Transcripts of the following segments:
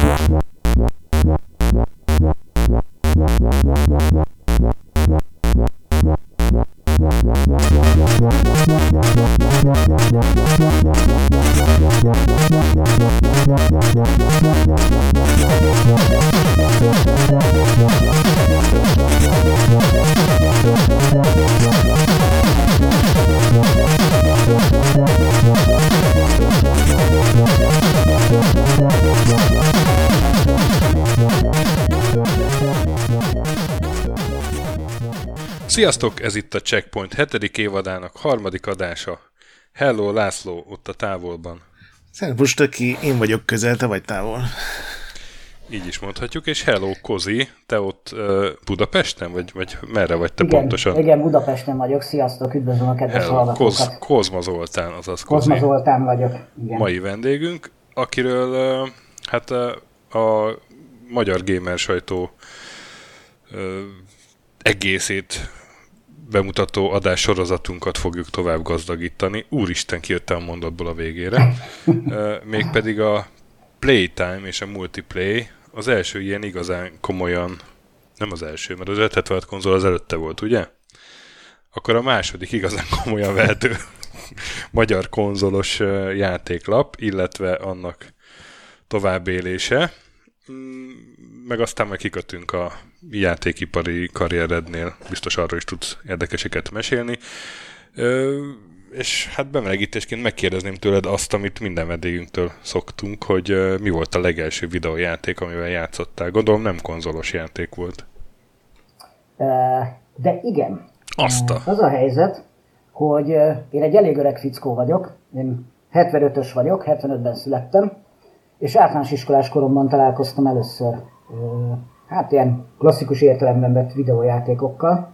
Sziasztok, ez itt a Checkpoint 7. évadának 3. adása. Hello László, ott a távolban. Szervusz Töki, én vagyok közel, te vagy távol. Így is mondhatjuk, és hello Kozi, te ott Budapesten, vagy merre vagy te igen, pontosan? Igen, Budapesten vagyok, sziasztok, üdvözlöm a kedves hallgatókat. Kozma Zoltán, azaz Kozi. Kozma Zoltán vagyok, igen. Mai vendégünk, akiről a magyar gamer sajtó egészét bemutató adássorozatunkat fogjuk tovább gazdagítani. Úristen, kijöttem a mondatból a végére. Mégpedig a Playtime és a Multiplay az első ilyen igazán komolyan, nem az első, mert az 576 konzol az előtte volt, ugye? Akkor a második igazán komolyan vehető magyar konzolos játéklap, illetve annak továbbélése. Meg aztán majd kikötünk a játékipari karrierednél, biztos arról is tudsz érdekeseket mesélni. És hát bemelegítésként megkérdezném tőled azt, amit minden vendégünktől szoktunk, hogy mi volt a legelső videójáték, amivel játszottál. Gondolom nem konzolos játék volt. De igen. Azta. Az a helyzet, hogy én egy elég öreg fickó vagyok, én 75-ös vagyok, 75-ben születtem, és általános iskolás koromban találkoztam először ilyen klasszikus értelemben vett videójátékokkal.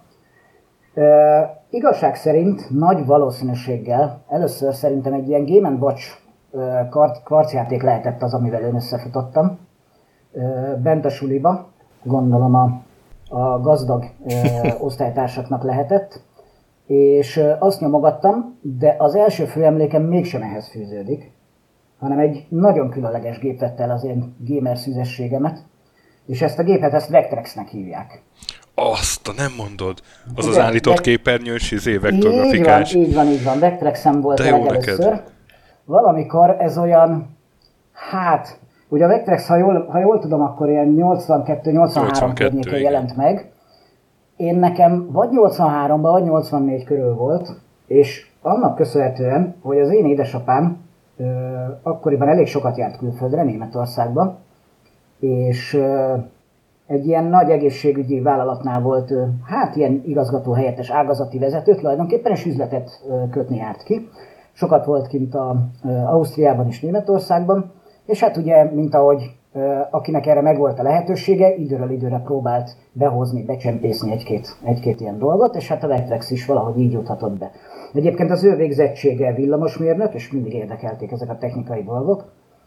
Igazság szerint nagy valószínűséggel először szerintem egy ilyen Game & Watch kvarcjáték lehetett az, amivel én összefutottam. Bent a suliba, gondolom a gazdag osztálytársaknak lehetett, és azt nyomogattam, de az első főemlékem mégsem ehhez fűződik, hanem egy nagyon különleges gép vette el az én gamer szüzességemet, és ezt a gépet Vectrexnek hívják. Azt, nem mondod. Az az állított képernyős, vektorgrafikás. Így van. Vectrexem volt legelőször. Valamikor ez olyan, ugye a Vectrex, ha jól tudom, akkor ilyen 82-83 környékén jelent meg. Én nekem vagy 83-ban, vagy 84 körül volt, és annak köszönhetően, hogy az én édesapám akkoriban elég sokat járt külföldre, Németországba, és egy ilyen nagy egészségügyi vállalatnál volt, ilyen igazgató helyettes ágazati vezető, tulajdonképpen és üzletet kötni járt ki. Sokat volt kint Ausztriában és Németországban, és hát ugye, mint ahogy akinek erre megvolt a lehetősége, időről időre próbált behozni, becsempészni egy-két ilyen dolgot, és hát a Vectrex is valahogy így juthatott be. Egyébként az ő végzettsége villamosmérnök, és mindig érdekelték ezek a technikai dolgok,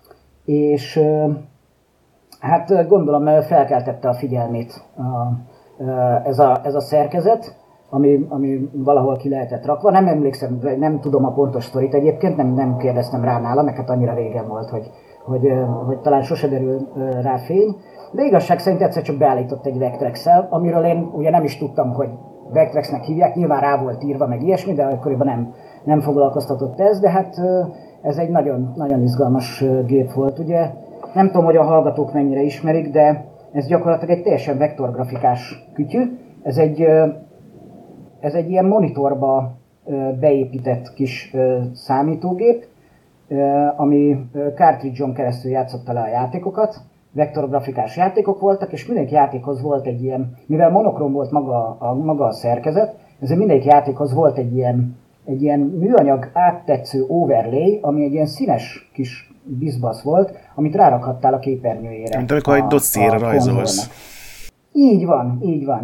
és hát gondolom felkeltette a figyelmét ez a szerkezet, ami valahol ki lehetett rakva. Nem emlékszem, nem tudom a pontos sztorit egyébként, nem kérdeztem rá nála, mert hát annyira régen volt, hogy talán sose derül rá fény. De igazság szerint egyszer csak beállított egy Vectrex-el, amiről én ugye nem is tudtam, hogy Vectrexnek hívják, nyilván rá volt írva meg ilyesmi, de akkoriban nem foglalkoztatott ez, de hát ez egy nagyon, nagyon izgalmas gép volt, ugye. Nem tudom, hogy a hallgatók mennyire ismerik, de ez gyakorlatilag egy teljesen vektorgrafikás kütyű. Ez egy ilyen monitorba beépített kis számítógép, ami cartridge-on keresztül játszotta le a játékokat. Vektorgrafikás játékok voltak, és mindegyik játékhoz volt egy ilyen, mivel monokrom volt maga a szerkezet, ezért mindegyik játékhoz volt egy ilyen műanyag áttetsző overlay, ami egy ilyen színes kis bizbasz volt, amit rárakhattál a képernyőjére. Mint amikor egy dossziéra rajzolsz. Így van.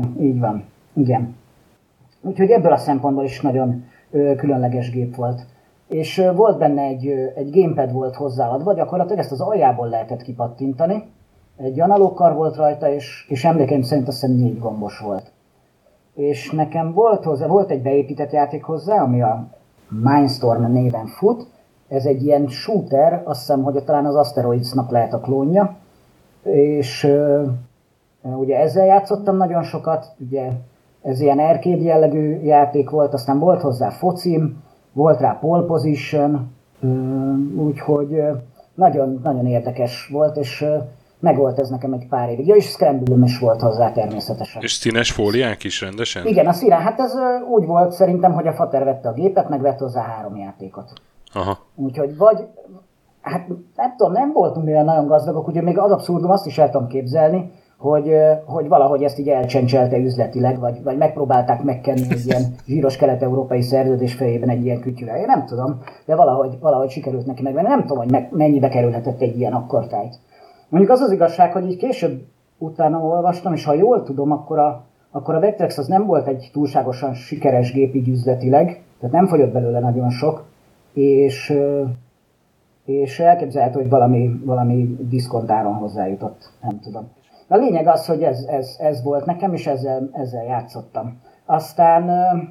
Igen. Úgyhogy ebből a szempontból is nagyon különleges gép volt. És volt benne egy gamepad volt hozzáadva, gyakorlatilag ezt az aljából lehetett kipattintani. Egy analóg kar volt rajta, és emlékeim szerint azt hiszem 4 gombos volt. És nekem volt egy beépített játék hozzá, ami a Mindstorm néven fut. Ez egy ilyen shooter, azt hiszem, hogy talán az Asteroids-nak lehet a klónja. és ugye ezzel játszottam nagyon sokat, ugye ez ilyen arcade jellegű játék volt, aztán volt hozzá focim, volt rá pole position, úgyhogy nagyon, nagyon érdekes volt, és megvolt ez nekem egy pár évig. Ja, és Scramble-üm is volt hozzá természetesen. És színes fóliák is rendesen? Igen, a színe, hát ez úgy volt szerintem, hogy a fater vette a gépet, meg vett hozzá 3 játékot. Aha. Úgyhogy hát nem tudom, nem voltunk mivel nagyon gazdagok, ugye még az abszurdum azt is el tudom képzelni, hogy valahogy ezt így elcsencselte üzletileg, vagy megpróbálták megkenni egy ilyen zsíros kelet-európai szerződés fejében egy ilyen kütyűvel. Én nem tudom, de valahogy sikerült neki megvenni. Nem tudom, hogy mennyibe kerülhetett egy ilyen akkortájt. Mondjuk az igazság, hogy így később utána olvastam, és ha jól tudom, akkor a Vectrex az nem volt egy túlságosan sikeres gép így üzletileg, tehát nem fogyott belőle nagyon sok, és elképzelhető, hogy valami diszkontáron hozzájutott, nem tudom. A lényeg az, hogy ez volt nekem, és ezzel játszottam. Aztán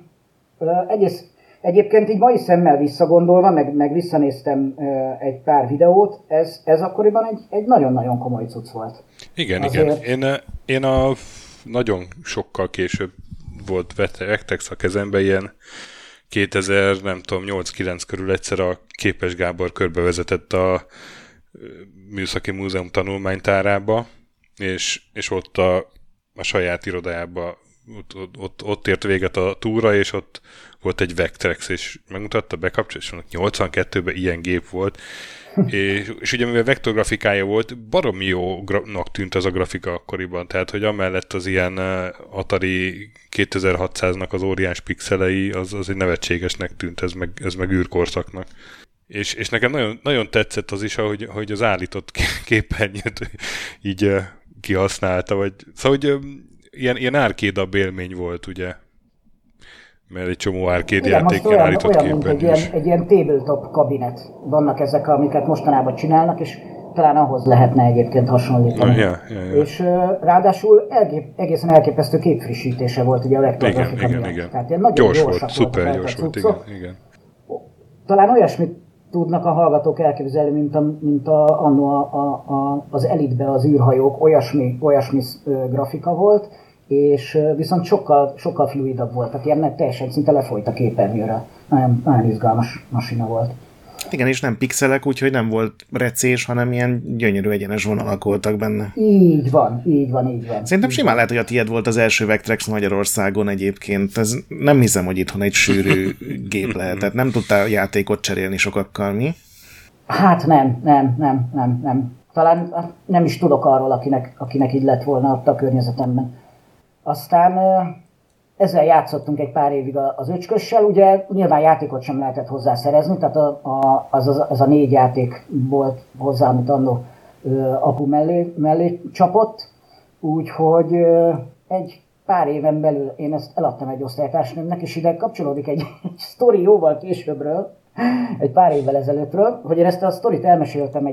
egyébként így mai szemmel visszagondolva, meg visszanéztem egy pár videót, ez akkoriban egy nagyon-nagyon komoly cucc volt. Igen, azért... igen. Én a nagyon sokkal később volt Vectrex a kezembe, ilyen 2000, nem tudom, 8-9 körül egyszer a Képes Gábor körbevezetett a Műszaki Múzeum tanulmánytárába, és ott a saját irodájába ott ért véget a túra, és ott volt egy Vectrex, és megmutatta, bekapcsolat, és 82-ben ilyen gép volt, és ugye mivel vektorgrafikája volt, baromi jónak tűnt az a grafika akkoriban, tehát hogy amellett az ilyen Atari 2600-nak az óriás pixelei, az egy nevetségesnek tűnt, ez meg űrkorszaknak. És nekem nagyon, nagyon tetszett az is, hogy az állított képernyőt így kihasználta, szóval hogy ilyen árkédabb élmény volt, ugye? Mert egy csomó árkéd játék ilyen állított képernyős. Mint egy ilyen tabletop kabinet. Vannak ezek, amiket mostanában csinálnak, és talán ahhoz lehetne egyébként hasonlítani. Ja. És ráadásul egészen elképesztő képfrissítése volt ugye a vektorgrafika miatt. Igen. Tehát ilyen nagyon gyors volt, szuper gyors volt, igen. Talán olyasmit tudnak a hallgatók elképzelni, mint az Elite-be az űrhajók, olyasmi grafika volt, és viszont sokkal fluidabb volt, tehát ilyen teljesen szinte lefolyt a képernyőre. Nagyon izgalmas masina volt. Igen, és nem pixelek, úgyhogy nem volt recés, hanem ilyen gyönyörű egyenes vonalak voltak benne. Így van. Szerintem simán lehet, hogy a tiéd volt az első Vectrex Magyarországon egyébként. Ez nem hiszem, hogy itthon egy sűrű gép lehetett. Nem tudtál játékot cserélni sokakkal, mi? Hát nem. Talán nem is tudok arról, akinek így lett volna ott a környezetemben. Aztán ezzel játszottunk egy pár évig az öcskössel, ugye nyilván játékot sem lehetett hozzá szerezni, tehát az a 4 játék volt hozzá, amit annó apu mellé csapott, úgyhogy egy pár éven belül én ezt eladtam egy osztálytársnőmnek, és ide kapcsolódik egy sztori jóval későbbről, egy pár évvel ezelőttről, hogy én ezt a sztorit elmeséltem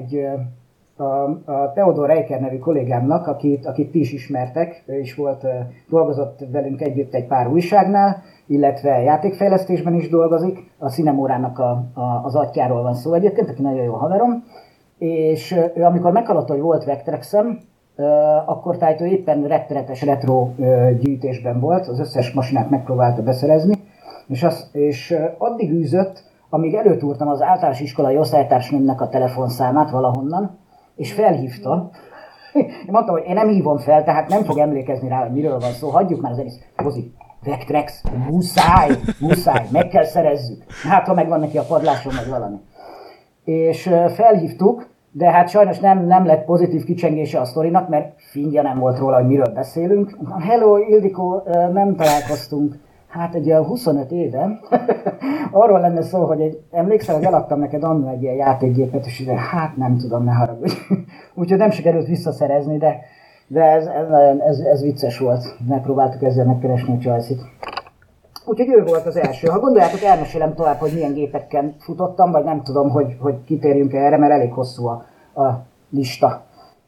a Theodor Reicher nevű kollégámnak, akit ti is ismertek, ő is dolgozott velünk együtt egy pár újságnál, illetve játékfejlesztésben is dolgozik, a Cinemórának az atyjáról van szó egyébként, aki nagyon jó haverom, és ő amikor meghallotta, hogy volt Vectrexem, akkor tehát ő éppen rettenetes retro gyűjtésben volt, az összes masinát megpróbálta beszerezni, és addig űzött, amíg előtúrtam az általános iskolai osztálytársnőmnek a telefonszámát valahonnan, és felhívta. Én mondtam, hogy én nem hívom fel, tehát nem fog emlékezni rá, hogy miről van szó. Hagyjuk már az egész. Rozi, Vectrex, muszáj, meg kell szerezzük. Hát, ha megvan neki a padláson, meg valami. És felhívtuk, de hát sajnos nem lett pozitív kicsengése a sztorinak, mert fingja nem volt róla, hogy miről beszélünk. Hello, Ildikó, nem találkoztunk. Hát egy 25 éve. Arról lenne szó, hogy emlékszel, hogy eladtam neked annól egy ilyen játékgépet, és hát nem tudom, ne haragudj. Úgyhogy nem sikerült visszaszerezni, de ez vicces volt. Megpróbáltuk ezzel megkeresni a Chelsea-t. Úgyhogy ő volt az első. Ha gondoljátok, elmesélem tovább, hogy milyen gépekkel futottam, vagy nem tudom, hogy kitérjünk erre, mert elég hosszú a lista.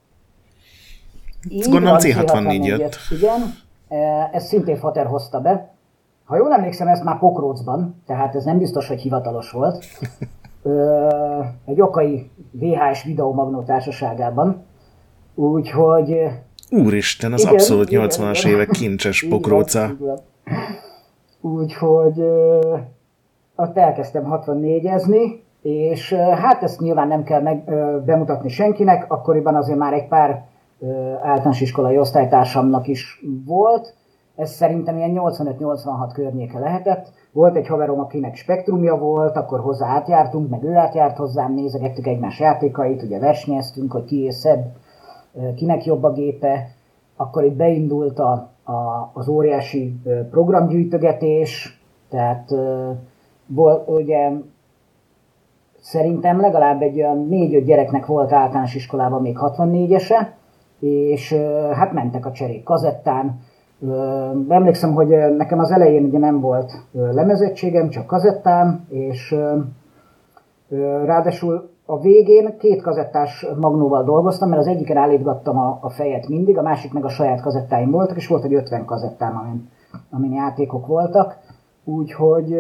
Gondolom C64 jött. Igen, ezt szintén Fater hozta be. Ha jól emlékszem, ezt már Pokrócban, tehát ez nem biztos, hogy hivatalos volt. Egy okai VHS videómagnó társaságában. Úgyhogy... Úristen, az igen, abszolút 80-as évek kincses pokróca. Úgyhogy ott elkezdtem 64-ezni, és hát ezt nyilván nem kell bemutatni senkinek, akkoriban azért már egy pár általános iskolai osztálytársamnak is volt, ez szerintem ilyen 85-86 környéke lehetett. Volt egy haverom, akinek spektrumja volt, akkor hozzá átjártunk, meg ő átjárt hozzám, nézegettük egymás játékait, ugye versenyeztünk, hogy ki szebb, kinek jobb a gépe. Akkor itt beindult az óriási programgyűjtögetés, tehát ugye szerintem legalább egy olyan 4-5 gyereknek volt általános iskolában még 64-ese, és hát mentek a cserék kazettán. Emlékszem, hogy nekem az elején ugye nem volt lemezettségem, csak kazettám, és ráadásul a végén 2 kazettás magnóval dolgoztam, mert az egyiken állítgattam a fejet mindig, a másik meg a saját kazettáim voltak, és volt egy 50 kazettám, amin játékok voltak, úgyhogy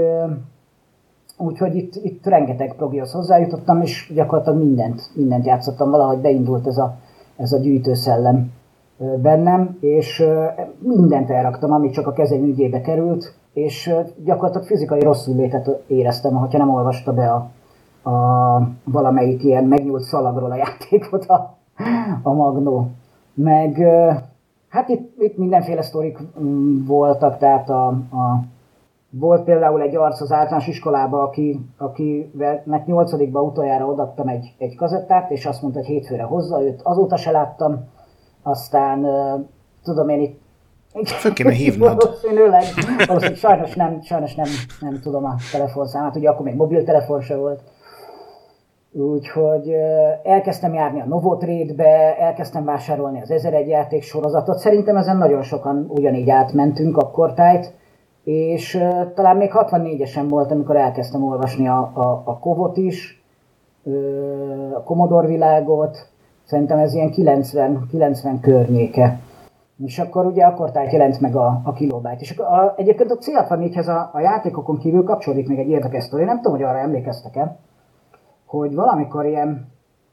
itt rengeteg progihoz hozzájutottam, és gyakorlatilag mindent játszottam, valahogy beindult ez a gyűjtőszellem bennem, és mindent elraktam, ami csak a kezem ügyébe került, és gyakorlatilag fizikai rosszullétet éreztem, hogyha nem olvasta be a valamelyik ilyen megnyúlt szalagról a játékot a magnó. Meg hát itt mindenféle sztorik voltak, tehát volt például egy arc az általános iskolába, akinek 8-ba utoljára odaadtam egy kazettát, és azt mondta, hogy hétfőre hozza, őt azóta se láttam. Aztán tudom én itt... Föl kéne hívnod. Valószínűleg sajnos nem tudom a telefonszámát, ugye akkor még mobiltelefon se volt. Úgyhogy elkezdtem járni a Novotrade-be, elkezdtem vásárolni az 1001 játék sorozatot. Szerintem ezen nagyon sokan ugyanígy átmentünk akkortájt, és talán még 64-esen volt, amikor elkezdtem olvasni a Kovot is, a Commodore világot. Szerintem ez ilyen 90 környéke. És akkor ugye akkortájt jelent meg a Kilobyte. És egyébként a C64-hez a játékokon kívül kapcsolódik még egy érdekes sztori. Nem tudom, hogy arra emlékeztek-e, hogy valamikor ilyen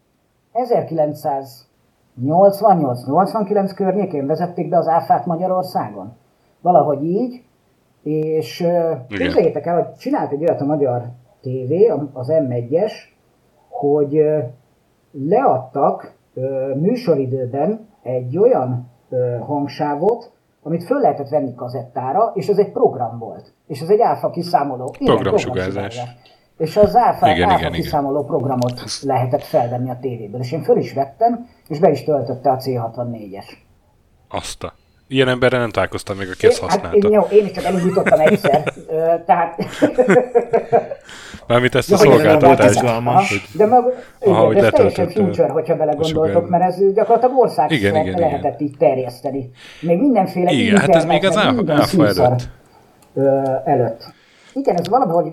1988-89 környékén vezették be az áfát Magyarországon. Valahogy így. És képzeljétek el, hogy csinált egy olyat a Magyar TV, az M1-es, hogy leadtak műsoridőben egy olyan hangsávot, amit föl lehetett venni kazettára, és ez egy program volt. És ez egy áfa kiszámoló. Programsugárzás. És az áfa kiszámoló programot lehetett felvenni a tévéből. És én föl is vettem, és be is töltötte a C64-es. Azta. Ilyen emberre nem találkoztam még, aki ezt használta. Én is csak elindítottam egyszer. Tehát... Mármint ezt a szolgáltatást. De ez teljesen future, hogyha belegondoltok, mert ez gyakorlatilag országszerte lehetett így terjeszteni. Még mindenféle igen, hát ez még az áfa előtt. Igen, ez valahogy...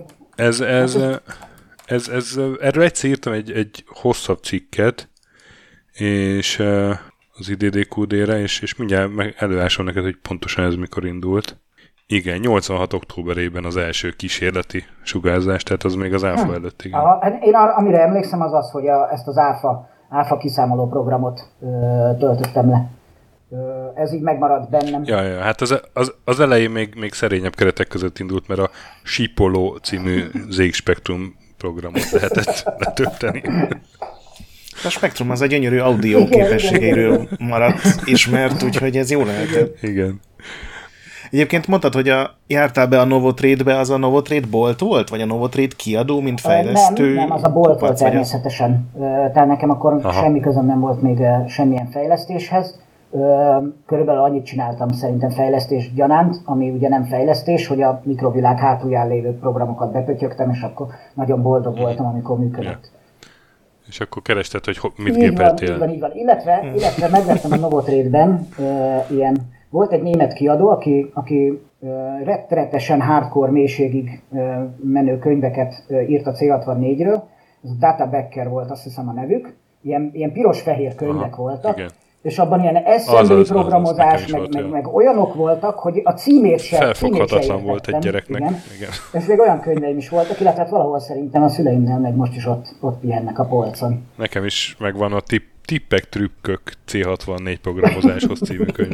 Erről egyszer írtam egy hosszabb cikket, és az IDDQD-re, és mindjárt előásom neked, hogy pontosan ez mikor indult. Igen, 86. októberében az első kísérleti sugárzás, tehát az még az áfa előtt, igen. Én amire emlékszem az, hogy ezt az áfa kiszámoló programot töltöttem le. Ez így megmaradt bennem. Ja, hát az elején még szerényebb keretek között indult, mert a Sipoló című ZX Spectrum programot lehetett letölteni. A Spectrum az a gyönyörű audio képességeiről maradt ismert, úgyhogy ez jó lehetett. Igen. Egyébként mondtad, hogy jártál be a Novotrade-be, az a Novotrade bolt volt? Vagy a Novotrade kiadó, mint fejlesztő? Nem, az a bolt volt természetesen. Tehát nekem akkor semmi közöm nem volt még semmilyen fejlesztéshez. Körülbelül annyit csináltam szerintem fejlesztés gyanánt, ami ugye nem fejlesztés, hogy a mikrovilág hátulján lévő programokat bepötyögtem, és akkor nagyon boldog voltam, amikor működött. Ja. És akkor kerested, hogy mit gépeltél. Így van. Illetve megvettem a Novotrade-ben volt egy német kiadó, aki rettenetesen hardcore mélységig menő könyveket írt a C64-ről. Ez a Data Becker volt, azt hiszem a nevük. Ilyen piros-fehér könyvek voltak. Igen. És abban ilyen assembly programozás, meg olyanok voltak, hogy a címét sem felfoghatatlan volt egy gyereknek. Igen. És még olyan könyveim is voltak, illetve valahol szerintem a szüleimnél meg most is ott pihennek a polcon. Nekem is megvan a Tippek, trükkök, C64 programozáshoz című könyv.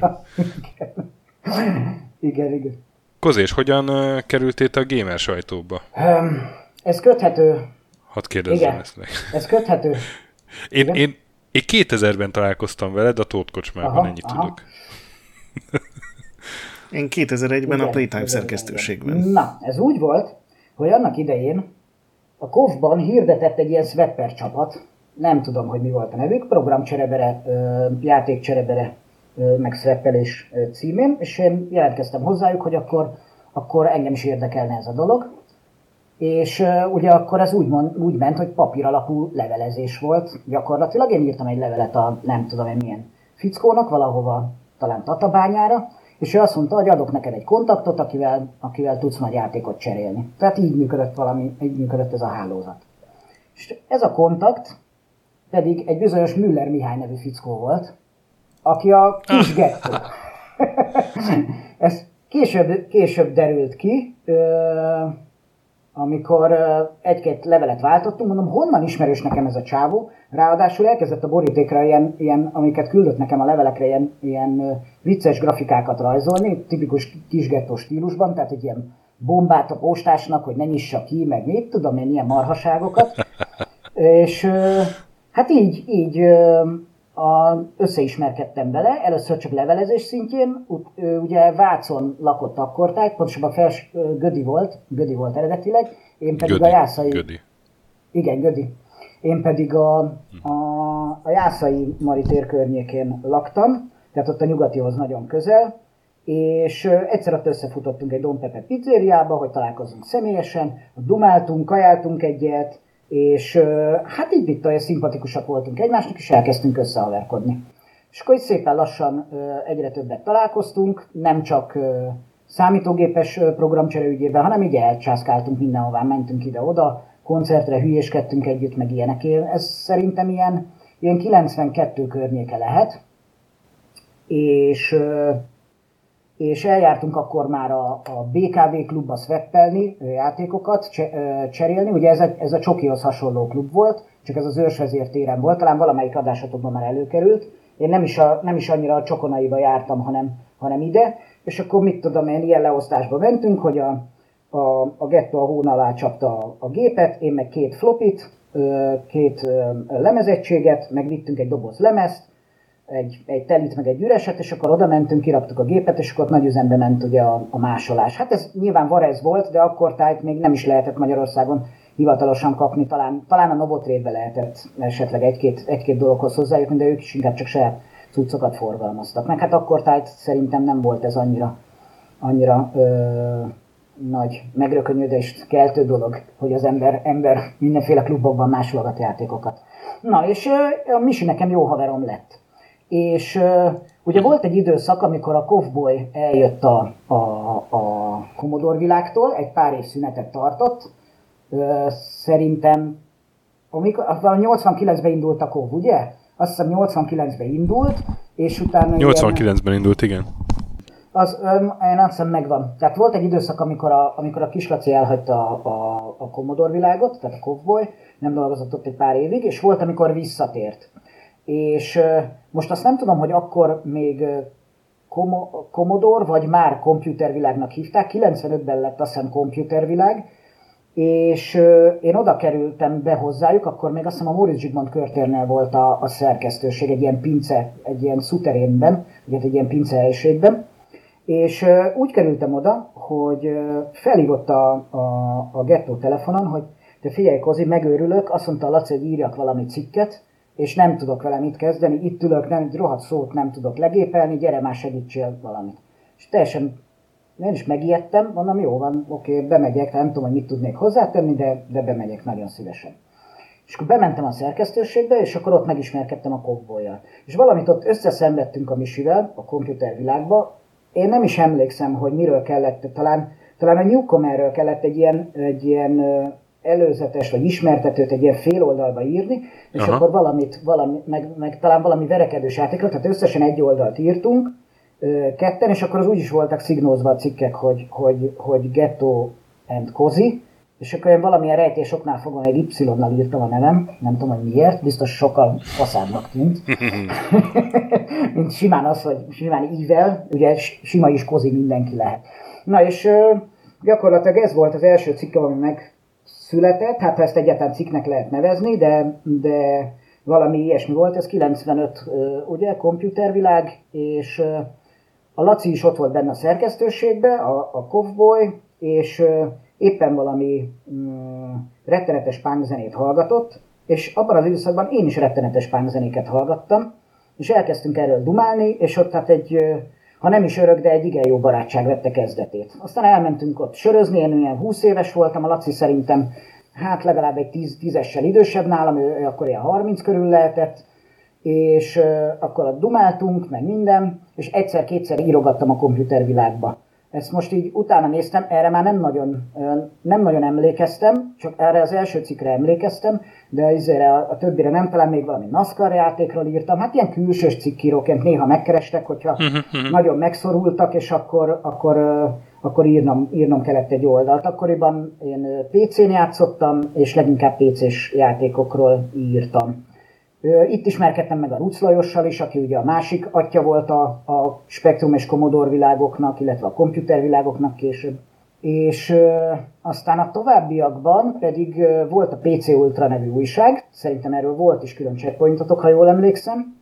Igen. Kozés, hogyan kerültél a gamer sajtóba? Ez köthető. Hadd kérdezzem ezt meg. Ez köthető. Én 2000-ben találkoztam veled a Tóth Kocsmában, ennyit tudok. Én 2001-ben a Playtime szerkesztőségben. Na, ez úgy volt, hogy annak idején a KOV-ban hirdetett egy ilyen Swepper csapat, nem tudom, hogy mi volt a nevük, programcserebere, játékcserebere, meg Sweppelés címén, és én jelentkeztem hozzájuk, hogy akkor engem is érdekelne ez a dolog. És ugye akkor ez úgy ment, hogy papír alapú levelezés volt gyakorlatilag. Én írtam egy levelet a nem tudom én milyen fickónak, valahova, talán Tatabányára, és ő azt mondta, hogy adok neked egy kontaktot, akivel tudsz majd játékot cserélni. Tehát így működött ez a hálózat. És ez a kontakt pedig egy bizonyos Müller Mihály nevű fickó volt, aki a kis gettó. Ez később derült ki, amikor egy-két levelet váltottunk, mondom, honnan ismerős nekem ez a csávó, ráadásul elkezdett a borítékra ilyen amiket küldött nekem a levelekre, ilyen vicces grafikákat rajzolni, tipikus kisgettó stílusban, tehát egy ilyen bombát a postásnak, hogy ne nyissa ki, meg mit tudom én, ilyen marhaságokat. És hát így összeismerkedtem vele, először csak levelezés szintjén, ugye Vácon lakott akkortájt, pontosabban Gödi volt eredetileg, én pedig a Jászai... Gödi. Igen, Gödi. Én pedig a Jászai Mari tér környékén laktam, tehát ott a nyugatihoz nagyon közel, és egyszer ott összefutottunk egy Don Pepe pizzériába, hogy találkozzunk személyesen, dumáltunk, kajáltunk egyet, és hát így itt olyan szimpatikusak voltunk egymásnak, és elkezdtünk összehaverkodni. És akkor így szépen lassan egyre többet találkoztunk, nem csak számítógépes programcsere ügyében, hanem így elcsászkáltunk mindenhová, mentünk ide-oda, koncertre hülyéskedtünk együtt, meg ilyenekért. Ez szerintem ilyen 92 környéke lehet, és eljártunk akkor már a BKV klubba sweppelni, játékokat cserélni. Ugye ez a Csokihoz hasonló klub volt, csak ez az Őrsvezér téren volt, talán valamelyik adásatokban már előkerült. Én nem is annyira a Csokonaiba jártam, hanem ide, és akkor mit tudom én, ilyen leosztásba mentünk, hogy a gettó a hón alá csapta a gépet, én meg 2 flopit, 2 lemezegységet, meg vittünk egy doboz lemezt, egy telit, meg egy üreset, és akkor oda mentünk, kiraktuk a gépet, és akkor ott nagy üzembe ment ugye a másolás. Hát ez nyilván Varez volt, de akkor tájt még nem is lehetett Magyarországon hivatalosan kapni, talán a Novotrade-be lehetett esetleg egy-két dologhoz hozzájutni, de ők is inkább csak saját cuccokat forgalmaztak. Meg hát akkor tájt szerintem nem volt ez annyira nagy megrökönyödést keltő dolog, hogy az ember mindenféle klubokban másolgat játékokat. Na, és a Misi nekem jó haverom lett. És ugye volt egy időszak, amikor a Kovboy eljött a Commodore világtól, egy pár év szünetet tartott. Szerintem, amikor 89-ben indult a Kov, ugye? Azt hiszem 89-ben indult, és utána... 89-ben indult, igen. Én azt hiszem megvan. Tehát volt egy időszak, amikor a Kislaci elhagyta a Commodore világot, tehát a Kovboy, nem dolgozott ott egy pár évig, és volt, amikor visszatért. És most azt nem tudom, hogy akkor még Commodore, vagy már komputervilágnak hívták, 95-ben lett azt hiszem komputervilág, és én oda kerültem be hozzájuk, akkor még azt hiszem a Móricz Zsigmond körtérnél volt a szerkesztőség, egy ilyen pince, egy ilyen szuterénben, egy ilyen pince helységben, és úgy kerültem oda, hogy felhívott a gettó telefonon, hogy te figyelj Kozi, megőrülök, azt mondta a Laci, hogy írjak valami cikket, és nem tudok vele mit kezdeni, itt ülök, rohadt szót nem tudok legépelni, gyere már segítsél valamit. És teljesen, én is megijedtem, mondom, jó van, oké, bemegyek, nem tudom, hogy mit tudnék hozzátenni, de bemegyek nagyon szívesen. És akkor bementem a szerkesztőségbe, és akkor ott megismerkedtem a Kovbolyjal. És valamit ott összeszenvedtünk a Misivel, a komputervilágba, én nem is emlékszem, hogy miről kellett, talán a Newcomerről kellett egy ilyen előzetes vagy ismertetőt egy ilyen fél oldalba írni, és akkor meg talán valami verekedős játékra, tehát összesen egy oldalt írtunk, ketten, és akkor az úgy is voltak szignózva a cikkek, hogy Ghetto and Cozy, És akkor én valamilyen rejtésoknál fogva egy Y-nal írtam a nevem, nem tudom, hogy miért, biztos sokkal faszábbnak tűnt. Mint simán az, hogy simán ível, ugye sima is kozi mindenki lehet. Na és gyakorlatilag ez volt az első cikkem, ami megszületett, hát ha ezt egyáltalán cikknek lehet nevezni, de valami ilyesmi volt, ez 95, ugye, komputervilág, és a Laci is ott volt benne a szerkesztőségben, a Kovboy, és éppen valami rettenetes punkzenét hallgatott, és abban az időszakban én is rettenetes punkzenéket hallgattam, és elkezdtünk erről dumálni, és ott hát ha nem is örök, de egy igen jó barátság vette kezdetét. Aztán elmentünk ott sörözni, én ilyen 20 éves voltam, a Laci szerintem hát legalább egy 10-essel idősebb nálam, ő akkor ilyen 30 körül lehetett, és akkor ott dumáltunk, meg minden, és egyszer-kétszer írogattam a komputervilágba. Ezt most így utána néztem, erre már nem nagyon emlékeztem, csak erre az első cikkre emlékeztem, de a többire nem, talán még valami NASCAR játékról írtam, hát ilyen külsős cikkíróként néha megkerestek, hogyha nagyon megszorultak, és akkor írnom kellett egy oldalt. Akkoriban én PC-n játszottam, és leginkább PC-s játékokról írtam. Itt ismerkedtem meg a Rucz Lajossal is, aki ugye a másik atya volt a Spektrum és Commodore világoknak, illetve a komputervilágoknak később. És aztán a továbbiakban pedig volt a PC Ultra nevű újság, szerintem erről volt is külön checkpointotok, ha jól emlékszem.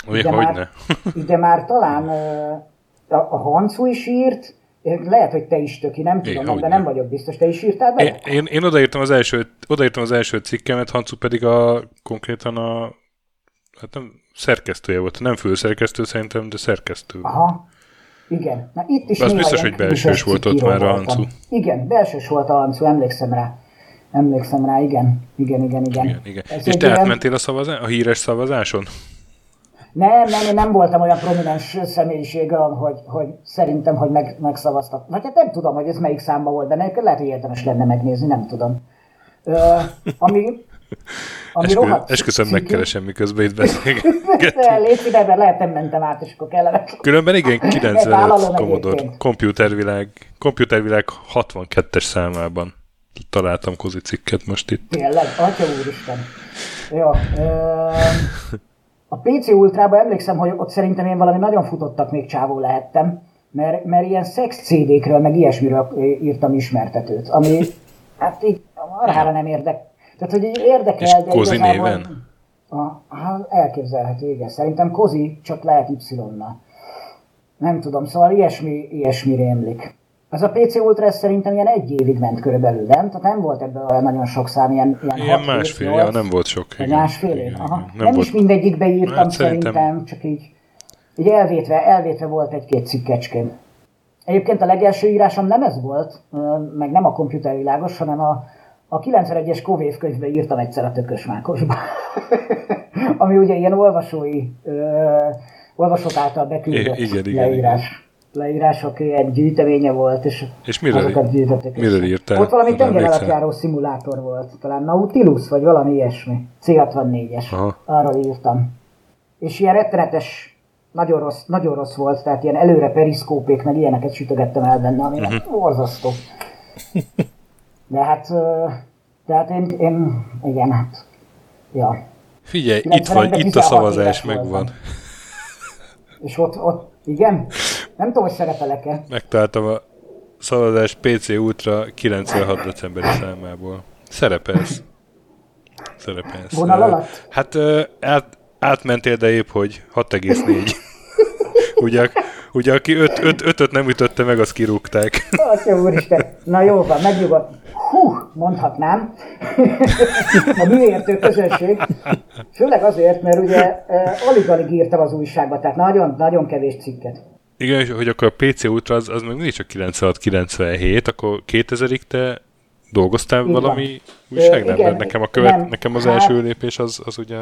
Ugye már talán a Hancu is írt, lehet, hogy te is, Töki, nem tudom, de nem vagyok biztos, te is írtál bele? Én odaírtam az első cikkemet, Hancu pedig konkrétan hát nem szerkesztője volt, nem főszerkesztő szerintem, de szerkesztő. Aha, igen. Na itt is az biztos, hogy belsős volt ott már a Hancu. Igen, belsős volt a Hancu, emlékszem rá, igen. És te átmentél a híres szavazáson? Nem, én nem voltam olyan prominens személyiség, hogy szerintem, hogy megszavaztak. Vagy hát nem tudom, hogy ez melyik számba volt benne, lehet, hogy érdemes lenne megnézni, nem tudom. Ami esküszöm megkeresem, miközben itt beszélgetünk. Légy szívesen, lehet nem mentem át, és akkor kellemet. Különben igen, 95 Commodore komputervilág 62-es számában találtam kozi cikket most itt. Tényleg, atya úristen. Jó. A PC Ultrában emlékszem, hogy ott szerintem én valami nagyon futottak még csávó lehettem, mert ilyen szex CD-kről, meg ilyesmiről írtam ismertetőt, ami hát így marhára nem érdekel. Tehát, hogy így érdekel, és Kozi néven? Elképzelhető, igen. Szerintem Kozi csak lehet Y-nal. Nem tudom, szóval ilyesmi rémlik. Ez a PC Ultra szerintem ilyen 1 évig ment körülbelül, nem? Tehát nem volt ebből olyan nagyon sok szám, ilyen másfél, ja, nem volt sok. Másfél év, aha. Nem is mindegyikbe írtam, hát szerintem, csak így elvétve volt egy-két cikkecském. Egyébként a legelső írásom nem ez volt, meg nem a komputervilágos, hanem a 91-es Kovév könyvbe írtam egyszer a Tökös Mákosba. Ami ugye ilyen olvasók által beküldött leírások, egy gyűjteménye volt, és azokat gyűjtöttek. Miről írtál? Ott valami tengeralattjáró szimulátor volt, talán Nautilus, vagy valami ilyesmi. C64-es. Arról írtam. És ilyen rettenetes, nagyon rossz volt, tehát ilyen előre periszkópék, meg ilyeneket sütögettem el benne, ami borzasztó. De hát én igen, hát, ja. Figyelj, itt a szavazás megvan. És ott, igen? Nem tudom, hogy szerepelek-e. Megtaláltam a szavazás PC Ultra 96 decemberi számából. Szerepelsz. Vonal alatt? Hát átmentél, de épp, hogy 6,4. Ugye aki 5-öt nem ütötte meg, azt kirúgták. Atya úristen, na jó van, megnyugodt. Mondhatnám. A műértő közönség. Főleg azért, mert ugye alig-alig írtam az újságba, tehát nagyon kevés cikket. Igen, hogy akkor a PC Ultra az meg mindig csak 96-97, akkor 2000-ig te dolgoztál valami újságnál? Mert nekem az első lépés az ugye...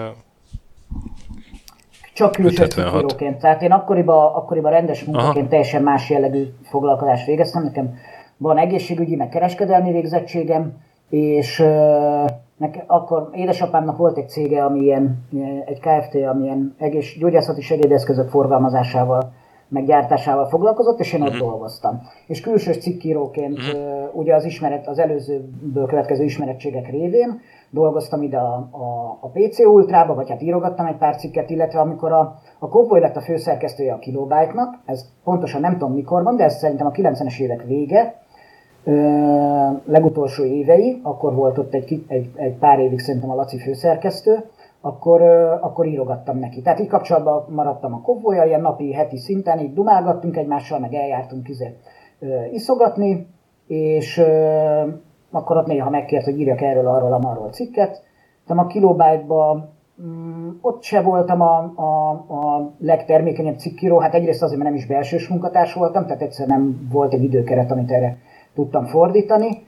Csak külső cikkíróként. Tehát én akkoriban rendes munkaként teljesen más jellegű foglalkozást végeztem. Nekem van egészségügyi, meg kereskedelmi végzettségem, és akkor édesapámnak volt egy cége, ami egy Kft., ami ilyen gyógyászati segédeszközök forgalmazásával meggyártásával foglalkozott, és én ott dolgoztam. És külsős cikkíróként ugye az előzőből következő ismerettségek révén dolgoztam ide a PC Ultrába, vagy hát írogattam egy pár cikket, illetve amikor a Cowboy lett a főszerkesztője a Kilobyte-nak, ez pontosan nem tudom mikor van, de ez szerintem a 90-es évek vége, legutolsó évei, akkor volt ott egy pár évig szerintem a Laci főszerkesztő, akkor írogattam neki. Tehát így kapcsolatban maradtam a Cowboy-jal, ilyen napi, heti szinten, így dumálgattunk egymással, meg eljártunk iszogatni, és akkor ott néha megkért, hogy írjak erről, arról cikket. A Kilobyte-ban ott se voltam a legtermékenyebb cikkíró, hát egyrészt azért, mert nem is belsős munkatárs voltam, tehát egyszerűen nem volt egy időkeret, amit erre tudtam fordítani,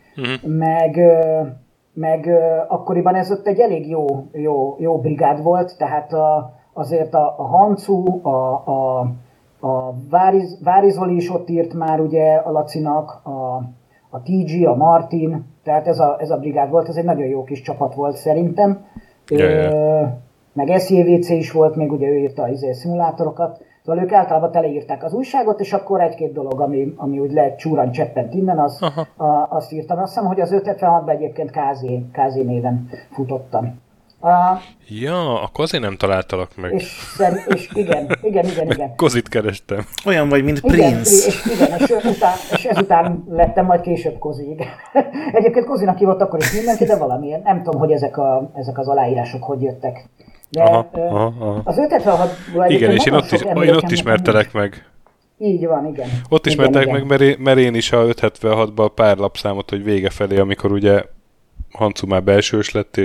meg akkoriban ez ott egy elég jó brigád volt, tehát azért a Hancu, a Vári is ott írt már ugye a Lacinak, a TG, a Martin, tehát ez a brigád volt, ez egy nagyon jó kis csapat volt szerintem. Meg SJVC is volt, még ugye ő írta a szimulátorokat, szóval ők általában teleírták az újságot, és akkor egy-két dolog, ami úgy lehet csúran cseppent innen, azt írtam. Azt hiszem, hogy az 576-ban egyébként KZ néven futottam. Ja, akkor azért nem találtalak meg. És igen. Kozit kerestem. Olyan vagy, mint Prince. És ezután lettem majd később Kozi, igen. Egyébként Kozinak hívott akkor is mindenki, de valamilyen. Nem tudom, hogy ezek az aláírások hogy jöttek. De az 576-ból igen, és én ott ismertelek meg. Így van, igen. Ott ismertelek meg, mert én is a 576-ban pár lapszámot, hogy vége felé, amikor ugye Hancu már belsős lett,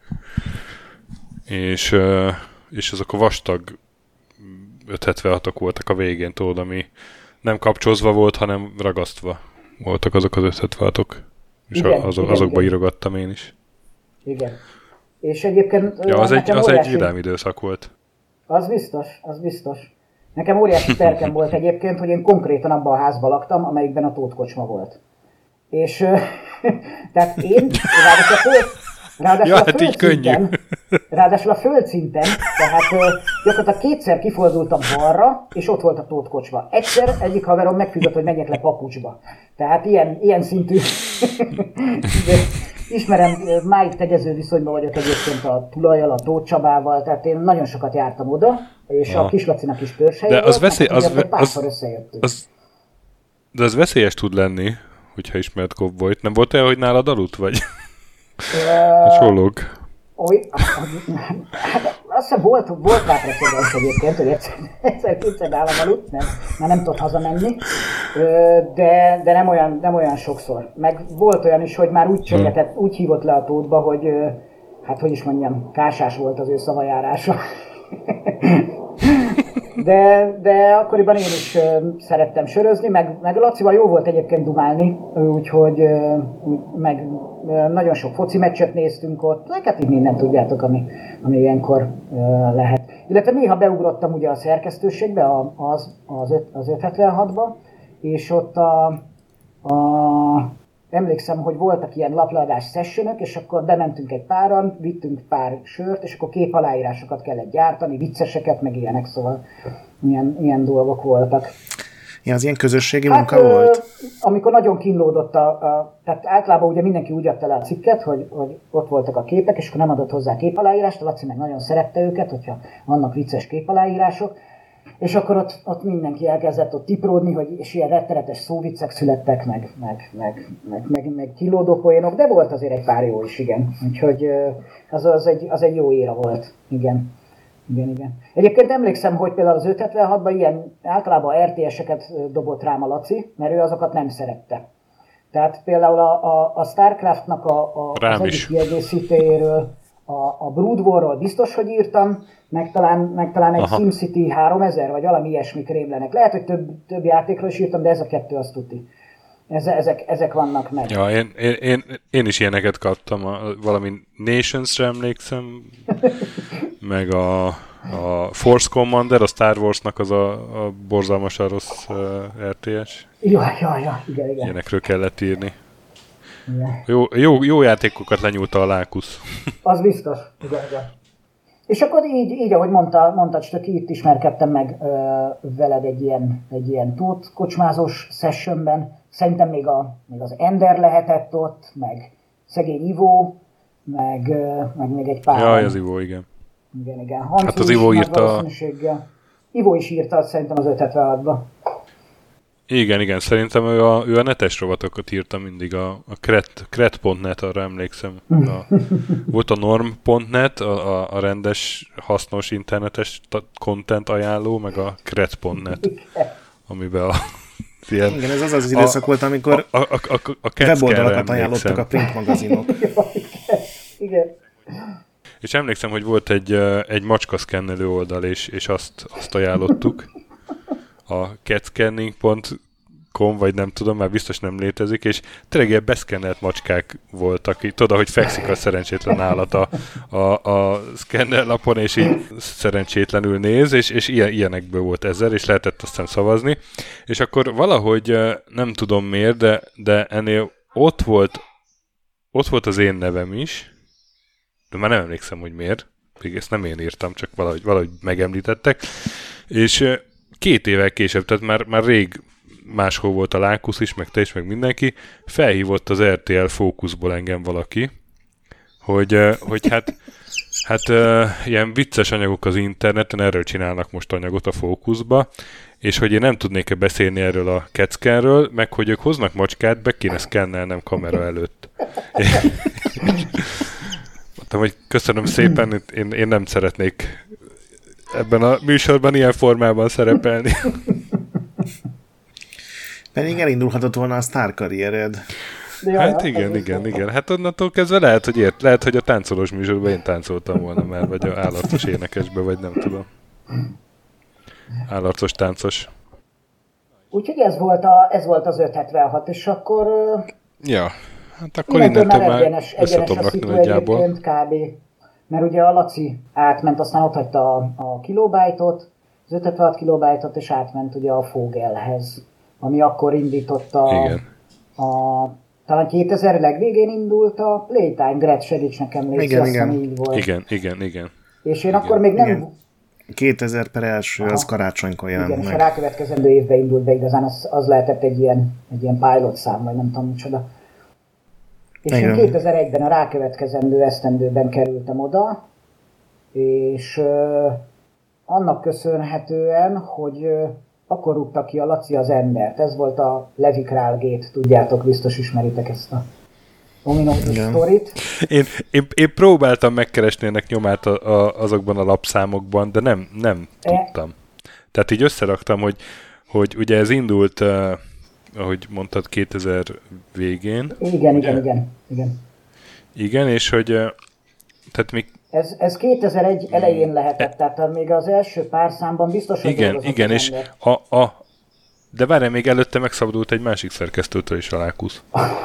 és azok a vastag 576-ok voltak a végén, tudod, ami nem kapcsolva volt, hanem ragasztva voltak azok az 576-ok. És azokba írogattam én is. Igen. És egyébként... Ja, az egy vidám időszak volt. Az biztos. Nekem óriási perkem volt egyébként, hogy én konkrétan abban a házban laktam, amelyikben a Tóth kocsma volt. És tehát én ráadásul a földszinten, tehát gyakorlatilag kétszer kifordultam balra, és ott volt a Tóth kocsma. Egyszer egyik haverom megfűzött, hogy menjek le papucsba. Tehát ilyen szintű... Ismerem, máig tegező viszonyban vagyok egyébként a tulajjal, a Tóth Csabával, tehát én nagyon sokat jártam oda, és a Kislacinak is törzshelye volt, párszor összejöttünk. De az veszélyes tud lenni, hogyha ismert Cowboyt. Nem volt olyan, hogy nálad aludt, vagy? Csolog. Azt hiszem volt rá precedens egyébként, hogy egyszer nálam aludt, már nem tudott hazamenni, de nem olyan sokszor. Meg volt olyan is, hogy már úgy csöngetett, úgy hívott le a Tóthba, hogy hát hogy is mondjam, kásás volt az ő szavajárása. De akkoriban én is szerettem sörözni, meg Lacival jó volt egyébként dumálni, úgyhogy meg nagyon sok foci meccset néztünk ott, hát így mindent tudjátok, ami ilyenkor lehet. Illetve néha beugrottam ugye a szerkesztőségbe, az 576-ba, és ott emlékszem, hogy voltak ilyen lapladás sessionök, és akkor bementünk egy páran, vittünk pár sört, és akkor képaláírásokat kellett gyártani, vicceseket, meg ilyenek, szóval ilyen dolgok voltak. Ja, az ilyen közösségi munka volt? Amikor nagyon kínlódott tehát általában ugye mindenki úgy adta le a cikket, hogy ott voltak a képek, és akkor nem adott hozzá képaláírást, a Laci meg nagyon szerette őket, hogyha vannak vicces képaláírások, és akkor ott mindenki elkezdett ott tipródni, és ilyen rettenetes szóviccek születtek, meg kilódó poénok, de volt azért egy pár jó is, igen. Úgyhogy az egy jó éra volt, igen. Egyébként emlékszem, hogy például az 576-ban ilyen általában RTS-eket dobott rám a Laci, mert ő azokat nem szerette. Tehát például a Starcraftnak az egyik kiegészítőjéről, a Brood Warról biztos, hogy írtam, meg talán egy SimCity 3000, vagy valami ilyesmi krémlenek. Lehet, hogy több játékról is írtam, de ez a kettő azt tuti. Ezek vannak meg. Ja, én is ilyeneket kaptam, valami Nations-re emlékszem, meg a Force Commander, a Star Wars-nak az a borzalmasan rossz RTS. Ja, igen. Ilyenekről kellett írni. Jó játékokat lenyúlta a Lákusz. Az biztos, igen. És akkor így ahogy mondtad, Stöki, itt ismerkedtem meg veled egy ilyen kocsmázós sessionben. Szerintem még az Ender lehetett ott, meg szegény Ivo, meg még egy pár. Jaj, az Ivo, igen. Igen. Hát az Ivo írta... Ivo is írta szerintem az 576-ba. Igen, szerintem ő a netes rovatokat írta mindig, a kret.net, arra emlékszem. Volt a norm.net, a rendes, hasznos internetes content ajánló, meg a kret.net, amiben ilyen... Igen, ez az időszak volt, amikor a weboldalakat ajánlottak a print magazinok. Igen. És emlékszem, hogy volt egy macskaszkennelő oldal, és azt ajánlottuk. A catscanning.com, vagy nem tudom, már biztos nem létezik, és tényleg ilyen beszkennelt macskák voltak, így tudod, hogy fekszik a szerencsétlen állat a szkennerlapon, és így szerencsétlenül néz, és ilyenekből volt 1000, és lehetett aztán szavazni. És akkor valahogy, nem tudom miért, de ennél ott volt az én nevem is, de már nem emlékszem, hogy miért. Még ezt nem én írtam, csak valahogy megemlítettek. És 2 évvel később, tehát már rég máshol volt a Lákusz is, meg te is, meg mindenki, felhívott az RTL Fókuszból engem valaki, hogy hát ilyen vicces anyagok az interneten, erről csinálnak most anyagot a Fókuszba, és hogy én nem tudnék-e beszélni erről a CAT-scanről, meg hogy ők hoznak macskát, be kéne szkennelnem kamera előtt. Mondtam, hogy köszönöm szépen, én nem szeretnék ebben a műsorban ilyen formában szerepelni. Pedig elindulhatott volna a sztár karriered. Hát igen. Hát onnantól kezdve lehet, hogy a táncolós műsorban én táncoltam volna már, vagy a állarcos énekesbe, vagy nem tudom. Állarcos táncos. Úgyhogy ez volt az 576, és akkor... Ja, hát akkor innentől már össze tudom rakni nagyjából. Kb. Mert ugye a Laci átment, aztán ott hagyta a kilobájtot, az 576 kilobájtot, és átment ugye a Fogelhez, ami akkor indította talán 2000 legvégén indult a Playtime, Gret, segíts nekem, igen. Így volt. Igen. És én akkor még nem... Igen. 2000/1, az karácsonykor jelent meg. Igen, és a rákövetkezendő évben indult be, igazán az lehetett egy ilyen pilot szám, vagy nem tudom micsoda. És én 2001-ben a rákövetkezendő esztendőben kerültem oda, és annak köszönhetően, hogy akkor rúgta ki a Laci az Endert. Ez volt a Levi Král-gate, tudjátok, biztos ismeritek ezt a ominózus sztorit. Én próbáltam megkeresni ennek nyomát azokban a lapszámokban, de nem tudtam. Tehát így összeraktam, hogy ugye ez indult... ahogy mondtad, 2000 végén. Igen. Igen, és hogy tehát még... Ez 2001 elején lehetett, tehát még az első pár számban biztos, hogy igen, és de várjál, még előtte megszabadult egy másik szerkesztőtől is a Lákusz.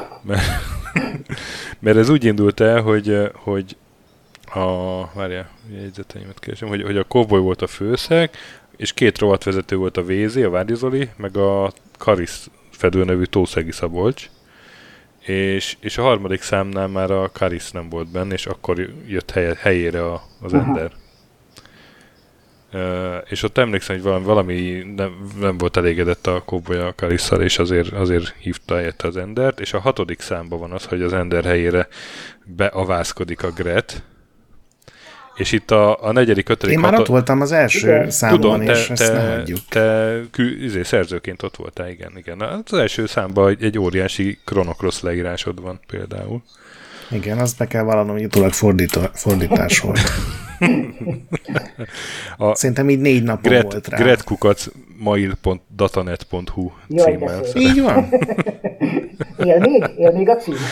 Mert ez úgy indult el, hogy várjál, jegyzeteimet keresem, hogy a Cowboy volt a főszeg, és 2 rovatvezető volt a VZ, a Várdi Zoli, meg a Karisz fedőnevű Tószegi Szabolcs, és a harmadik számnál már a Karisz nem volt benne, és akkor jött helyére az Ender. És ott emlékszem, hogy valami nem volt elégedett a Cowboy a Karisszal, és azért hívta helyette az Endert, és a 6. számban van az, hogy az Ender helyére beavászkodik a Gret, és itt a 4., 5. Én már ott voltam az első számban, tudom, és ezt nem adjuk. Te szerzőként ott voltál, igen. Az első számban egy óriási Chrono Cross leírásod van például. Igen, azt be kell vallanom, hogy utólag fordítás volt. Szerintem így 4 napon volt rá. gretkukac.mail.datanet.hu címmel. Így van. Él még a cím?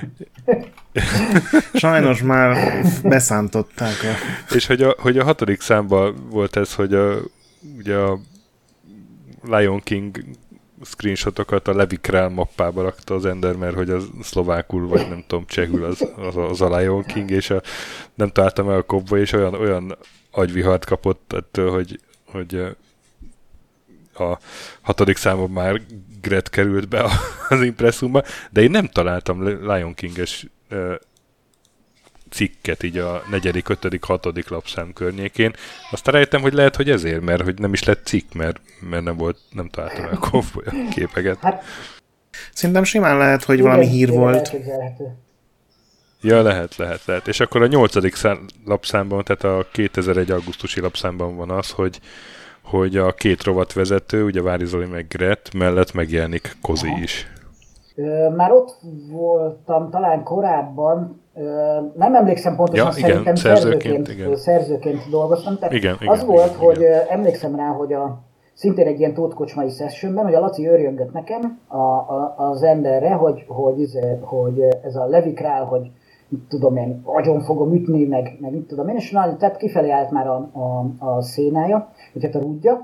Sajnos már beszántották. És hogy a 6. számban volt ez, hogy ugye a Lion King screenshotokat a Levi Král mappába rakta az Ender, mert hogy az szlovákul, vagy nem tudom, csehül az a Lion King, és nem találtam el a Cowboy, és olyan agyvihart kapott ettől, hogy a 6. számban már Gret került be az impresszumba, de én nem találtam Lion King-es cikket így a 4., 5., 6. lapszám környékén. Aztán rájöttem, hogy lehet, hogy ezért, mert hogy nem is lett cikk, mert nem találtam el a képeket. Hát, szerintem simán lehet, hogy valami hír volt. Ja, lehet. És akkor a 8. lapszámban, tehát a 2001. augusztusi lapszámban van az, hogy a 2 rovatvezető, ugye Vári Zoli meg Gret mellett megjelenik Kozi is. Már ott voltam talán korábban, nem emlékszem pontosan, igen, szerintem szerzőként dolgoztam. Tehát az volt, hogy emlékszem rá, hogy szintén egy ilyen tótkocsmai sessionben, hogy a Laci őrjöngött nekem az Enderre, hogy ez a Levi Král, hogy mit tudom én, agyon fogom ütni, meg mit tudom én, és tehát kifelé állt már a szénája, vagy hát a rúdja,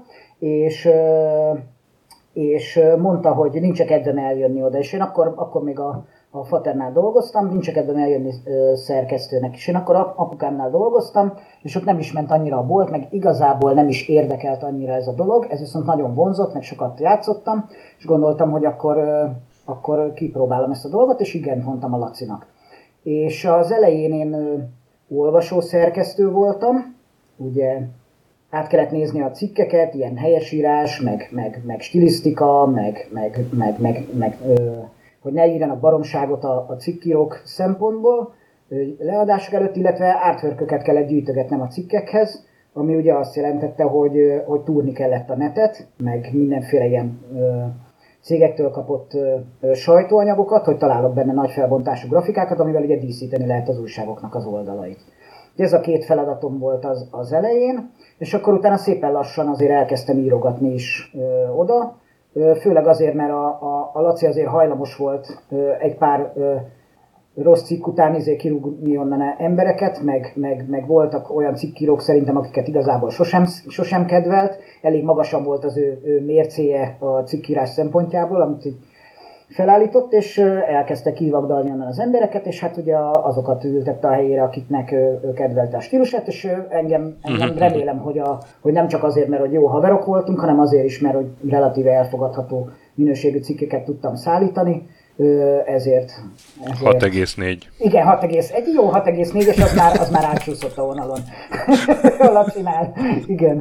és mondta, hogy nincs kedvem eljönni oda, és én akkor még a Faternál dolgoztam, nincs kedvem eljönni szerkesztőnek, és én akkor apukámnál dolgoztam, és ott nem is ment annyira a bolt, meg igazából nem is érdekelt annyira ez a dolog, ez viszont nagyon vonzott, meg sokat játszottam, és gondoltam, hogy akkor kipróbálom ezt a dolgot, és igen, mondtam a Lacinak. És az elején én olvasó szerkesztő voltam, ugye át kellett nézni a cikkeket, ilyen helyesírás, meg stilisztika, meg hogy ne írjanak baromságot a cikkírók szempontból leadások előtt, illetve artworköket kellett gyűjtögetnem a cikkekhez, ami ugye azt jelentette, hogy túrni kellett a netet, meg mindenféle ilyen cégektől kapott sajtóanyagokat, hogy találok benne nagy felbontású grafikákat, amivel ugye díszíteni lehet az újságoknak az oldalait. Ez a 2 feladatom volt az elején, és akkor utána szépen lassan azért elkezdtem írogatni is oda, főleg azért, mert a Laci azért hajlamos volt egy pár rossz cikk után kirúgni onnan embereket, meg voltak olyan cikkírók szerintem, akiket igazából sosem kedvelt, elég magasan volt az ő mércéje a cikkírás szempontjából, amit felállított, és elkezdte kivagdalni onnan az embereket, és hát ugye azokat ültette a helyére, akiknek kedvelte a stílusát, és engem remélem, hogy nem csak azért, mert hogy jó haverok voltunk, hanem azért is, mert hogy relatíve elfogadható minőségű cikkeket tudtam szállítani, ezért 6,4. Igen, 6,1, jó 6,4, és az már átsúszott a vonalon. A Lacinál. Igen.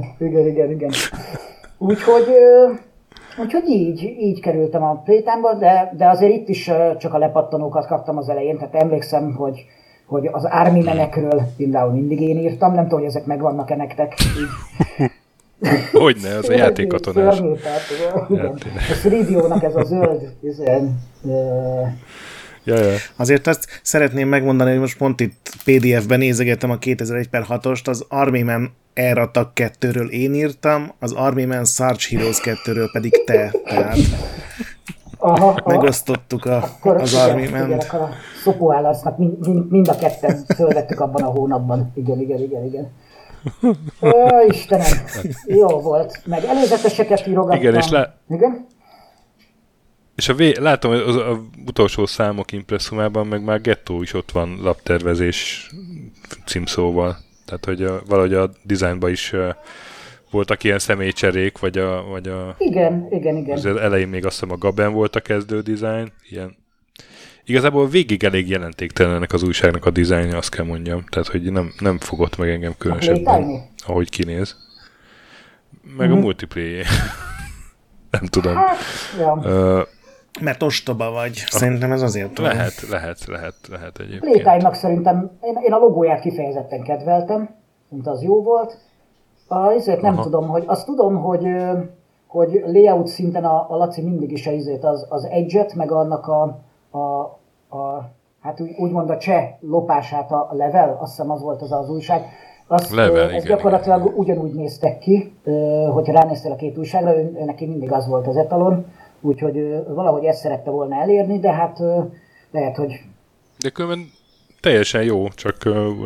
Úgyhogy így kerültem a Playtime-ba, de azért itt is csak a lepattanókat kaptam az elején, tehát emlékszem, hogy az Army menekről például mindig én írtam, nem tudom, hogy ezek megvannak-e nektek. Hogyne, az a játékkatonás. A Ridiónak ez a zöld Ja. Azért azt szeretném megmondani, hogy most pont itt PDF-ben nézegettem a 2001/6-ost, az Army Man Era Tag 2-ről én írtam, az Army Man Sarge Heroes 2-ről pedig te. Tehát megosztottuk az Army Man-t. Igen, akkor a szopóállarcnak mind a ketten fölvettük abban a hónapban. Igen. Istenem, jó volt. Meg előzeteseket írogattam. Igen? És látom, hogy az utolsó számok impresszumában meg már Gettó is ott van laptervezés címszóval. Tehát, hogy valahogy a dizájnban is voltak ilyen személycserék, vagy a... Igen. Az elején még azt hiszem a Gaben volt a kezdő dizájn. Ilyen. Igazából végig elég jelentéktelen ennek az újságnak a dizájnja, azt kell mondjam. Tehát, hogy nem fogott meg engem különösebben, ahogy kinéz. Meg a multiplayer. Nem tudom. Hát, ja. Mert ostoba vagy. Szerintem ez azért van. Lehet egyébként. Playtime-nak szerintem, én a logóját kifejezetten kedveltem, mint az jó volt. Ezért nem tudom, hogy azt tudom, hogy layout szinten a Laci mindig is az Edge-et, meg annak hát úgymond a cseh lopását, a Level, azt hiszem az volt az újság. Ez gyakorlatilag igen. Ugyanúgy néztek ki, hogyha ránéztél a 2 újságra, neki mindig az volt az etalon, úgyhogy valahogy ezt szerette volna elérni, de hát lehet, hogy... De különben teljesen jó, csak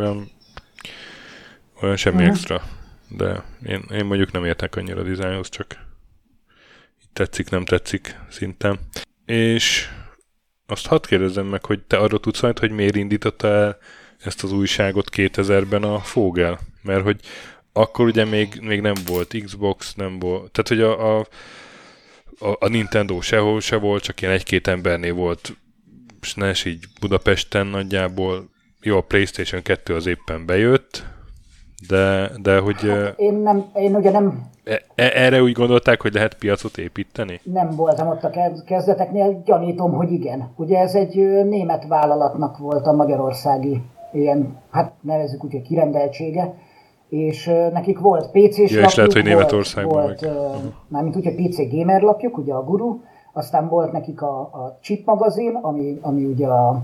olyan semmi extra. De én mondjuk nem értek annyira a dizájnhoz, csak tetszik, nem tetszik szinten. És azt hadd kérdezzem meg, hogy te arra tudsz majd, hogy miért indította el ezt az újságot 2000-ben a Fogel? Mert hogy akkor ugye még nem volt Xbox, nem volt... Tehát, hogy a Nintendo sehol se volt, csak ilyen 1-2 embernél volt SNES így Budapesten nagyjából. jó, a PlayStation 2 az éppen bejött, de hogy... Hát én ugye nem... Erre úgy gondolták, hogy lehet piacot építeni? Nem voltam ott a kezdeteknél, gyanítom, hogy igen. Ugye ez egy német vállalatnak volt a magyarországi ilyen, hát nevezzük úgy, hogy kirendeltsége, és nekik volt PC-s lapjuk, és lehet, hogy Németországban volt mármint úgy, hogy PC Gamer lapjuk, ugye a Guru, aztán volt nekik a Chip magazin, ami ugye a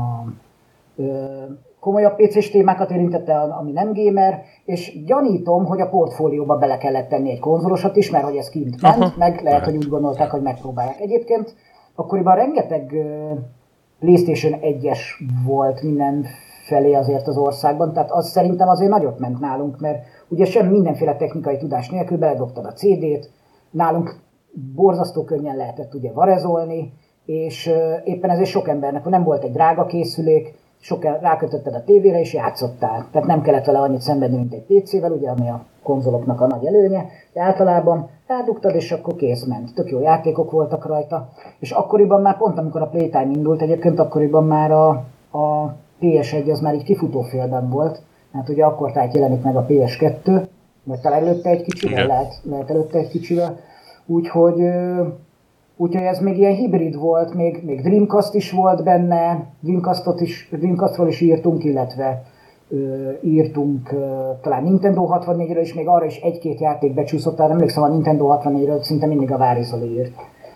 komolyabb PC-s témákat érintette, ami nem gamer, és gyanítom, hogy a portfólióba bele kellett tenni egy konzolosat is, mert hogy ez kint ment, meg lehet, hogy úgy gondolták, hogy megpróbálják. Egyébként akkoriban rengeteg PlayStation 1-es volt mindenfelé azért az országban, tehát az szerintem azért nagyot ment nálunk, mert ugye sem mindenféle technikai tudás nélkül beledobtad a CD-t, nálunk borzasztó könnyen lehetett ugye varezolni, és éppen ezért sok embernek nem volt egy drága készülék, rákötötted a tévére és játszottál. Tehát nem kellett vele annyit szenvedni, mint egy PC-vel, ugye, ami a konzoloknak a nagy előnye, de általában rádugtad, és akkor kész ment. Tök jó játékok voltak rajta. És akkoriban már pont, amikor a Playtime indult, egyébként akkoriban már a PS1 az már így kifutófélben volt. Hát ugye akkor tehát jelenik meg a PS2, vagy talán előtte egy kicsivel, lehet előtte egy kicsivel. Úgyhogy ez még ilyen hibrid volt, még Dreamcast is volt benne, Dreamcastról is írtunk, illetve írtunk talán Nintendo 64-ről is, még arra is egy-két játék becsúszott, tehát emlékszem, a Nintendo 64-ről szinte mindig a Vári Zoli írt.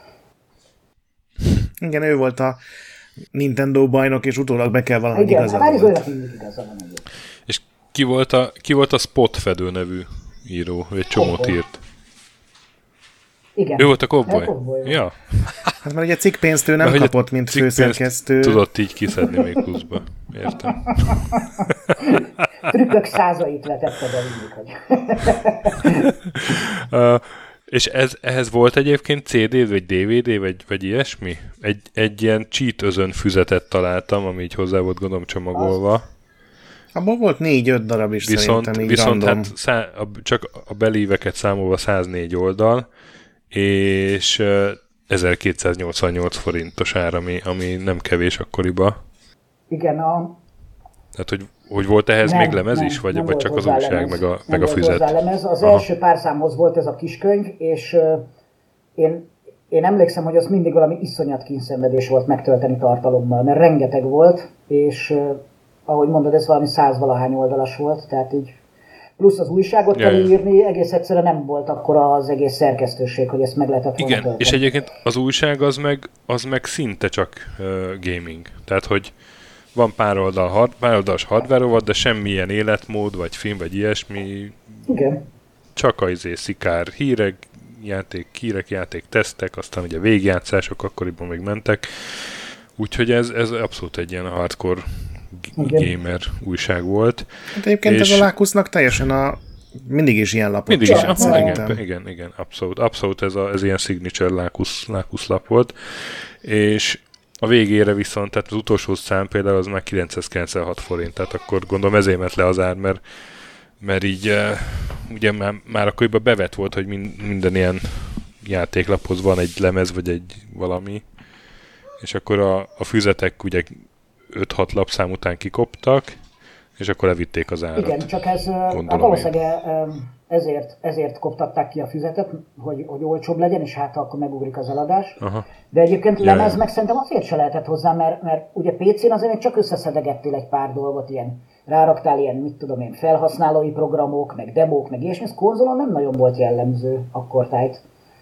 Igen, ő volt a Nintendo bajnok, és utólag be kell valamit igazolni. Igen, a Vári Zolinak mindig igaza van. És ki volt a Spotfedő nevű író, egy csomót írt? Igen. Ő volt a cowboy? Ja. Hát már ugye cikkpénzt ő nem kapott, mint főszerkesztő. Tudott így kiszedni még pluszba. Értem. Trükkök százait vetette be mindig, hogy... És ehhez volt egyébként CD vagy DVD, vagy ilyesmi? Egy ilyen cheat özön füzetet találtam, ami így hozzá volt gondolom csomagolva. Abban volt 4-5 darab is szerintem így viszont random. hát csak a belíveket számolva 104 oldal, és 1288 forintos ár, ami nem kevés akkoriban. Igen, tehát, hogy volt ehhez még lemez is, vagy csak az újság, meg a füzet? Lemez. Az első pár számhoz volt ez a kiskönyv, és én emlékszem, hogy az mindig valami iszonyat kínszenvedés volt megtölteni tartalommal, mert rengeteg volt, és ahogy mondod, ez valami 100-valahány oldalas volt, tehát így plusz az újságot kell írni, egész egyszerűen nem volt akkor az egész szerkesztőség, hogy ezt meg lehetett volna tölteni. És egyébként az újság az meg szinte csak gaming. Tehát, hogy van pár oldalas hardware rovat, de semmilyen életmód, vagy film, vagy ilyesmi. Igen. Csak a szikár hírek, játék, tesztek, aztán ugye végigjátszások akkoriban még mentek. Úgyhogy ez abszolút egy ilyen hardcore gamer újság volt. Hát egyébként ez a Lákusznak teljesen mindig is ilyen lapot. Mindig is, igen, abszolút ez ilyen signature Lákusz lap volt. És a végére viszont, tehát az utolsó szám például az már 996 forint, tehát akkor gondolom ezért ment le az ár, mert így ugye már akkoriban bevett volt, hogy minden ilyen játéklaphoz van egy lemez, vagy egy valami, és akkor a füzetek ugye 5-6 lapszám után kikoptak, és akkor levitték az árat. Igen, csak ez valószínűleg ezért koptatták ki a füzetet, hogy olcsóbb legyen, és hát akkor megugrik az eladás. Aha. De egyébként lemez meg szerintem azért se lehetett hozzá, mert ugye PC-n azért még csak összeszedegettél egy pár dolgot, ráraktál ilyen, mit tudom én, felhasználói programok, meg demók, meg ilyesmi, ez konzolon nem nagyon volt jellemző akkor tájt.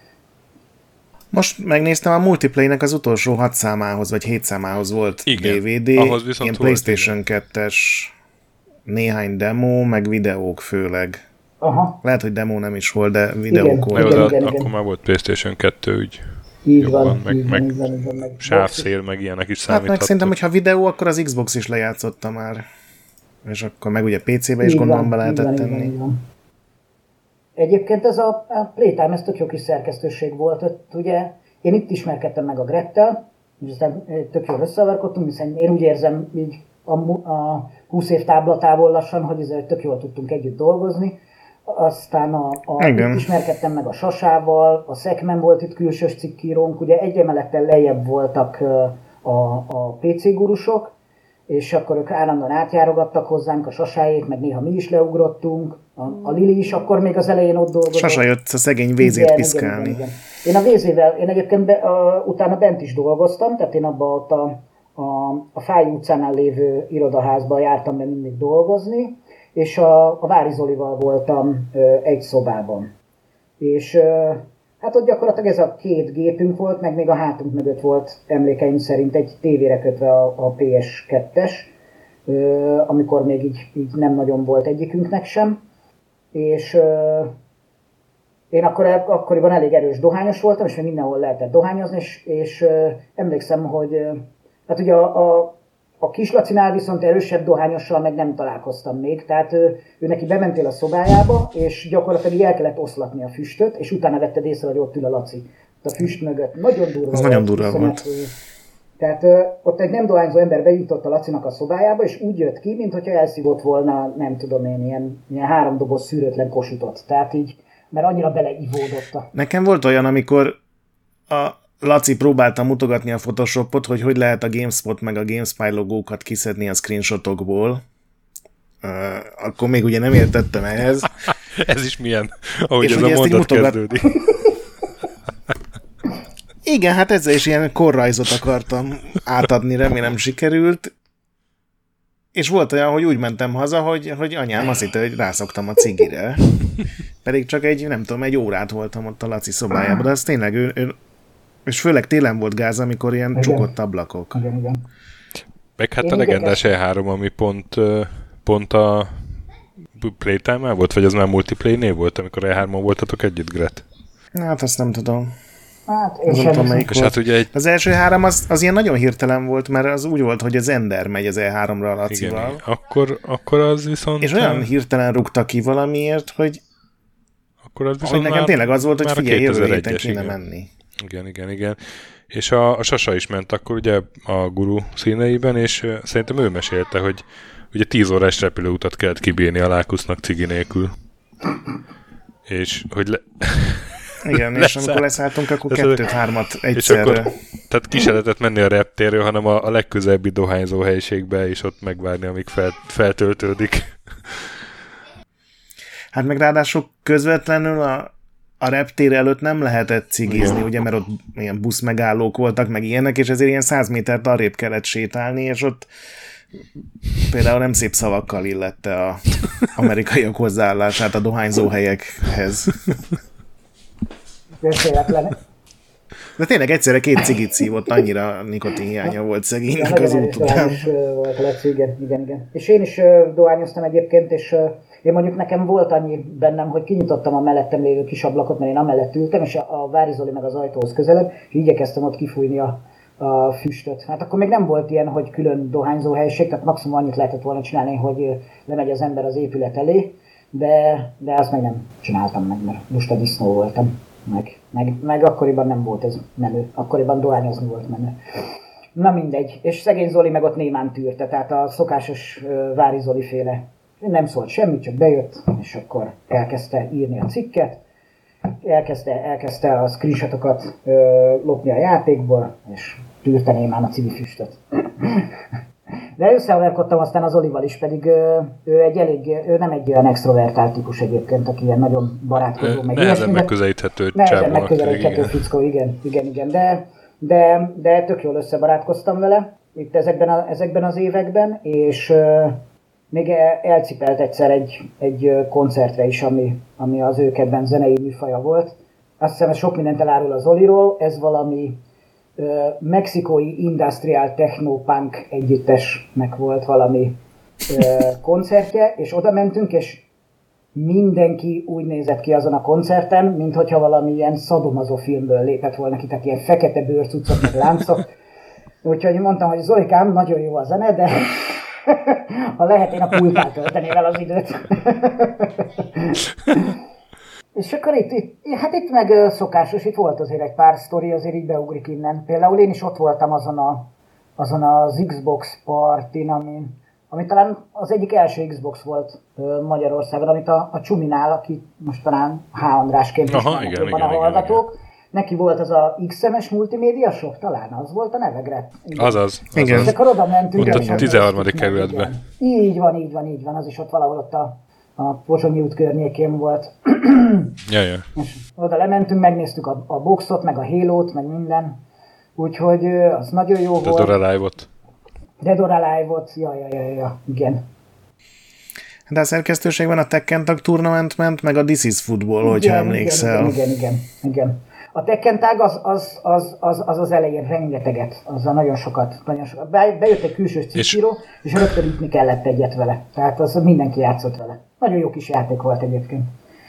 Most megnéztem, a Multiplay-nek az utolsó 6 számához, vagy 7 számához volt DVD, ilyen PlayStation 2-es, néhány demo, meg videók főleg. Aha. Lehet, hogy demo nem is volt, de videók voltak. Igen. Akkor már volt PlayStation 2 ügy. Így van, meg sávszél, meg ilyenek is számíthattak. Hát meg szerintem, hogyha videó, akkor az Xbox is lejátszotta már. És akkor meg ugye PC-be is gondolom be lehetett tenni. Így van. Egyébként ez a Playtime, ez tök jó kis szerkesztőség volt. Ugye én itt ismerkedtem meg a Grettel, és aztán tök jól összeverkodtunk, hiszen én úgy érzem így a 20 év táblatával lassan, hogy ezzel tök jól tudtunk együtt dolgozni. Aztán itt ismerkedtem meg a Sasával, a Szekmen volt itt külsős cikkírónk, ugye egy emelettel lejjebb voltak a PC gurusok, és akkor ők állandóan átjárogattak hozzánk, a Sasáék, meg néha mi is leugrottunk, a Lili is akkor még az elején ott dolgozott. Sasa jött a szegény vézét piszkálni. Igen. Én a vézével, én egyébként utána bent is dolgoztam, tehát én abban ott a Fáj utcánál lévő irodaházban jártam be mindig dolgozni, és a Vári Zolival voltam egy szobában. És hát ott gyakorlatilag ez a 2 gépünk volt, meg még a hátunk mögött volt emlékeim szerint egy tévére kötve a PS2-es, amikor még így nem nagyon volt egyikünknek sem. És én akkoriban elég erős dohányos voltam, és még mindenhol lehetett dohányozni, és emlékszem, hogy hát ugye a kislacinál viszont erősebb dohányossal meg nem találkoztam még, tehát ő neki bementél a szobájába, és gyakorlatilag el kellett oszlatni a füstöt, és utána vetted észre, hogy ott ül a Laci a füst mögött. Nagyon durva. Az nagyon durva volt. Tehát ott egy nem dohányzó ember bejutott a Lacinak a szobájába, és úgy jött ki, mintha elszívott volna, nem tudom én, ilyen 3 doboz szűrőtlen kosutot. Tehát így, mert annyira beleivódott. Nekem volt olyan, amikor a Laci próbálta mutogatni a Photoshopot, hogy lehet a GameSpot meg a GameSpy logókat kiszedni a screenshotokból. Akkor még ugye nem értettem ehhez. Ez is milyen, ahogy és ez a mondat kezdődik. Igen, hát ezzel is ilyen korrajzot akartam átadni, remélem sikerült. És volt olyan, hogy úgy mentem haza, hogy anyám azt hitte, hogy rászoktam a cigire. Pedig csak egy órát voltam ott a Laci szobájában, de az tényleg ő és főleg télen volt gáz, amikor ilyen csukott ablakok. Igen. Meg hát a legendás E3, ami pont a Playtime-el volt, vagy az már multiplayer-nél volt, amikor E3-on voltatok együtt, Gret? Hát azt nem tudom. Hát én sem tudom. Hát ugye az első 3 az ilyen nagyon hirtelen volt, mert az úgy volt, hogy az Ender megy az E3-ra a Lacival. Igen, akkor az viszont... És olyan hirtelen rúgta ki valamiért, hogy akkor az viszont nekem tényleg az volt, hogy figyelj, jövő héten kéne igen. menni. Igen. És a Sasa is ment akkor ugye a Guru színeiben, és szerintem ő mesélte, hogy ugye 10 órás repülőutat kellett kibírni a Lákusznak cigi nélkül. És hogy igen, és amikor leszálltunk, akkor 2-3-at egyszerre. És akkor, tehát ki se lehetett menni a reptérről, hanem a legközelebbi dohányzó helyiségbe, és ott megvárni, amíg feltöltődik. Hát meg ráadásul közvetlenül a reptér előtt nem lehetett cigizni, ugye, mert ott ilyen buszmegállók voltak, meg ilyenek, és ezért ilyen 100 métert arrébb kellett sétálni, és ott például nem szép szavakkal illette a amerikaiak hozzáállását a dohányzó helyekhez. De tényleg egyszerre 2 cigit szívott, annyira nikotin hiánya volt szegénynek az út után. Igen. És én is dohányoztam egyébként, és én mondjuk nekem volt annyi bennem, hogy kinyitottam a mellettem lévő kis ablakot, mert én amellett ültem, és a Vári Zoli meg az ajtóhoz közelebb, és igyekeztem ott kifújni a füstöt. Hát akkor még nem volt ilyen, hogy külön dohányzó helység, tehát maximum annyit lehetett volna csinálni, hogy lemegy az ember az épület elé, de azt meg nem csináltam meg, mert lusta disznó voltam. Meg akkoriban nem volt ez menő. Akkoriban dohányozni volt menő. Na mindegy. És szegény Zoli meg ott némán tűrte, tehát a szokásos Vári Zoli féle. Nem szólt semmit, csak bejött, és akkor elkezdte írni a cikket, elkezdte a screenshotokat lopni a játékból, és tűrte némán a cigi füstöt. De összeverkodtam aztán az Olival is, pedig ő nem egy olyan extrovertált típus egyébként, aki ilyen nagyon barátkozó. Nehezen megközelíthető fickó, igen. De tök jól összebarátkoztam vele itt ezekben az években, és még elcipelt egyszer egy koncertre is, ami az ő kedvenc zenei műfaja volt. Azt hiszem, ez sok mindent elárul az Oliról, ez valami mexikói industrial techno-punk együttesnek volt valami koncertje, és oda mentünk, és mindenki úgy nézett ki azon a koncerten, minthogyha valami ilyen szadomazó filmből lépett volna ki, tehát ilyen fekete bőrcuccok, meg láncok. Úgyhogy mondtam, hogy Zolikám, nagyon jó a zene, de ha lehet, én a pultán tölteném el az időt. És akkor itt meg szokásos, itt volt azért egy pár sztori, azért így beugrik innen. Például én is ott voltam azon az Xbox partin, ami talán az egyik első Xbox volt Magyarországon, amit a Csuminál, aki most talán H. Andrásként ismernek jobban a hallgatók. neki volt az a XM-es multimédia shop, talán az volt a nevegre. Azaz. Igen. És akkor oda mentünk. Ott a 13. kerületben. Így van, az is ott valahol ott a Pozsonyi út környékén volt. Ja. És oda lementünk, megnéztük a boxot, meg a Halo-t, meg minden. Úgyhogy az nagyon jó volt. Dead or Alive-ot. Dead or Alive-ot, ja, igen. De a szerkesztőségben a Tekken Tag Tournament ment, meg a This is Football, hogyha emlékszel. Igen. A Tekken Tag az elején rengeteget, azzal nagyon sokat. Bejött egy külsős cikkíró, és rögtön ütni kellett egyet vele. Tehát az mindenki játszott vele. Nagyon jó kis játék volt egyébként.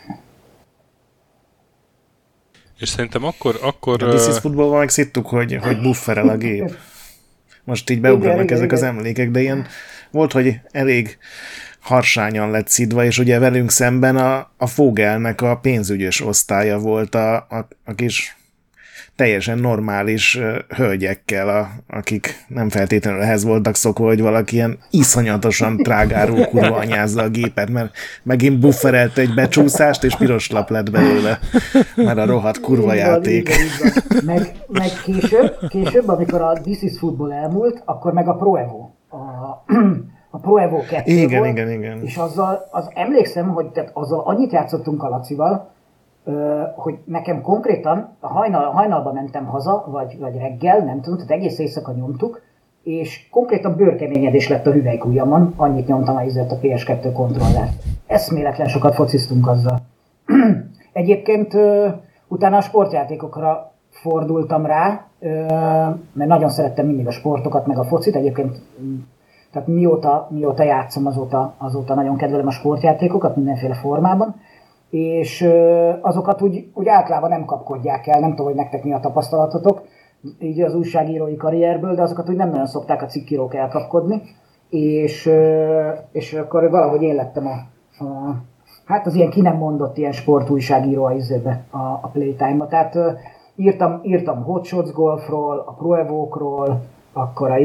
És szerintem akkor... A This is Footballban meg szittuk, hogy bufferel a gép. Most így beugranak ezek az emlékek, de ilyen volt, hogy elég harsányan lett szidva, és ugye velünk szemben a Fogelnek a pénzügyös osztálya volt a kis teljesen normális hölgyekkel, akik nem feltétlenül ehhez voltak szokva, hogy valaki ilyen iszonyatosan trágárul kurva anyázza a gépet, mert megint bufferelt egy becsúszást, és piros lap lett belőle, mert a rohadt kurva játék. Meg később, amikor a This is Football elmúlt, akkor meg a Pro Evo. A Pro Evo 2 igen. És az emlékszem, hogy tehát azzal annyit játszottunk a Lacival, hogy nekem konkrétan hajnalban mentem haza, vagy reggel, nem tudom, tehát egész éjszaka nyomtuk, és konkrétan bőrkeményedés lett a hüvelykujjamon, annyit nyomtam a PS2 kontrollert. Eszméletlen sokat fociztunk azzal. Egyébként utána a sportjátékokra fordultam rá, mert nagyon szerettem mindig a sportokat, meg a focit, egyébként tehát mióta játszom, azóta nagyon kedvelem a sportjátékokat mindenféle formában, és azokat úgy általában nem kapkodják el, nem tudom, hogy nektek mi a tapasztalatotok, így az újságírói karrierből, de azokat úgy nem nagyon szokták a cikkírók elkapkodni, és akkor valahogy én lettem hát az ilyen ki nem mondott ilyen sportújságíró a Playtime-ba, tehát írtam Hot Shots Golfról, a Pro Evo-król, akkor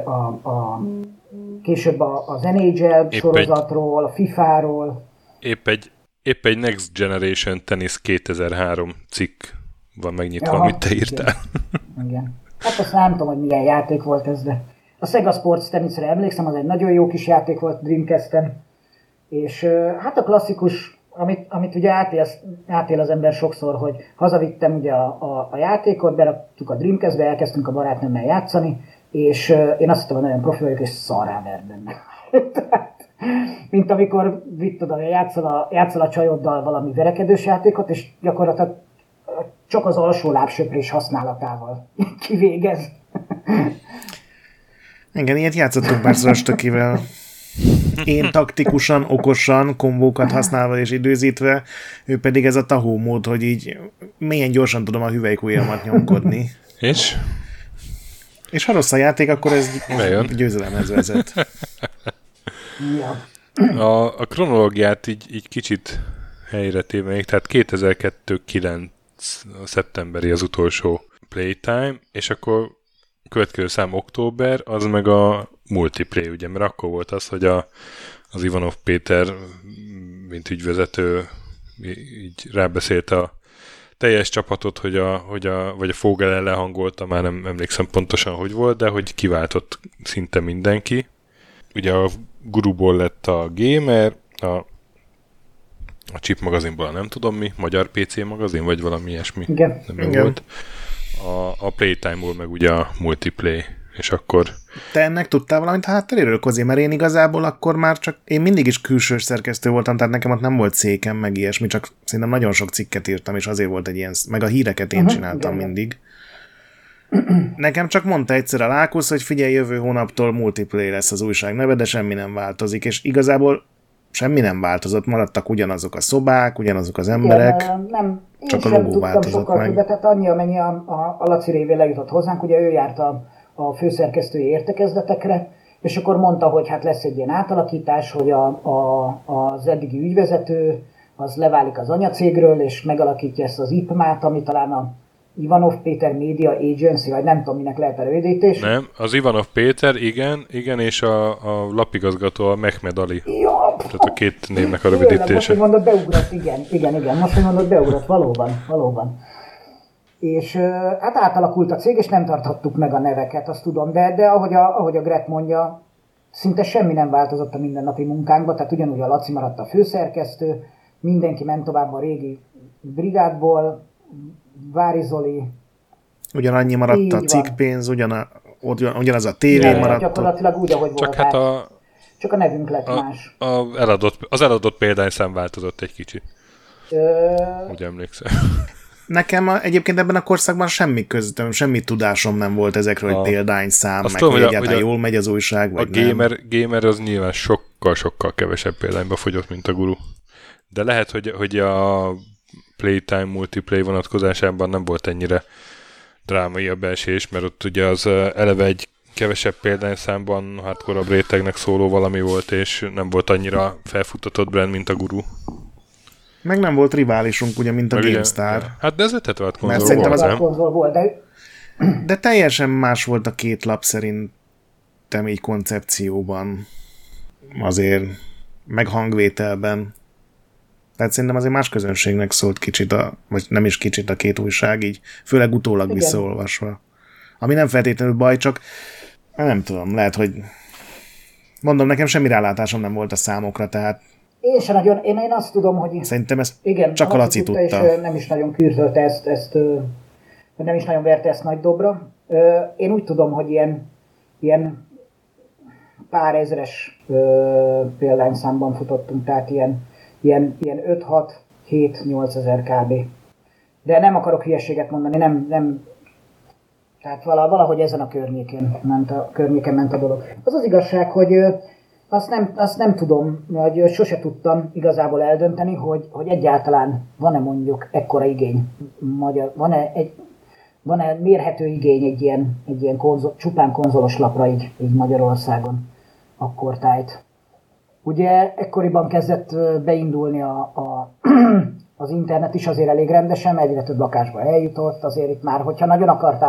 később az NHL sorozatról, a FIFA-ról. Épp egy Next Generation Tennis 2003 cikk van megnyitva, amit te írtál. Igen. Hát azt nem tudom, hogy milyen játék volt ez, de a Sega Sports Tennisre emlékszem, az egy nagyon jó kis játék volt Dreamcast-en. És hát a klasszikus, amit ugye átél az ember sokszor, hogy hazavittem ugye a játékot, beraktuk a Dreamcast-be, elkezdtünk a barátnőmmel játszani, és én azt hittem, hogy nagyon profi vagyok, és szarrá vert benne. Mint amikor játszol a csajoddal valami verekedős játékot, és gyakorlatilag csak az alsó lábsöprés használatával kivégez. Igen, ilyet játszottunk párszor a Stökivel. Én taktikusan, okosan, kombókat használva és időzítve, ő pedig ez a tahó mód, hogy így milyen gyorsan tudom a hüvelykujjamat nyomkodni. És ha rossz a játék, akkor ez győzelemhez vezet. Ja. A kronológiát így kicsit helyre téve, tehát 2002. 9. szeptemberi az utolsó Playtime, és akkor a következő szám október, az meg a multiplay, ugye, mert akkor volt az, hogy az Ivanov Péter, mint ügyvezető, így rábeszélt a teljes csapatot, vagy a Fogel ellen hangolta, már nem emlékszem pontosan, hogy volt, de hogy kiváltott szinte mindenki. Ugye a Guruból lett a Gamer, a Chip magazinból nem tudom mi, Magyar PC magazin, vagy valami ilyesmi. Igen. Nem volt. A Playtime-ból meg ugye a Multiplay, és akkor... Te ennek tudtál valamit hátteréről, Kozi? Mert én igazából akkor már csak... Én mindig is külsős szerkesztő voltam, tehát nekem ott nem volt székem, meg ilyesmi, csak szerintem nagyon sok cikket írtam, és azért volt egy ilyen... Meg a híreket én csináltam mindig. Nekem csak mondta egyszer a Lákusz, hogy figyelj, jövő hónaptól Multiplay lesz az újság neve, de semmi nem változik, és igazából semmi nem változott, maradtak ugyanazok a szobák, ugyanazok az emberek, nem, csak a logó változott meg. Tehát annyi, amennyi a Laci révén lejutott hozzánk, ugye ő járt a főszerkesztői értekezletekre, és akkor mondta, hogy hát lesz egy ilyen átalakítás, hogy az eddigi ügyvezető az leválik az anyacégről, és megalakítja ezt az IPMÁT, ami talán a Ivanov Péter Media Agency, vagy nem tudom, minek lehet a rövidítés. Nem, az Ivanov Péter, igen, és a lapigazgató a Mehmed Ali. Ja, tehát a két névnek a rövidítése. Most, hogy mondod, beugrott, igen, most, hogy mondod, beugrott, valóban. És hát átalakult a cég, és nem tarthattuk meg a neveket, azt tudom, de ahogy a Gret mondja, szinte semmi nem változott a mindennapi munkánkban, tehát ugyanúgy a Laci maradt a főszerkesztő, mindenki ment tovább a régi brigádból, Vári Zoli. Ugyanannyi maradt a cikkpénz, ugyanaz a tévé maradt. Gyakorlatilag úgy, ahogy csak volt. Hát csak a nevünk lett más. Az eladott példányszám változott egy kicsit. Úgy emlékszem. Nekem egyébként ebben a korszakban semmi közöttem, semmi tudásom nem volt ezekről, hogy példányszám, meg tudom, hogy egyáltalán jól megy az újság, vagy a gamer az nyilván sokkal kevesebb példányba fogyott, mint a guru. De lehet, hogy a Playtime Multiplay vonatkozásában nem volt ennyire drámai a beesés, mert ott ugye az eleve egy kevesebb példányszámban hardcore-abb rétegnek szóló valami volt, és nem volt annyira felfuttatott brand, mint a guru. Meg nem volt riválisunk, ugye, mint a GameStar. Ugye, hát de ez 5 konzol volt, de teljesen más volt a két lap szerintem így koncepcióban. Azért, meg hangvételben. Tehát szerintem azért más közönségnek szólt kicsit, vagy nem is kicsit a két újság, így főleg utólag visszaolvasva. Ami nem feltétlenül baj, csak nem tudom, lehet, hogy mondom, nekem semmi rálátásom nem volt a számokra, tehát én sem nagyon, én azt tudom, hogy szerintem ezt csak a Laci tudta. És nem is nagyon kürzölte ezt nem is nagyon verte ezt nagy dobra. Én úgy tudom, hogy ilyen pár ezres példányszámban futottunk, tehát ilyen 5-6-7-8 ezer kb. De nem akarok hülyeséget mondani, nem tehát valahogy ezen a környéken ment a dolog. Az igazság, hogy azt nem tudom, vagy sose tudtam igazából eldönteni, hogy egyáltalán van-e mondjuk ekkora igény, van-e mérhető igény egy ilyen csupán konzolos lapra így Magyarországon akkortájt. Ugye ekkoriban kezdett beindulni az internet is azért elég rendesen, egyre több lakásba eljutott, azért itt már, hogyha nagyon akartál,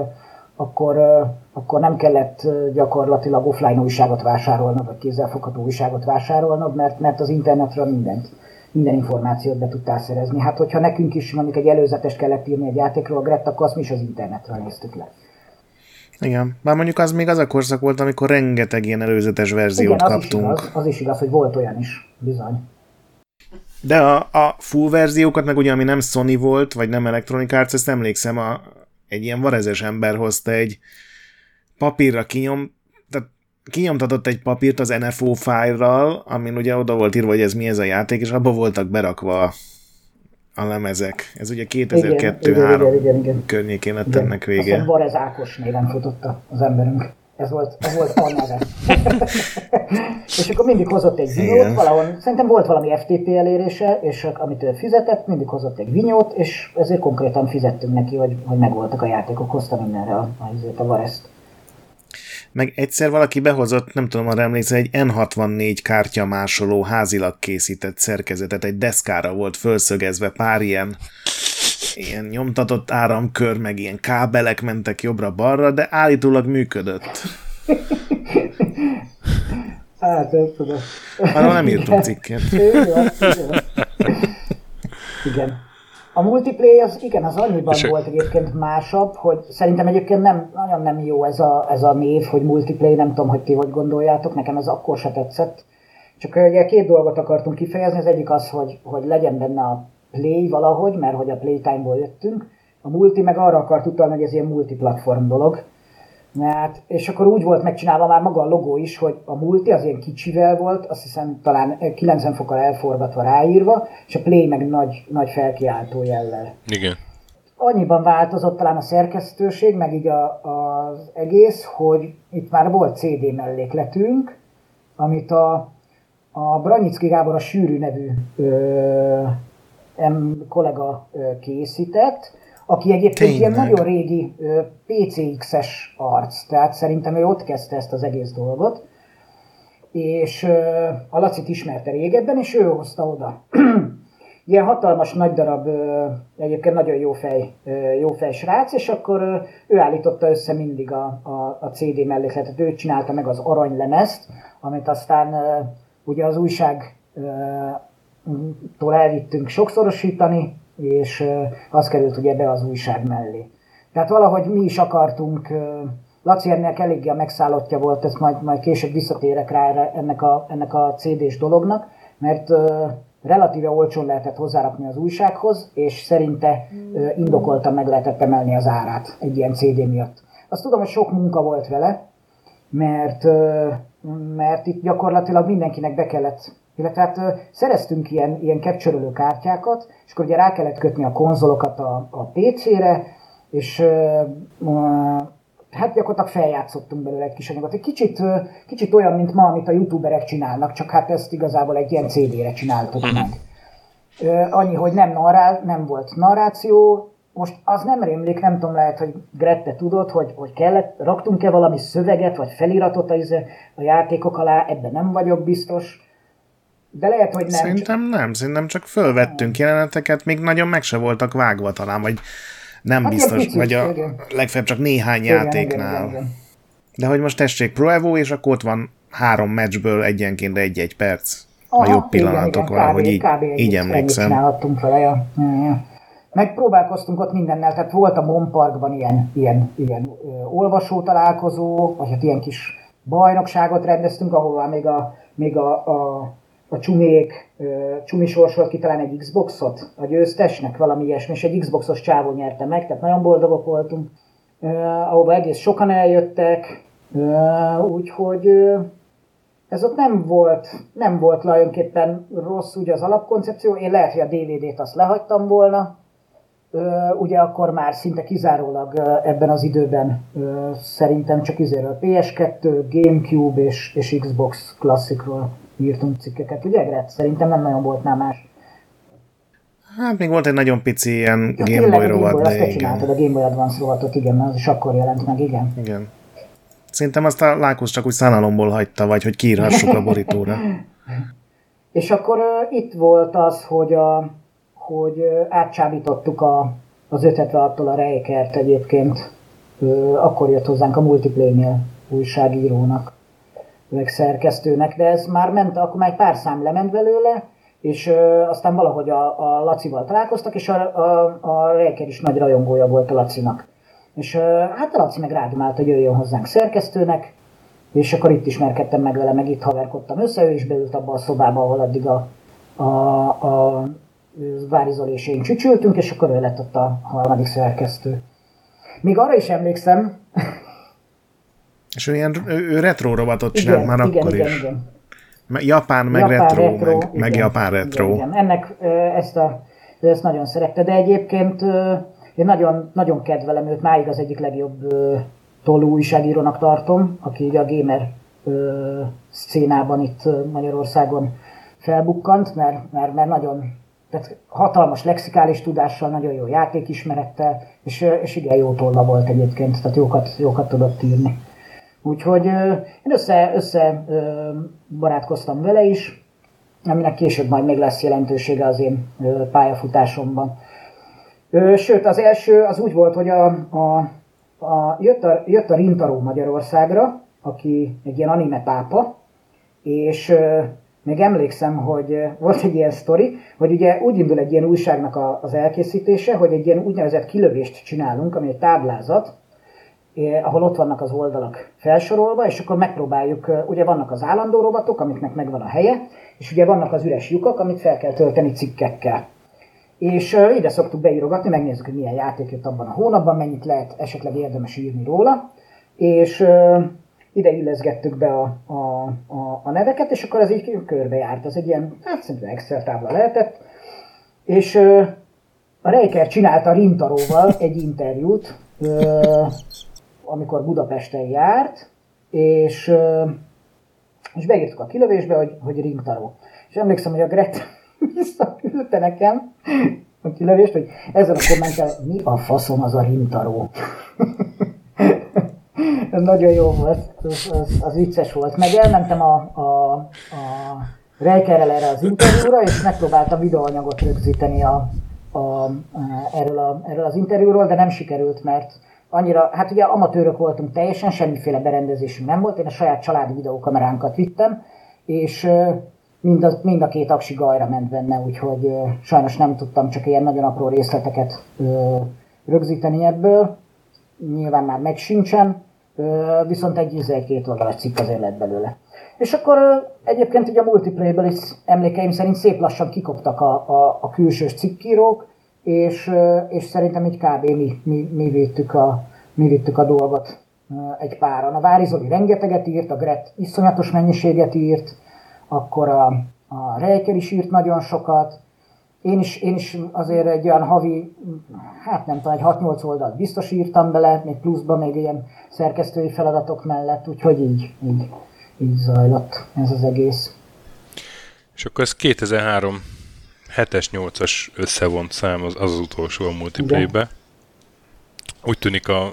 akkor nem kellett gyakorlatilag offline újságot vásárolnod, vagy kézzelfogható újságot vásárolnod, mert az internetről minden információt be tudtál szerezni. Hát hogyha nekünk is mondjuk egy előzetes kellett írni egy játékról, Gret, akkor azt mi is az internetről néztük le. Igen, bár mondjuk az még az a korszak volt, amikor rengeteg ilyen előzetes verziót kaptunk. Az is igaz, hogy volt olyan is, bizony. De a full verziókat, meg ugye ami nem Sony volt, vagy nem Electronic Arts, ezt emlékszem, egy ilyen varezes ember hozta egy papírra kinyomtatott egy papírt az NFO file-ral, amin ugye oda volt írva, hogy ez mi ez a játék, és abba voltak berakva a lemezek. Ez ugye 2002-3 környékén lett ennek vége. Aztán Varez Ákos néven futotta az emberünk. Ez volt a neve. És akkor mindig hozott egy vinyót, valahol, szerintem volt valami FTP elérése, és amit ő fizetett, mindig hozott egy vinyót, és ezért konkrétan fizettünk neki, hogy megvoltak a játékok, hozta mindenre a Varezt. Meg egyszer valaki behozott, nem tudom, arra emlékszel, egy N64 kártyamásoló házilag készített szerkezetet, egy deszkára volt fölszögezve, pár ilyen nyomtatott áramkör, meg ilyen kábelek mentek jobbra-balra, de állítólag működött. Hát, nem tudom. Arról nem írtunk cikket. Igen. A multiplayer az annyiban volt egyébként másabb, hogy szerintem egyébként nagyon nem jó ez a név, hogy multiplayer, nem tudom, hogy ti hogy gondoljátok, nekem ez akkor se tetszett. Csak ugye két dolgot akartunk kifejezni, az egyik az, hogy legyen benne a play valahogy, mert hogy a Playtime-ból jöttünk, a multi meg arra akart utalni, hogy ez ilyen multiplatform dolog. Mert, és akkor úgy volt megcsinálva már maga a logó is, hogy a multi az ilyen kicsivel volt, azt hiszem talán 90 fokkal elforgatva ráírva, és a play meg nagy felkiáltó jellel. Igen. Annyiban változott talán a szerkesztőség, meg így az egész, hogy itt már volt CD mellékletünk, amit a Branyicki Gábor, a Sűrű nevű kollega készített, aki egyébként ilyen nagyon régi PCX-es arc, tehát szerintem ő ott kezdte ezt az egész dolgot, és a Lacit ismerte régebben, és ő hozta oda. Ilyen hatalmas, nagy darab, egyébként nagyon jó fej srác, és akkor ő állította össze mindig a CD mellékletet, ő csinálta meg az aranylemezt, amit aztán ugye az újságtól elvittünk sokszorosítani, és az került ugye be az újság mellé. Tehát valahogy mi is akartunk, Laci ennek eléggé a megszállottja volt, ezt majd később visszatérek rá ennek a CD-s dolognak, mert relatíve olcsón lehetett hozzárakni az újsághoz, és szerinte indokoltan meg lehetett emelni az árát egy ilyen CD miatt. Azt tudom, hogy sok munka volt vele, mert itt gyakorlatilag mindenkinek be kellett, illetve hát szereztünk ilyen capture-ölő kártyákat, és akkor ugye rá kellett kötni a konzolokat a PC-re, és hát gyakorlatilag feljátszottunk belőle egy kis anyagot. Egy kicsit olyan, mint ma, amit a youtuberek csinálnak, csak hát ezt igazából egy ilyen CD-re csináltuk meg. Annyi, hogy nem volt narráció. Most az nem rémlik, nem tudom, lehet, hogy Grette tudod, hogy raktunk-e valami szöveget, vagy feliratot a játékok alá, ebben nem vagyok biztos. De lehet, hogy nem. Szerintem csak fölvettünk jeleneteket, még nagyon meg se voltak vágva talán, vagy nem hát biztos, picit, vagy legfeljebb csak néhány játéknál. Igen. De hogy most tessék Pro Evo, és akkor ott van 3 meccsből egyenként 1-1 perc. A jobb pillanatok valahogy így emlékszem. Csinálhattunk vele, ja. Meg próbálkoztunk ott mindennel, tehát volt a Mon Parkban ilyen olvasó találkozó, vagy hát ilyen kis bajnokságot rendeztünk, ahová még a Csumi sorsolt ki talán egy Xboxot a győztesnek, valami ilyesmi, és egy Xboxos csávó nyerte meg, tehát nagyon boldogok voltunk, ahova egész sokan eljöttek, úgyhogy ez ott nem volt tulajdonképpen rossz ugye az alapkoncepció, én lehet, hogy a DVD-t azt lehagytam volna, ugye akkor már szinte kizárólag ebben az időben szerintem csak PS2, Gamecube és Xbox Classicról írtunk cikkeket, ugye Gret? Szerintem nem nagyon volt más. Hát még volt egy nagyon pici ilyen Game Boy rovat, de igen. Csináltad a Game Boy Advance rovatot, igen, az is akkor jelent meg, igen. Igen. Szerintem azt a Lákusz csak úgy szánalomból hagyta, vagy hogy kiírhassuk a borítóra. És akkor itt volt az, hogy átcsábítottuk az ötletre attól a Reikert egyébként. Akkor jött hozzánk a Multiplay-nél újságírónak, meg szerkesztőnek, de ez már ment, akkor már egy pár szám lement belőle, és aztán valahogy a Lacival találkoztak, és a Reiker is nagy rajongója volt a Lacinak. És hát a Laci meg rádumált, hogy jöjjön hozzánk szerkesztőnek, és akkor itt ismerkedtem meg vele, meg itt haverkodtam össze, ő is beült abba a szobába, ahol addig a Vári Zoli és én csücsültünk, és akkor ő lett ott a harmadik szerkesztő. Még arra is emlékszem... És ő retro rovatot csinált már akkor is. Igen. Japán meg retro, meg japán retro. Igen. Ennek ezt nagyon szerette, de egyébként én nagyon, nagyon kedvelem őt, máig az egyik legjobb tollú újságírónak tartom, aki ugye a gamer szcénában itt Magyarországon felbukkant, mert nagyon, tehát hatalmas lexikális tudással, nagyon jó játékismerettel, és igen, jó tolla volt egyébként, tehát jókat tudott írni. Úgyhogy én össze barátkoztam vele is, aminek később majd még lesz jelentősége az én pályafutásomban. Sőt, az első az úgy volt, hogy jött a Rintaro Magyarországra, aki egy ilyen anime pápa, és még emlékszem, hogy volt egy ilyen sztori, hogy ugye úgy indul egy ilyen újságnak az elkészítése, hogy egy ilyen úgynevezett kilövést csinálunk, ami egy táblázat, ahol ott vannak az oldalak felsorolva, és akkor megpróbáljuk, ugye vannak az állandó robotok, amiknek megvan a helye, és ugye vannak az üres lyukak, amit fel kell tölteni cikkekkel. És ide szoktuk beírogatni, megnézzük, hogy milyen játék jött abban a hónapban, mennyit lehet esetleg érdemes írni róla, és ide illeszgettük be a neveket, és akkor ez így körbejárt. Ez egy ilyen, hát szerintem Excel tábla lehetett, és a Reiker csinálta Rintaróval egy interjút, amikor Budapesten járt, és beírtuk a kilövésbe, hogy Rintaro. És emlékszem, hogy a Gret visszaküldte nekem a kilövést, hogy ezzel a kommentel, mi a faszom az a Rintaro? Ez nagyon jó volt, az vicces volt. Meg elmentem a Reikerrel erre az interjúra, és megpróbáltam videóanyagot rögzíteni erről az interjúról, de nem sikerült, mert annyira, hát ugye amatőrök voltunk teljesen, semmiféle berendezésünk nem volt, én a saját családi videókameránkat vittem, és mind a két aksi gajra ment benne, úgyhogy sajnos nem tudtam csak ilyen nagyon apró részleteket rögzíteni ebből. Nyilván már meg sincsen, viszont egy-két oldalas cikk azért lett belőle. És akkor egyébként ugye a multiplayerből is emlékeim szerint szép lassan kikoptak a külsős cikkírók, és szerintem így kb. Mi vittük a dolgot egy páran. A Vári Zoli rengeteget írt, a Gret iszonyatos mennyiséget írt, akkor a Reiker is írt nagyon sokat, én is azért egy olyan havi, hát nem tudom, egy 6-8 oldalt biztos írtam bele, még pluszban még ilyen szerkesztői feladatok mellett, úgyhogy így zajlott ez az egész. És akkor ez 2003 7-es, 8-as összevont szám az utolsó a multiplaybe. Úgy tűnik a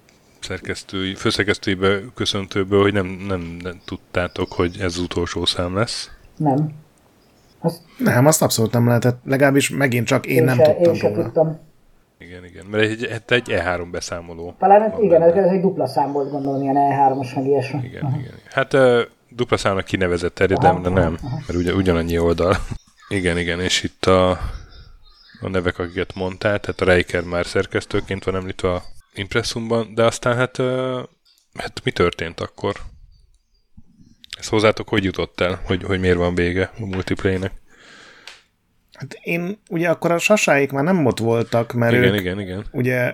főszerkesztőibe köszöntőből, hogy nem tudtátok, hogy ez az utolsó szám lesz. Nem. Nem, azt abszolút nem lehetett. Legalábbis megint csak én nem tudtam. Én sem tudtam. Igen, mert egy E3 beszámoló. Talán igen, ez egy dupla szám volt, gondolom, ilyen E3-os meg ilyesmi. Igen. Hát dupla számnak kinevezett terjedelem, de nem, mert ugyanannyi oldal. Igen, és itt a nevek, akiket mondtál, tehát a Reiker már szerkesztőként van említve a Impressumban, de aztán hát mi történt akkor? Ez hozzátok hogy jutott el, hogy miért van vége a multiplaynek? Hát én ugye akkor a sasáik már nem ott voltak, mert igen. Ugye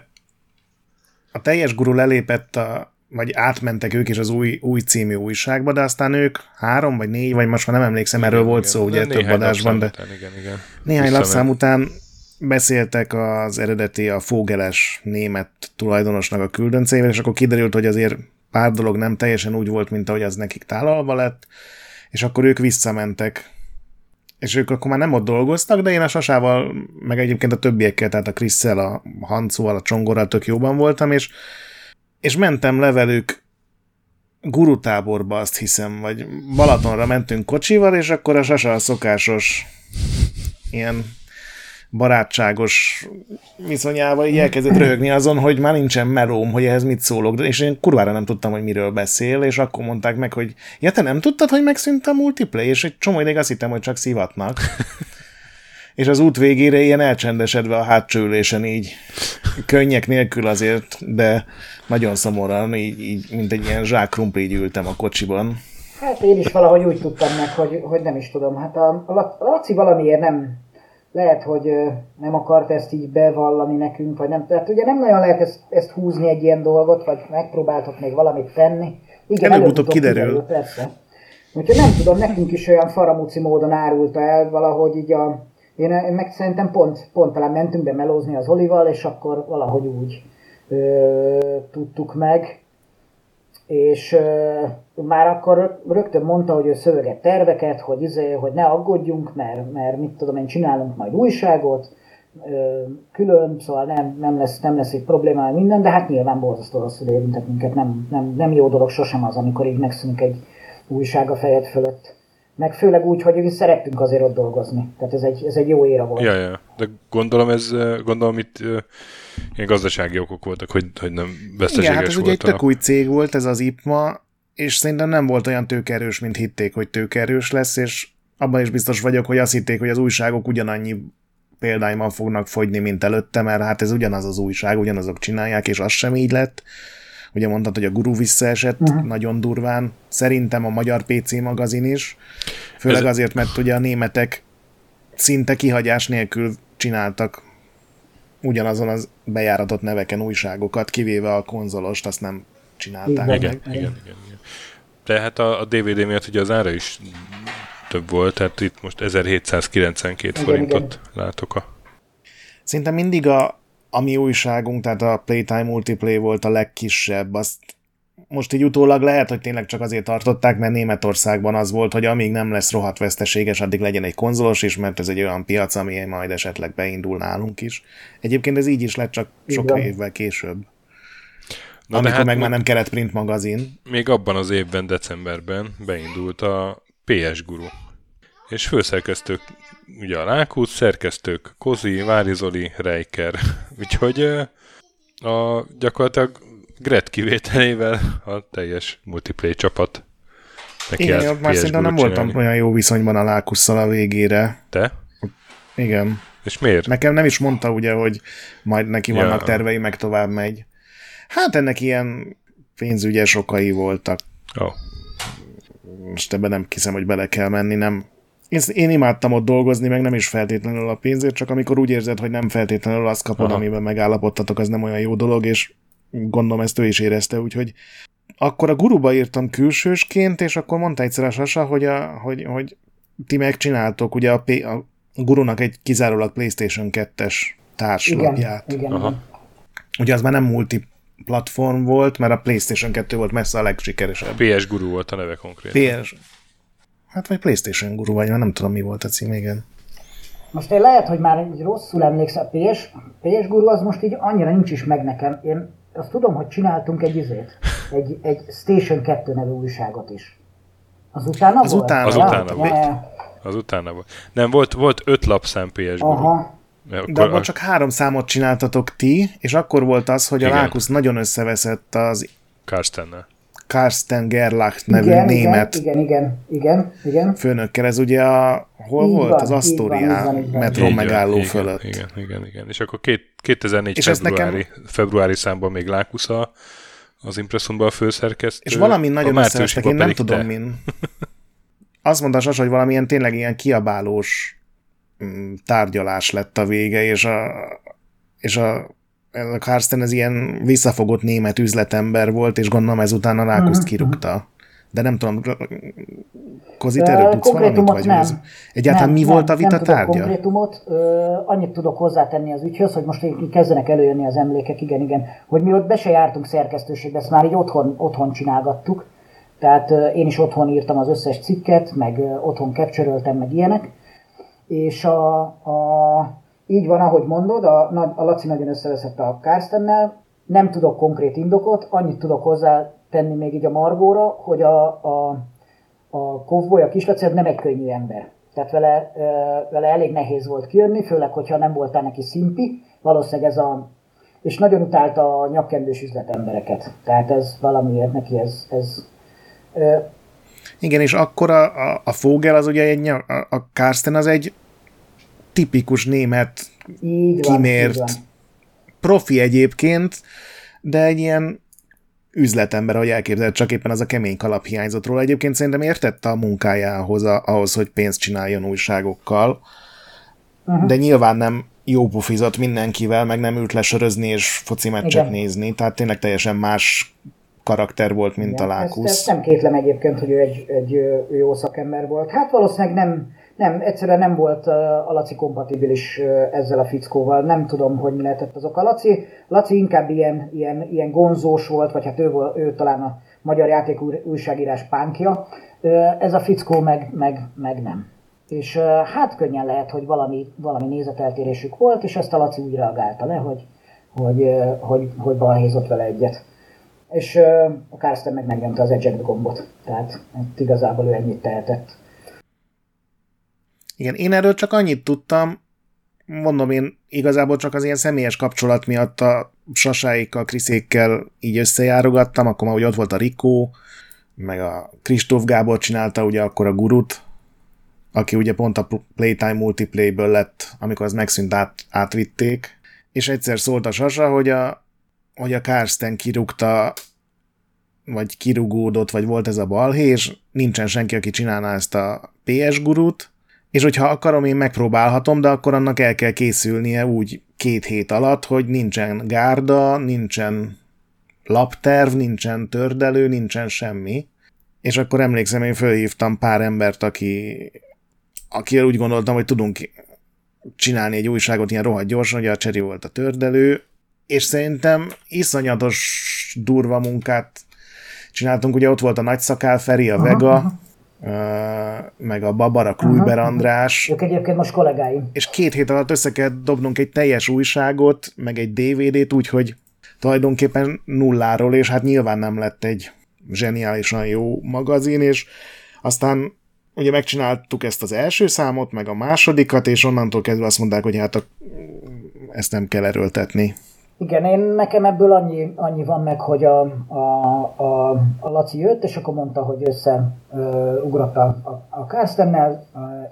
a teljes guru lelépett vagy átmentek ők is az új című újságba, de aztán ők 3 vagy 4, vagy most már nem emlékszem, erről volt szó, ugye több adásban, de igen. Néhány lapszám után beszéltek az eredeti, a Fogeles német tulajdonosnak a küldöncével, és akkor kiderült, hogy azért pár dolog nem teljesen úgy volt, mint ahogy az nekik tálalva lett, és akkor ők visszamentek. És ők akkor már nem ott dolgoztak, de én a Sasával, meg egyébként a többiekkel, tehát a Krisszel, a Hancóval, a Csongorral tök jóban voltam, és mentem le velük gurutáborba, azt hiszem, vagy Balatonra mentünk kocsival, és akkor a Sasa a szokásos ilyen barátságos viszonyával így elkezdett röhögni azon, hogy már nincsen melóm, hogy ehhez mit szólok, és én kurvára nem tudtam, hogy miről beszél, és akkor mondták meg, hogy ja, te nem tudtad, hogy megszűnt a multiplayer, és egy csomó ideig azt hittem, hogy csak szivatnak. És az út végére ilyen elcsendesedve a hátsó ülésen így könnyek nélkül azért, de nagyon szomorúan, így mint egy ilyen zsák krumpli így ültem a kocsiban. Hát én is valahogy úgy tudtam meg, hogy nem is tudom. Hát a Laci valamiért nem, lehet, hogy nem akart ezt így bevallani nekünk, vagy nem. Tehát ugye nem nagyon lehet ezt húzni egy ilyen dolgot, vagy megpróbáltok még valamit tenni. Igen, előbb-utóbb kiderül. Persze. Úgyhogy nem tudom, nekünk is olyan faramúci módon árulta el valahogy így én meg szerintem pont talán mentünk be melózni az Olival, és akkor valahogy úgy tudtuk meg. És már akkor rögtön mondta, hogy ő szöveget terveket, hogy ne aggódjunk, mert mit tudom én, csinálunk majd újságot, külön, szóval nem lesz egy probléma minden, de hát nyilván borzasztó rosszul érintett minket, nem jó dolog sosem az, amikor így megszűnik egy újság a fejed fölött. Meg főleg úgy, hogy szerettünk azért ott dolgozni. Tehát ez egy jó éra volt. Ja. De gondolom itt ilyen gazdasági okok voltak, hogy nem veszteséges volt. Igen, hát ez ugye egy tök új cég volt, ez az IPMA, és szerintem nem volt olyan tőkerős, mint hitték, hogy tőkerős lesz, és abban is biztos vagyok, hogy azt hitték, hogy az újságok ugyanannyi példányban fognak fogyni, mint előtte, mert hát ez ugyanaz az újság, ugyanazok csinálják, és az sem így lett. Ugye mondtad, hogy a Guru visszaesett nagyon durván. Szerintem a magyar PC magazin is. Főleg azért, mert ugye a németek szinte kihagyás nélkül csináltak ugyanazon az bejáratott neveken újságokat, kivéve a konzolost, azt nem csinálták meg. Igen. Tehát a DVD miatt ugye az ára is több volt, tehát itt most 1792 forintot látok. Szinte mindig a mi újságunk, tehát a Playtime Multiplay volt a legkisebb. Azt most így utólag lehet, hogy tényleg csak azért tartották, mert Németországban az volt, hogy amíg nem lesz rohadt veszteséges, addig legyen egy konzolos is, mert ez egy olyan piac, ami majd esetleg beindul nálunk is. Egyébként ez így is lett, csak sok évvel később. Amikor hát meg már nem keretprint magazin. Még abban az évben, decemberben beindult a PS Guru. És főszerkesztők ugye a Lákusz, szerkesztők Kozi, Vári Zoli, Reiker. Úgyhogy gyakorlatilag Gret kivételével a teljes multiplayer csapat Igen, ott már szerintem nem voltam olyan jó viszonyban a Lákusszal a végére. Te? Igen. És miért? Nekem nem is mondta ugye, hogy majd neki vannak tervei, meg tovább megy. Hát ennek ilyen pénzügyes okai voltak. Most ebben nem hiszem, hogy bele kell menni, nem. Én imádtam ott dolgozni, meg nem is feltétlenül a pénzért, csak amikor úgy érzed, hogy nem feltétlenül azt kapod, amiben megállapodtatok, az nem olyan jó dolog, és gondolom ezt ő is érezte, úgyhogy akkor a Guruba írtam külsősként, és akkor mondta egyszer a Sasa, hogy ti megcsináltok ugye a Gurunak egy kizárólag PlayStation 2-es társlapját. Igen. Ugye az már nem multiplatform volt, mert a PlayStation 2 volt messze a legsikeresebb. PS Guru volt a neve konkrétan. Hát vagy PlayStation Guru, vagy nem tudom mi volt a cím, igen. Most én lehet, hogy már így rosszul emlékszem, PS Guru az most így annyira nincs is meg nekem. Én azt tudom, hogy csináltunk egy Station 2 nevű újságot is. Az utána volt? Az utána volt. Nem, volt 5 lapszám PS Guru. De abban csak 3 számot csináltatok ti, és akkor volt az, hogy a Lákusz nagyon összeveszett az Karsten Gerlach nevű német főnökkel. Ez ugye hol így volt? Van, az Astoria metró megálló fölött. Igen. És akkor 2004 februári számban még Lákusz az Impressumban a főszerkesztő. És valami nagyon összevesztek, én nem tudom min. Azt mondta Sasa, hogy valamilyen tényleg ilyen kiabálós tárgyalás lett a vége, és a Karsten ez ilyen visszafogott német üzletember volt, és gondolom ezután a Lákuszt kirúgta. De nem tudom, Kozi, te erről tudsz valamit? Vagy egyáltalán mi volt a vita tárgya? Konkrétumot, annyit tudok hozzátenni az ügyhöz, hogy most kezdenek előjönni az emlékek, igen, hogy mi ott be se jártunk szerkesztőségbe, ezt már így otthon csinálgattuk. Tehát én is otthon írtam az összes cikket, meg otthon capture-öltem, meg ilyenek. És így van, ahogy mondod, a Laci nagyon összeveszett a Karstennel, nem tudok konkrét indokot, annyit tudok hozzátenni még így a Margóra, hogy a Kovboly, a Kislaci nem egy könnyű ember. Tehát vele elég nehéz volt kijönni, főleg, hogyha nem voltál neki szimpi, valószínűleg és nagyon utálta a nyakkendős üzletembereket. Tehát ez valamiért neki ez igen, és akkor a Vogel az ugye a Karsten az egy tipikus német kimért profi egyébként, de egy ilyen üzletember, ahogy elképzeled, csak éppen az a kemény kalap hiányzott róla. Egyébként szerintem értette a munkájához, ahhoz, hogy pénzt csináljon újságokkal, de nyilván nem jó pufizott mindenkivel, meg nem ült lesörözni és foci meccset nézni, tehát tényleg teljesen más karakter volt, mint a Lákusz. Ezt nem kétlem egyébként, hogy ő egy jó szakember volt. Hát valószínűleg egyszerűen nem volt a Laci kompatibilis ezzel a fickóval. Nem tudom, hogy mi lehetett azok. A Laci inkább ilyen gonzós volt, vagy hát ő talán a magyar játék újságírás pánkja. Ez a fickó meg nem. És hát könnyen lehet, hogy valami nézeteltérésük volt, és ezt a Laci úgy reagálta le, hogy balhézott vele egyet. És a Karsten meg megnyomta az eject gombot. Tehát igazából ő ennyit tehetett. Igen, én erről csak annyit tudtam, mondom, én igazából csak az ilyen személyes kapcsolat miatt a Sasáikkal, Kriszékkel így összejárogattam, akkor már ugye ott volt a Rikó, meg a Kristóf Gábor csinálta ugye akkor a Gurut, aki ugye pont a Playtime Multiplayből lett, amikor az megszűnt, átvitték, és egyszer szólt a Sasa, hogy a Karsten kirúgta, vagy kirugódott, vagy volt ez a balhé, és nincsen senki, aki csinálná ezt a PS Gurut, és hogyha akarom, én megpróbálhatom, de akkor annak el kell készülnie úgy 2 hét alatt, hogy nincsen gárda, nincsen lapterv, nincsen tördelő, nincsen semmi. És akkor emlékszem, én fölhívtam pár embert, akivel úgy gondoltam, hogy tudunk csinálni egy újságot ilyen rohadt gyorsan, ugye a Cseri volt a tördelő, és szerintem iszonyatos durva munkát csináltunk, ugye ott volt a Nagyszakál Feri, a Vega, meg a Babara, Kluiber András. Ők egyébként most kollégáim. És 2 hét alatt össze kell dobnunk egy teljes újságot, meg egy DVD-t, úgyhogy tulajdonképpen nulláról, és hát nyilván nem lett egy zseniálisan jó magazin, és aztán ugye megcsináltuk ezt az első számot, meg a másodikat, és onnantól kezdve azt mondták, hogy hát ezt nem kell erőltetni. Igen, nekem ebből annyi van meg, hogy a a Laci jött, és akkor mondta, hogy összeugrott a Carstennel,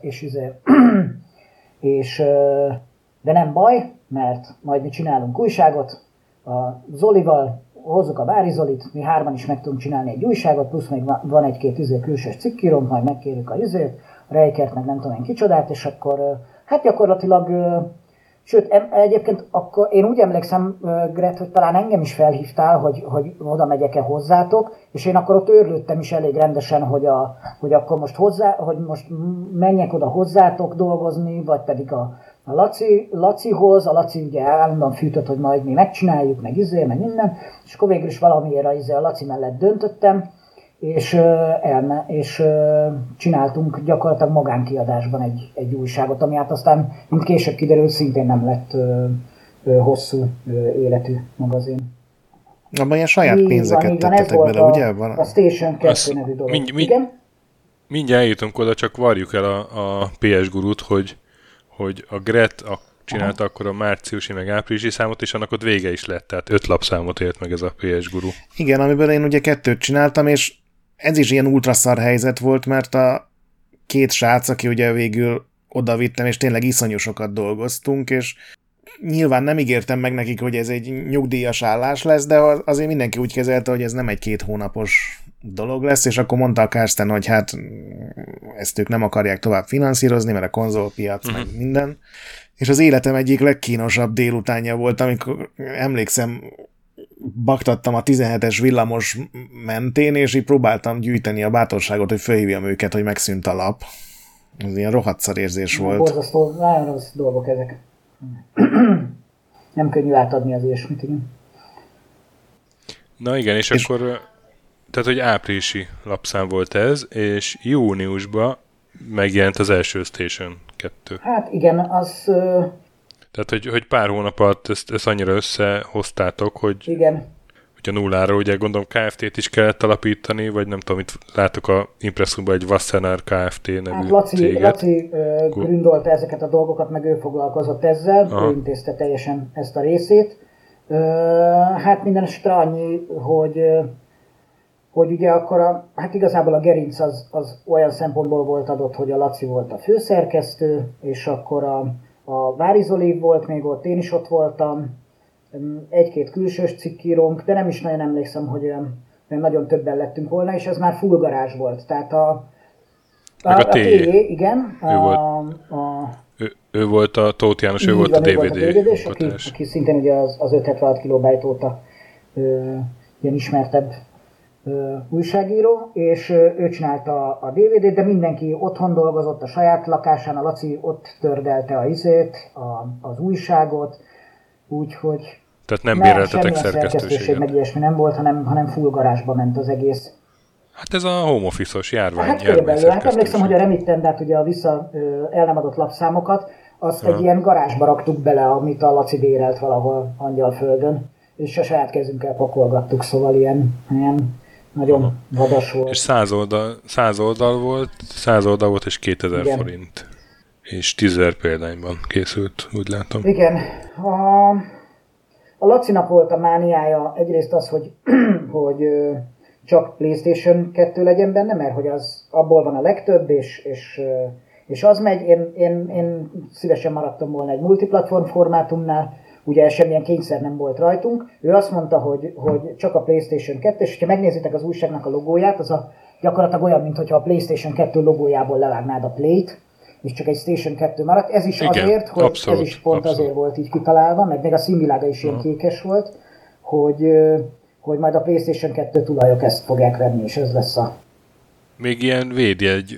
és de nem baj, mert majd mi csinálunk újságot, a Zolival hozzuk a Vári Zolit, mi hárman is meg tudunk csinálni egy újságot, plusz még van egy-két külsős cikkírónk, majd megkérjük a Reikert, meg nem tudom én kicsodát, és akkor hát gyakorlatilag, sőt, egyébként akkor én úgy emlékszem, Gret, hogy talán engem is felhívtál, hogy oda megyek-e hozzátok, és én akkor ott őrlődtem is elég rendesen, hogy akkor most menjek oda hozzátok dolgozni, vagy pedig a Lacihoz, a Laci ugye állandóan fűtött, hogy majd mi megcsináljuk, meg meg minden, és akkor végül is valamiért a Laci mellett döntöttem, és csináltunk gyakorlatilag magánkiadásban egy újságot, ami hát aztán, mint később kiderült, szintén nem lett hosszú életű magazin. Abban ilyen saját pénzeket tettetek bele, ugye? A Station 2 nevű dolog. Mindjárt eljutunk oda, csak varjuk el a PS Gurút, hogy a Gret csinálta akkor a márciusi meg áprilisi számot, és annak ott vége is lett, tehát 5 lapszámot élt meg ez a PS Guru. Igen, amiből én ugye 2 csináltam, és ez is ilyen ultraszar helyzet volt, mert a 2 srác, aki ugye végül oda vittem, és tényleg iszonyú sokat dolgoztunk, és nyilván nem ígértem meg nekik, hogy ez egy nyugdíjas állás lesz, de azért mindenki úgy kezelte, hogy ez nem egy 2 hónapos dolog lesz, és akkor mondta a Carsten, hogy hát ezt ők nem akarják tovább finanszírozni, mert a konzolpiac, meg minden. És az életem egyik legkínosabb délutánja volt, amikor emlékszem, baktattam a 17-es villamos mentén, és így próbáltam gyűjteni a bátorságot, hogy felhívjam őket, hogy megszűnt a lap. Ez ilyen rohadt szarérzés volt. Borzasztó, nagyon rossz dolgok ezek. Nem könnyű átadni az ilyesmit, igen. Na igen, és akkor, tehát hogy áprilisi lapszám volt ez, és júniusban megjelent az első Station 2. Hát igen, az... Tehát, hogy pár hónap alatt ezt annyira összehoztátok, hogy... Igen. Hogy a nullára, ugye gondolom KFT-t is kellett alapítani, vagy nem tudom, itt látok a Impressumban egy Wassenaar Kft. Nevű hát Laci gründolta ezeket a dolgokat, meg ő foglalkozott ezzel, ő intézte teljesen ezt a részét. Hát minden esetre annyi, hogy ugye akkor hát igazából a gerinc az olyan szempontból volt adott, hogy a Laci volt a főszerkesztő, és akkor a Vári Zoli volt még ott, én is ott voltam, egy-két külsős cikkírónk, de nem is nagyon emlékszem, hogy olyan nagyon többen lettünk volna, és ez már full garázs volt. Tehát a TJ, igen. Ő volt a Tóth János, ő volt a DVD aki szintén ugye az 576 kilobájt óta ilyen ismertebb újságíró, és ő csinálta a DVD-t, de mindenki otthon dolgozott a saját lakásán, a Laci ott tördelte az újságot, úgyhogy tehát nem béreltetek szerkesztőséget. Meg ilyesmi nem volt, hanem full garázsba ment az egész. Hát ez a home office-os járvány. Hát körülbelül. Hát emlékszem, hogy a Remittendát, ugye a el nem adott lapszámokat, azt egy ilyen garázsba raktuk bele, amit a Laci bérelt valahol Angyalföldön, és a saját kezünkkel pakolgattuk, szóval ilyen nagyon vadas volt. És 100 oldal volt, és 2000 igen. forint. És 10 000 példányban készült, úgy látom. Igen. A Lacinak volt a mániája egyrészt az, hogy csak PlayStation 2 legyen benne, mert hogy abból van a legtöbb, és az megy. Én szívesen maradtam volna egy multiplatform formátumnál, ugye semmilyen kényszer nem volt rajtunk. Ő azt mondta, hogy csak a PlayStation 2, és ha megnézitek az újságnak a logóját, az gyakorlatilag olyan, mintha a PlayStation 2 logójából levágnád a Play-t, és csak egy Station 2 maradt. Ez is igen, azért, hogy abszolút, ez is pont azért volt így kitalálva, meg még a színvilága is ilyen kékes volt, hogy majd a PlayStation 2 tulajok ezt fogják venni, és ez lesz a... Még ilyen védjegy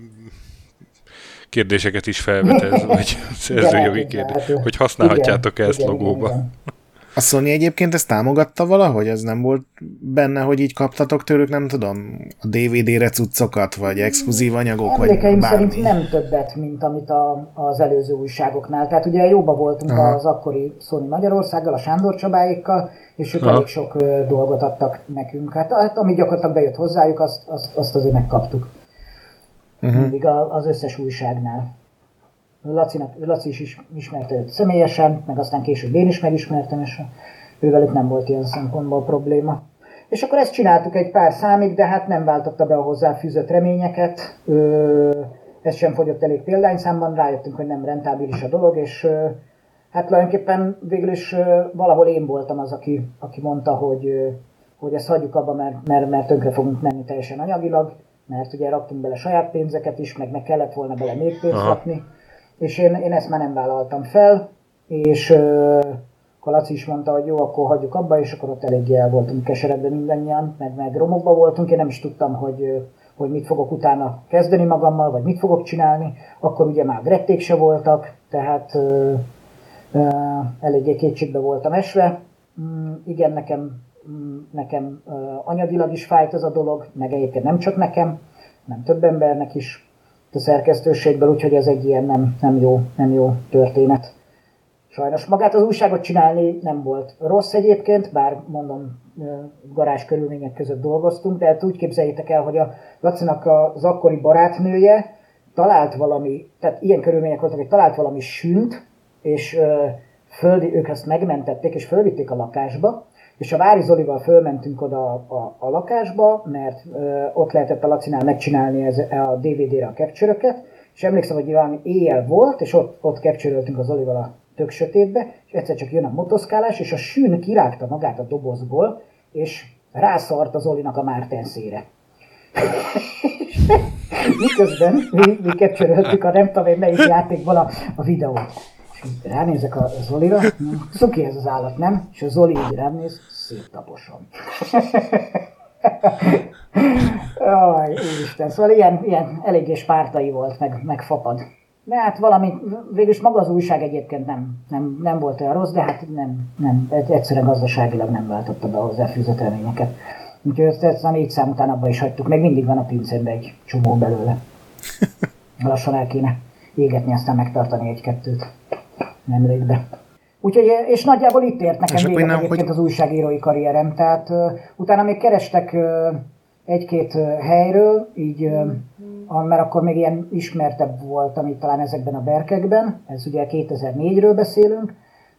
kérdéseket is felvetez, vagy szerzőjogi kérdés, hogy használhatjátok ezt logóba. Igen. A Sony egyébként ezt támogatta valahogy? Ez nem volt benne, hogy így kaptatok tőlük, nem tudom, a DVD-re cuccokat, vagy exkluzív anyagok, vagy bármi? Szerint nem többet, mint amit az előző újságoknál. Tehát ugye jóba voltunk az akkori Sony Magyarországgal, a Sándor Csabáékkal, és ők elég sok dolgot adtak nekünk. Hát ami gyakorlatilag bejött hozzájuk, azt azért megkaptuk. Mindig az összes újságnál. Laci is ismerte őt személyesen, meg aztán később én is megismertem, és ővelük nem volt ilyen szempontból probléma. És akkor ezt csináltuk egy pár számig, de hát nem váltotta be a hozzáfűzött reményeket. Ez sem fogyott elég példányszámban, rájöttünk, hogy nem rentábilis a dolog, és hát tulajdonképpen végül is valahol én voltam az, aki mondta, hogy ezt hagyjuk abba, mert tönkre fogunk menni teljesen anyagilag, mert ugye raktunk bele saját pénzeket is, meg kellett volna bele még pénzt rakni, és én ezt már nem vállaltam fel, és akkor Laci is mondta, hogy jó, akkor hagyjuk abba, és akkor ott eléggé el voltunk keseredve mindannyian, meg romokba voltunk, én nem is tudtam, hogy mit fogok utána kezdeni magammal, vagy mit fogok csinálni, akkor ugye már grették se voltak, tehát eléggé kétségbe voltam esve. Igen, nekem anyagilag is fájt ez a dolog, meg egyébként nem csak nekem, nem több embernek is a szerkesztőségből, úgyhogy ez egy ilyen nem jó történet. Sajnos magát az újságot csinálni nem volt rossz egyébként, bár mondom, garázs körülmények között dolgoztunk, de úgy képzeljétek el, hogy a Lacinak az akkori barátnője talált valami, tehát ilyen körülmények voltak, hogy talált valami sűnt, és ők ezt megmentették, és fölvitték a lakásba, és a Vári Zolival fölmentünk oda a lakásba, mert ott lehetett a Lacinál megcsinálni a DVD-re a capture-öket, és emlékszem, hogy valami éjjel volt, és ott capture-öltünk az Zolival a tök sötétbe, és egyszer csak jön a motoszkálás, és a sűn kirágta magát a dobozból, és rászart az Zolinak a Mártenszére. Miközben mi capture-öltük a nem tudom én melyik játékból a videót. És ránézek a Zolira, szuki ez az állat, nem? És a Zoli így rám néz, széttaposom. Aj, úristen, szóval ilyen eléggé spártai volt, meg fapad. De hát valami, végülis maga az újság egyébként nem volt olyan rossz, de hát nem egyszerűen gazdaságilag nem váltotta be a hozzáfűzött reményeket. Úgyhogy ezt a 4 szám után abba is hagytuk, még mindig van a pincénben egy csomó belőle. Lassan el kéne égetni, aztán megtartani egy-kettőt. Nemrégbe. Úgyhogy, és nagyjából itt ért nekem véget egyébként az újságírói karrierem, tehát utána még kerestek egy-két helyről, így, mert akkor még ilyen ismertebb voltam itt talán ezekben a berkekben, ez ugye 2004-ről beszélünk,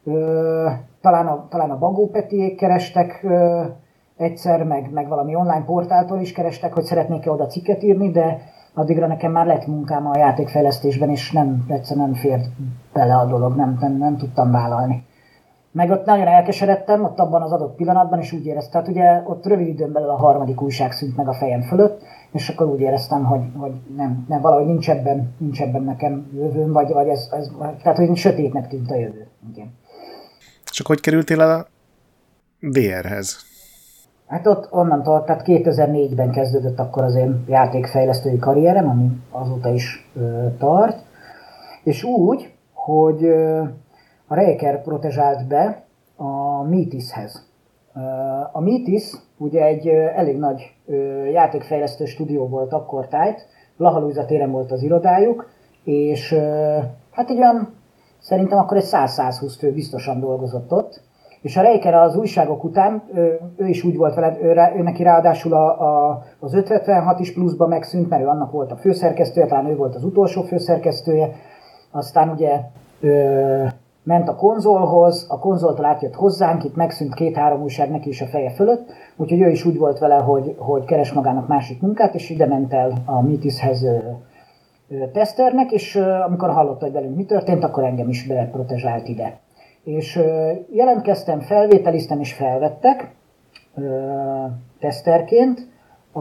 talán a Bagó Petiék kerestek egyszer, meg valami online portáltól is kerestek, hogy szeretnék-e oda cikket írni, de addigra nekem már lett munkám a játékfejlesztésben, és egyszerűen nem fért bele a dolog, nem tudtam vállalni. Meg ott nagyon elkeseredtem, ott abban az adott pillanatban, és úgy éreztem, tehát ugye ott rövid időn belül a harmadik újság szűnt meg a fejem fölött, és akkor úgy éreztem, hogy nem valahogy nincs ebben nekem jövőm, vagy ez tehát hogy sötétnek tűnt a jövő. Igen. És akkor hogy kerültél a VR-hez? Hát ott onnantól, tehát 2004-ben kezdődött akkor az én játékfejlesztői karrierem, ami azóta is tart, és úgy, hogy a Reiker protezsált be a Mythis-hez. A Mythis ugye egy elég nagy játékfejlesztő stúdió volt akkortájt, Blaha Lujza téren volt az irodájuk, és hát egy olyan, szerintem akkor egy 100-120 fő biztosan dolgozott ott, és a Reiker az újságok után, ő is úgy volt vele, ő neki ráadásul az 576 is pluszba megszűnt, mert ő annak volt a főszerkesztője, talán ő volt az utolsó főszerkesztője, aztán ugye ment a konzolhoz, a konzoltól átjött hozzánk, itt megszűnt 2-3 újság neki is a feje fölött, úgyhogy ő is úgy volt vele, hogy keres magának másik munkát, és ide ment el a Mythis-hez teszternek, és amikor hallotta, hogy velünk mi történt, akkor engem is beprotezsált ide. És jelentkeztem, felvételiztem és felvettek teszterként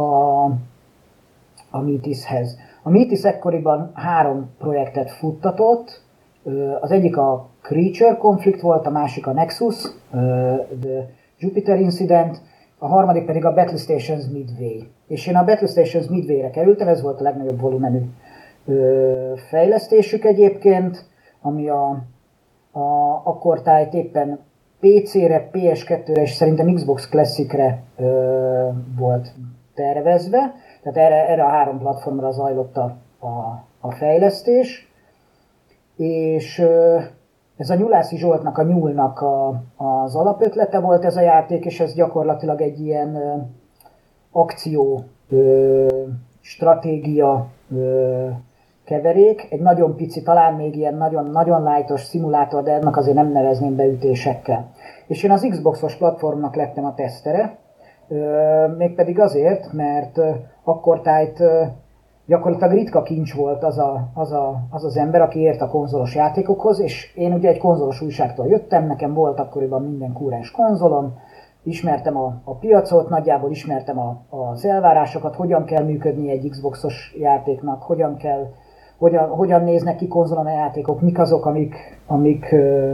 a Mythis-hez. A Mythis ekkoriban 3 projektet futtatott, az egyik a Creature Conflict volt, a másik a Nexus, The Jupiter Incident, a harmadik pedig a Battle Stations Midway. És én a Battle Stations Midway-re kerültem, ez volt a legnagyobb volumenű fejlesztésük egyébként, ami akkortájt éppen PC-re, PS2-re és szerintem Xbox Classic-re volt tervezve, tehát erre a 3 platformra zajlott a fejlesztés, és ez a Nyulászi Zsoltnak, a Nyúlnak az alapötlete volt ez a játék, és ez gyakorlatilag egy ilyen akció, stratégia keverék, egy nagyon pici, talán még ilyen nagyon lightos szimulátor, de ennek azért nem nevezném beütésekkel. És én az Xboxos platformnak lettem a tesztere, Mégpedig azért, mert akkor tájt gyakorlatilag ritka kincs volt az ember, aki ért a konzolos játékokhoz, és én ugye egy konzolos újságtól jöttem, nekem volt akkoriban minden kúrens konzolom, ismertem a piacot, nagyjából ismertem az elvárásokat, hogyan kell működni egy Xboxos játéknak, hogyan néznek ki konzolon a játékok, mik azok, amik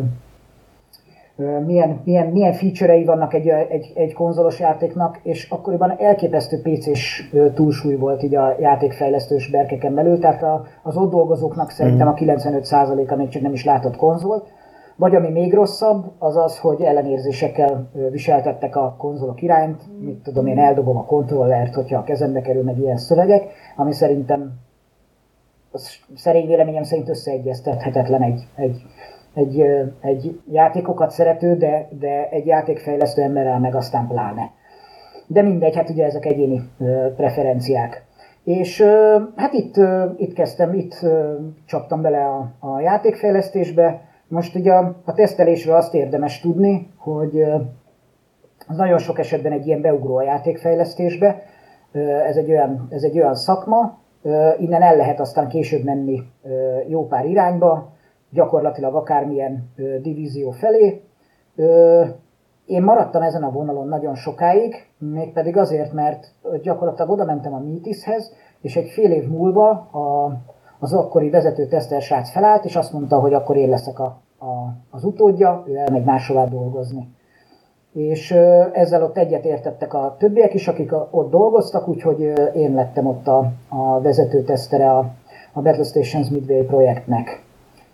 milyen feature-ei vannak egy konzolos játéknak, és akkoriban elképesztő PC-s túlsúly volt így a játékfejlesztős berkeken belül, tehát az ott dolgozóknak szerintem a 95%-a még csak nem is látott konzolt, vagy ami még rosszabb, az az, hogy ellenérzésekkel viseltettek a konzolok irányt, mit tudom én, eldobom a kontrollert, hogyha a kezembe kerül meg ilyen szövegek, ami szerintem, szerény véleményem szerint összeegyeztethetetlen egy játékokat szerető, de egy játékfejlesztő emberrel meg aztán pláne. De mindegy, hát ugye ezek egyéni preferenciák. És hát itt kezdtem, itt csaptam bele a játékfejlesztésbe. Most ugye a tesztelésről azt érdemes tudni, hogy nagyon sok esetben egy ilyen beugró a játékfejlesztésbe. Ez egy olyan szakma, innen el lehet aztán később menni jó pár irányba, gyakorlatilag akármilyen divízió felé. Én maradtam ezen a vonalon nagyon sokáig, mégpedig azért, mert gyakorlatilag oda mentem a Mythoshez, és egy fél év múlva az akkori vezető teszter srác felállt, és azt mondta, hogy akkor én leszek az utódja, ő elmegy máshová dolgozni. És ezzel ott egyet értettek a többiek is, akik ott dolgoztak, úgyhogy én lettem ott a vezető tesztere a Battle Stations Midway projektnek.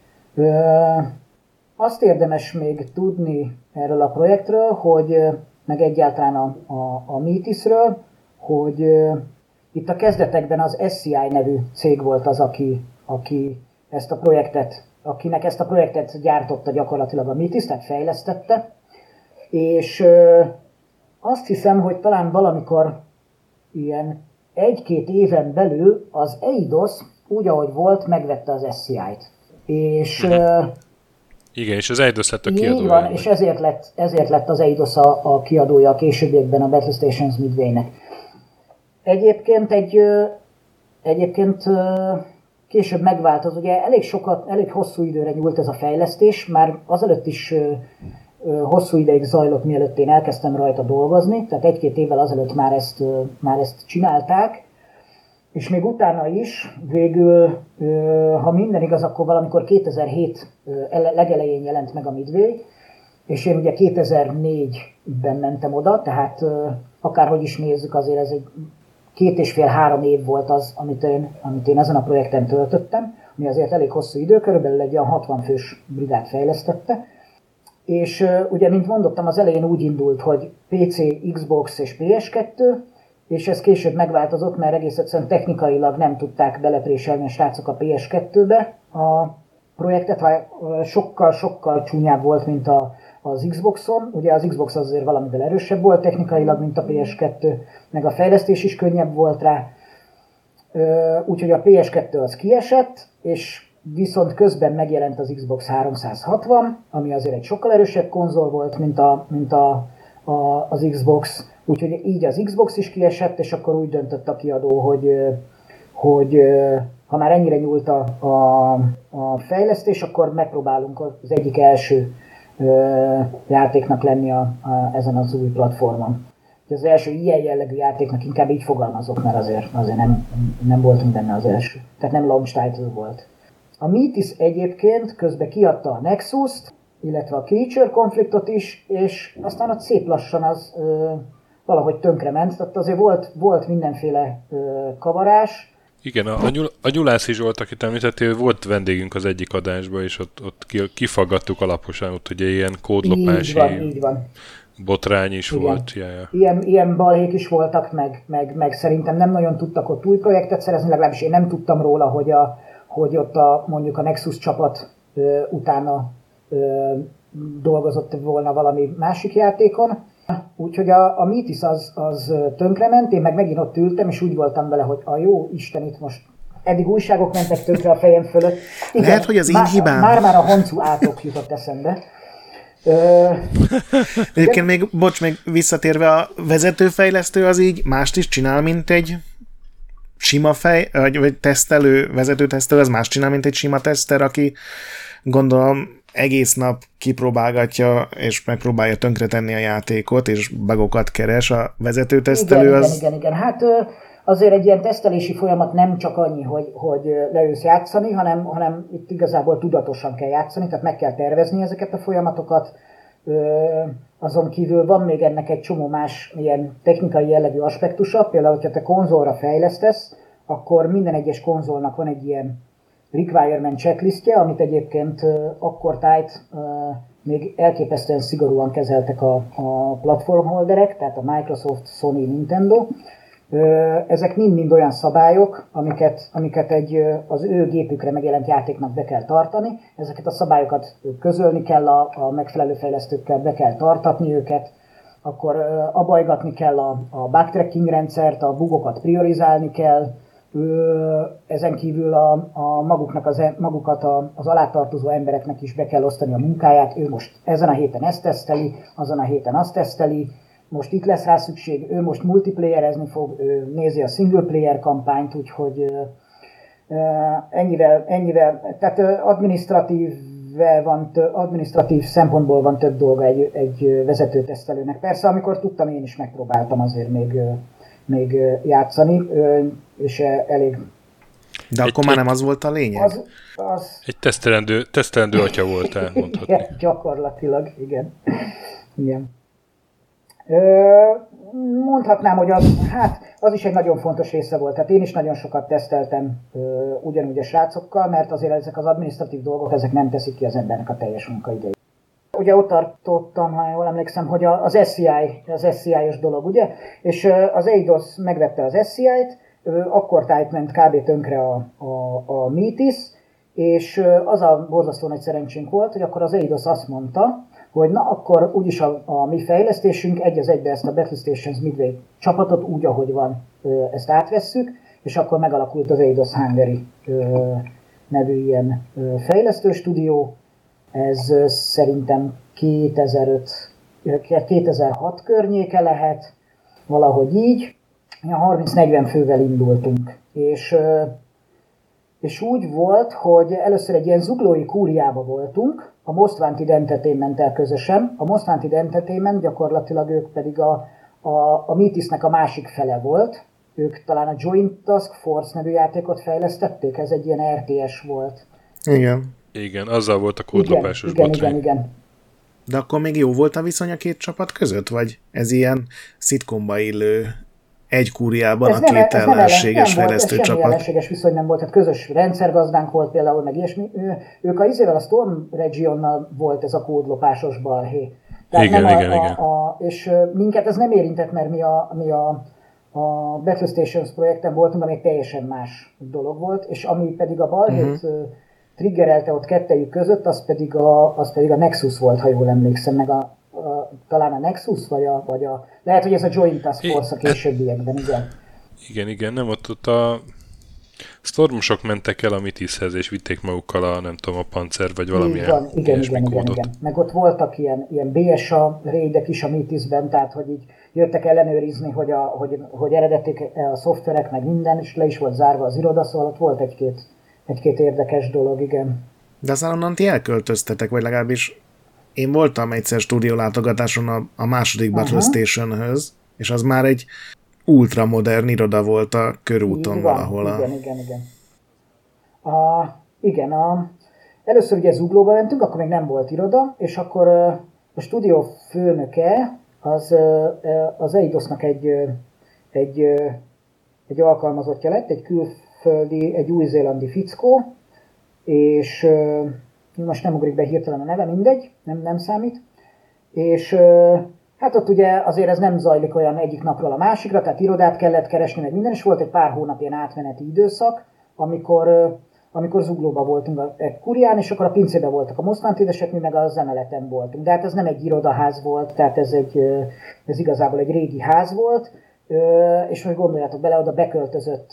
Azt érdemes még tudni erről a projektről, hogy meg egyáltalán a Mythosről, hogy itt a kezdetekben az SCI nevű cég volt az, aki akinek ezt a projektet gyártotta gyakorlatilag a Mythos, tehát fejlesztette, és azt hiszem, hogy talán valamikor ilyen 1-2 éven belül az Eidos úgy, ahogy volt, megvette az SCI-t. És igen, és az Eidos lett a kiadója. Így van, és ezért lett az Eidos a kiadója a későbbiekben a Battle Stations Midway-nek. Egyébként később megváltozott, ugye elég hosszú időre nyúlt ez a fejlesztés, már azelőtt is hosszú ideig zajlott, mielőtt én elkezdtem rajta dolgozni, tehát 1-2 évvel azelőtt már ezt csinálták, és még utána is, végül, ha minden igaz, akkor valamikor 2007 legelején jelent meg a Midway, és én ugye 2004-ben mentem oda, tehát akárhogy is nézzük, azért ez egy 2,5-3 év volt az, amit én ezen a projekten töltöttem, ami azért elég hosszú idő, körülbelül egy olyan 60 fős brigád fejlesztette. És ugye, mint mondottam, az elején úgy indult, hogy PC, Xbox és PS2, és ez később megváltozott, mert egész egyszerűen technikailag nem tudták belepréselni a srácok a PS2-be a projektet, sokkal csúnyább volt, mint az Xboxon. Ugye az Xbox azért valamivel erősebb volt technikailag, mint a PS2, meg a fejlesztés is könnyebb volt rá. Úgyhogy a PS2 az kiesett, és viszont közben megjelent az Xbox 360, ami azért egy sokkal erősebb konzol volt, mint az Xbox. Úgyhogy így az Xbox is kiesett, és akkor úgy döntött a kiadó, hogy ha már ennyire nyúlt a fejlesztés, akkor megpróbálunk az egyik első játéknak lenni ezen az új platformon. Az első ilyen jellegű játéknak inkább így fogalmazok, mert azért nem voltunk benne az első. Tehát nem launch title volt. A Mythos egyébként közben kiadta a Nexus-t, illetve a Creature Conflictot is, és aztán ott szép lassan az valahogy tönkrement, tehát azért volt mindenféle kavarás. Igen, a Nyulászi Zsolt, akit említettél, volt vendégünk az egyik adásban, és ott kifaggattuk alaposan, ott ugye ilyen kódlopási így van. botrány is igen. Volt. Ilyen balhék is voltak, meg szerintem nem nagyon tudtak ott új projektet szerezni, legalábbis én nem tudtam róla, hogy ott mondjuk a Nexus csapat utána dolgozott volna valami másik játékon. Úgyhogy a Mythos az tönkrement, én meg megint ott ültem, és úgy voltam vele, hogy a jó Isten, itt most eddig újságok mentek tönkre a fejem fölött. Igen, lehet, hogy az én hibám. Már a Honcu átok jutott eszembe. Egyébként még visszatérve a vezetőfejlesztő az így mást is csinál, mint egy sima vagy tesztelő, vezetőtesztelő, az más csinál, mint egy sima teszter, aki gondolom egész nap kipróbálgatja, és megpróbálja tönkretenni a játékot, és bugokat keres. A vezetőtesztelő Igen. Hát azért egy ilyen tesztelési folyamat nem csak annyi, hogy leülsz játszani, hanem itt igazából tudatosan kell játszani, tehát meg kell tervezni ezeket a folyamatokat. Azon kívül van még ennek egy csomó más ilyen technikai jellegű aspektusa, például, hogyha te konzolra fejlesztesz, akkor minden egyes konzolnak van egy ilyen requirement checklistje, amit egyébként akkortájt még elképesztően szigorúan kezeltek a platformholderek, tehát a Microsoft, Sony, Nintendo. Ezek mind-mind olyan szabályok, amiket az ő gépükre megjelent játéknak be kell tartani. Ezeket a szabályokat közölni kell a megfelelő fejlesztőkkel, be kell tartatni őket, akkor abajgatni kell a backtracking rendszert, a bugokat priorizálni kell, ezen kívül magukat az alátartozó embereknek is be kell osztani a munkáját, ő most ezen a héten ezt teszteli, azon a héten azt teszteli, most itt lesz rá szükség, ő most multiplayerezni fog, ő nézi a single player kampányt, úgyhogy ennyivel, tehát adminisztratív szempontból van több dolga egy vezetőtesztelőnek. Persze, amikor tudtam, én is megpróbáltam azért még játszani, és elég... De akkor már nem az volt a lényeg? Egy tesztelendő atya voltál, mondhatni. Igen, gyakorlatilag, igen. Mondhatnám, hogy az is egy nagyon fontos része volt. Tehát én is nagyon sokat teszteltem ugyanúgy a srácokkal, mert azért ezek az adminisztratív dolgok, ezek nem teszik ki az embernek a teljes munkaidejét. Ugye ott tartottam, ha jól emlékszem, hogy az SCI-os dolog, ugye? És az Eidos megvette az SCI-t, akkor ment kb. Tönkre a Metis, és az a borzasztó nagy szerencsénk volt, hogy akkor az Eidos azt mondta, hogy na akkor úgyis a mi fejlesztésünk egy az egybe ezt a Battle Stations Midway csapatot úgy, ahogy van, ezt átvesszük, és akkor megalakult az Eidos Hungary nevű ilyen fejlesztő stúdió. Ez szerintem 2006 környéke lehet, valahogy így. 30-40 fővel indultunk, és úgy volt, hogy először egy ilyen zuglói kúriába voltunk, a Most Wanted Entertainment-tel közösen. A Most Wanted Entertainment gyakorlatilag ők pedig a Metisnek a másik fele volt. Ők talán a Joint Task Force nevű játékot fejlesztették, ez egy ilyen RTS volt. Igen, azzal volt a kódlopásos botrány. Igen. De akkor még jó volt a viszony a két csapat között? Vagy ez ilyen szitkomba illő egy kúriában a két ellenséges fejlesztő csapat? Semmi ellenséges viszony nem volt, tehát közös rendszergazdánk volt például, meg ilyesmi. Ők a Storm Regionnal volt ez a kódlopásos balhé. Igen. És minket ez nem érintett, mert mi a Battle Stations projekten voltunk, ami egy teljesen más dolog volt, és ami pedig a balhét triggerelte ott kettejük között, az pedig a Nexus volt, ha jól emlékszem, meg talán a Nexus, vagy a lehet, hogy ez a Joint Task Force a későbbiekben, igen. Igen, nem ott a Stormosok mentek el a Mitishez, és vitték magukkal a Panzer, vagy valamilyen ilyesmi kódot. Igen. Meg ott voltak ilyen BSA raidek is a Mitisben, tehát hogy így jöttek ellenőrizni, hogy eredetik a szoftverek, meg minden, és le is volt zárva az iroda, szóval ott volt egy-két érdekes dolog, igen. De aztán onnan ti elköltöztetek, vagy legalábbis én voltam egyszer stúdiólátogatáson a második Battle Stationhöz, és az már egy ultramodern iroda volt a körúton valahol. Igen. Először ugye Zuglóba mentünk, akkor még nem volt iroda, és akkor a stúdió főnöke az Eidosnak egy alkalmazottja lett, egy külföldi, egy új-zélandi fickó, és most nem ugrik be hirtelen a neve, mindegy, nem számít. És hát ott ugye azért ez nem zajlik olyan egyik napról a másikra, tehát irodát kellett keresni, meg minden, és volt egy pár hónap ilyen átmeneti időszak, amikor Zuglóban voltunk a Kurián, és akkor a pincében voltak a Most Wanted-esek, mi meg az emeleten voltunk. De hát ez nem egy irodaház volt, tehát ez igazából egy régi ház volt, és most gondoljátok bele, oda beköltözött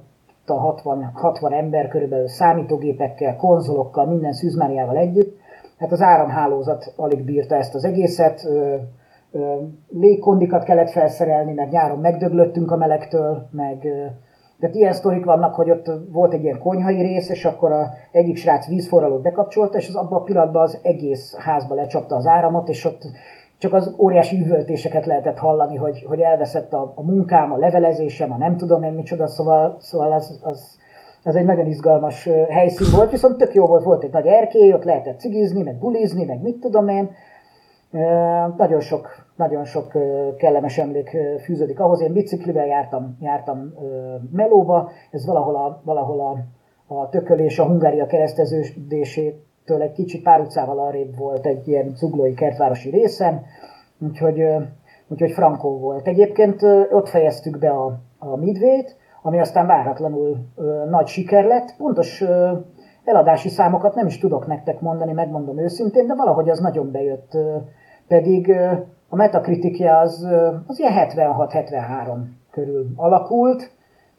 a 60 ember körülbelül számítógépekkel, konzolokkal, minden szűzmáriával együtt, hát az áramhálózat alig bírta ezt az egészet, légkondikat kellett felszerelni, meg nyáron megdöglöttünk a melegtől, de ilyen sztorik vannak, hogy ott volt egy ilyen konyhai rész, és akkor egyik srác vízforralót bekapcsolta, és abban a pillanatban az egész házba lecsapta az áramot, és ott csak az óriási üvöltéseket lehetett hallani, hogy elveszett a munkám, a levelezésem, a nem tudom én micsoda, szóval az egy nagyon izgalmas helyszín volt, viszont tök jó volt egy nagy erkély, ott lehetett cigizni, meg bulizni, meg mit tudom én. Nagyon sok kellemes emlék fűződik ahhoz. Én biciklivel jártam melóba, ez valahol a Tököl és a Hungária kereszteződésétől egy kicsit pár utcával arrébb volt egy ilyen zuglói kertvárosi részen, úgyhogy frankó volt. Egyébként ott fejeztük be a Midway-t, ami aztán váratlanul nagy siker lett. Pontos eladási számokat nem is tudok nektek mondani, megmondom őszintén, de valahogy az nagyon bejött. Pedig a Metacriticje az ilyen 76-73 körül alakult,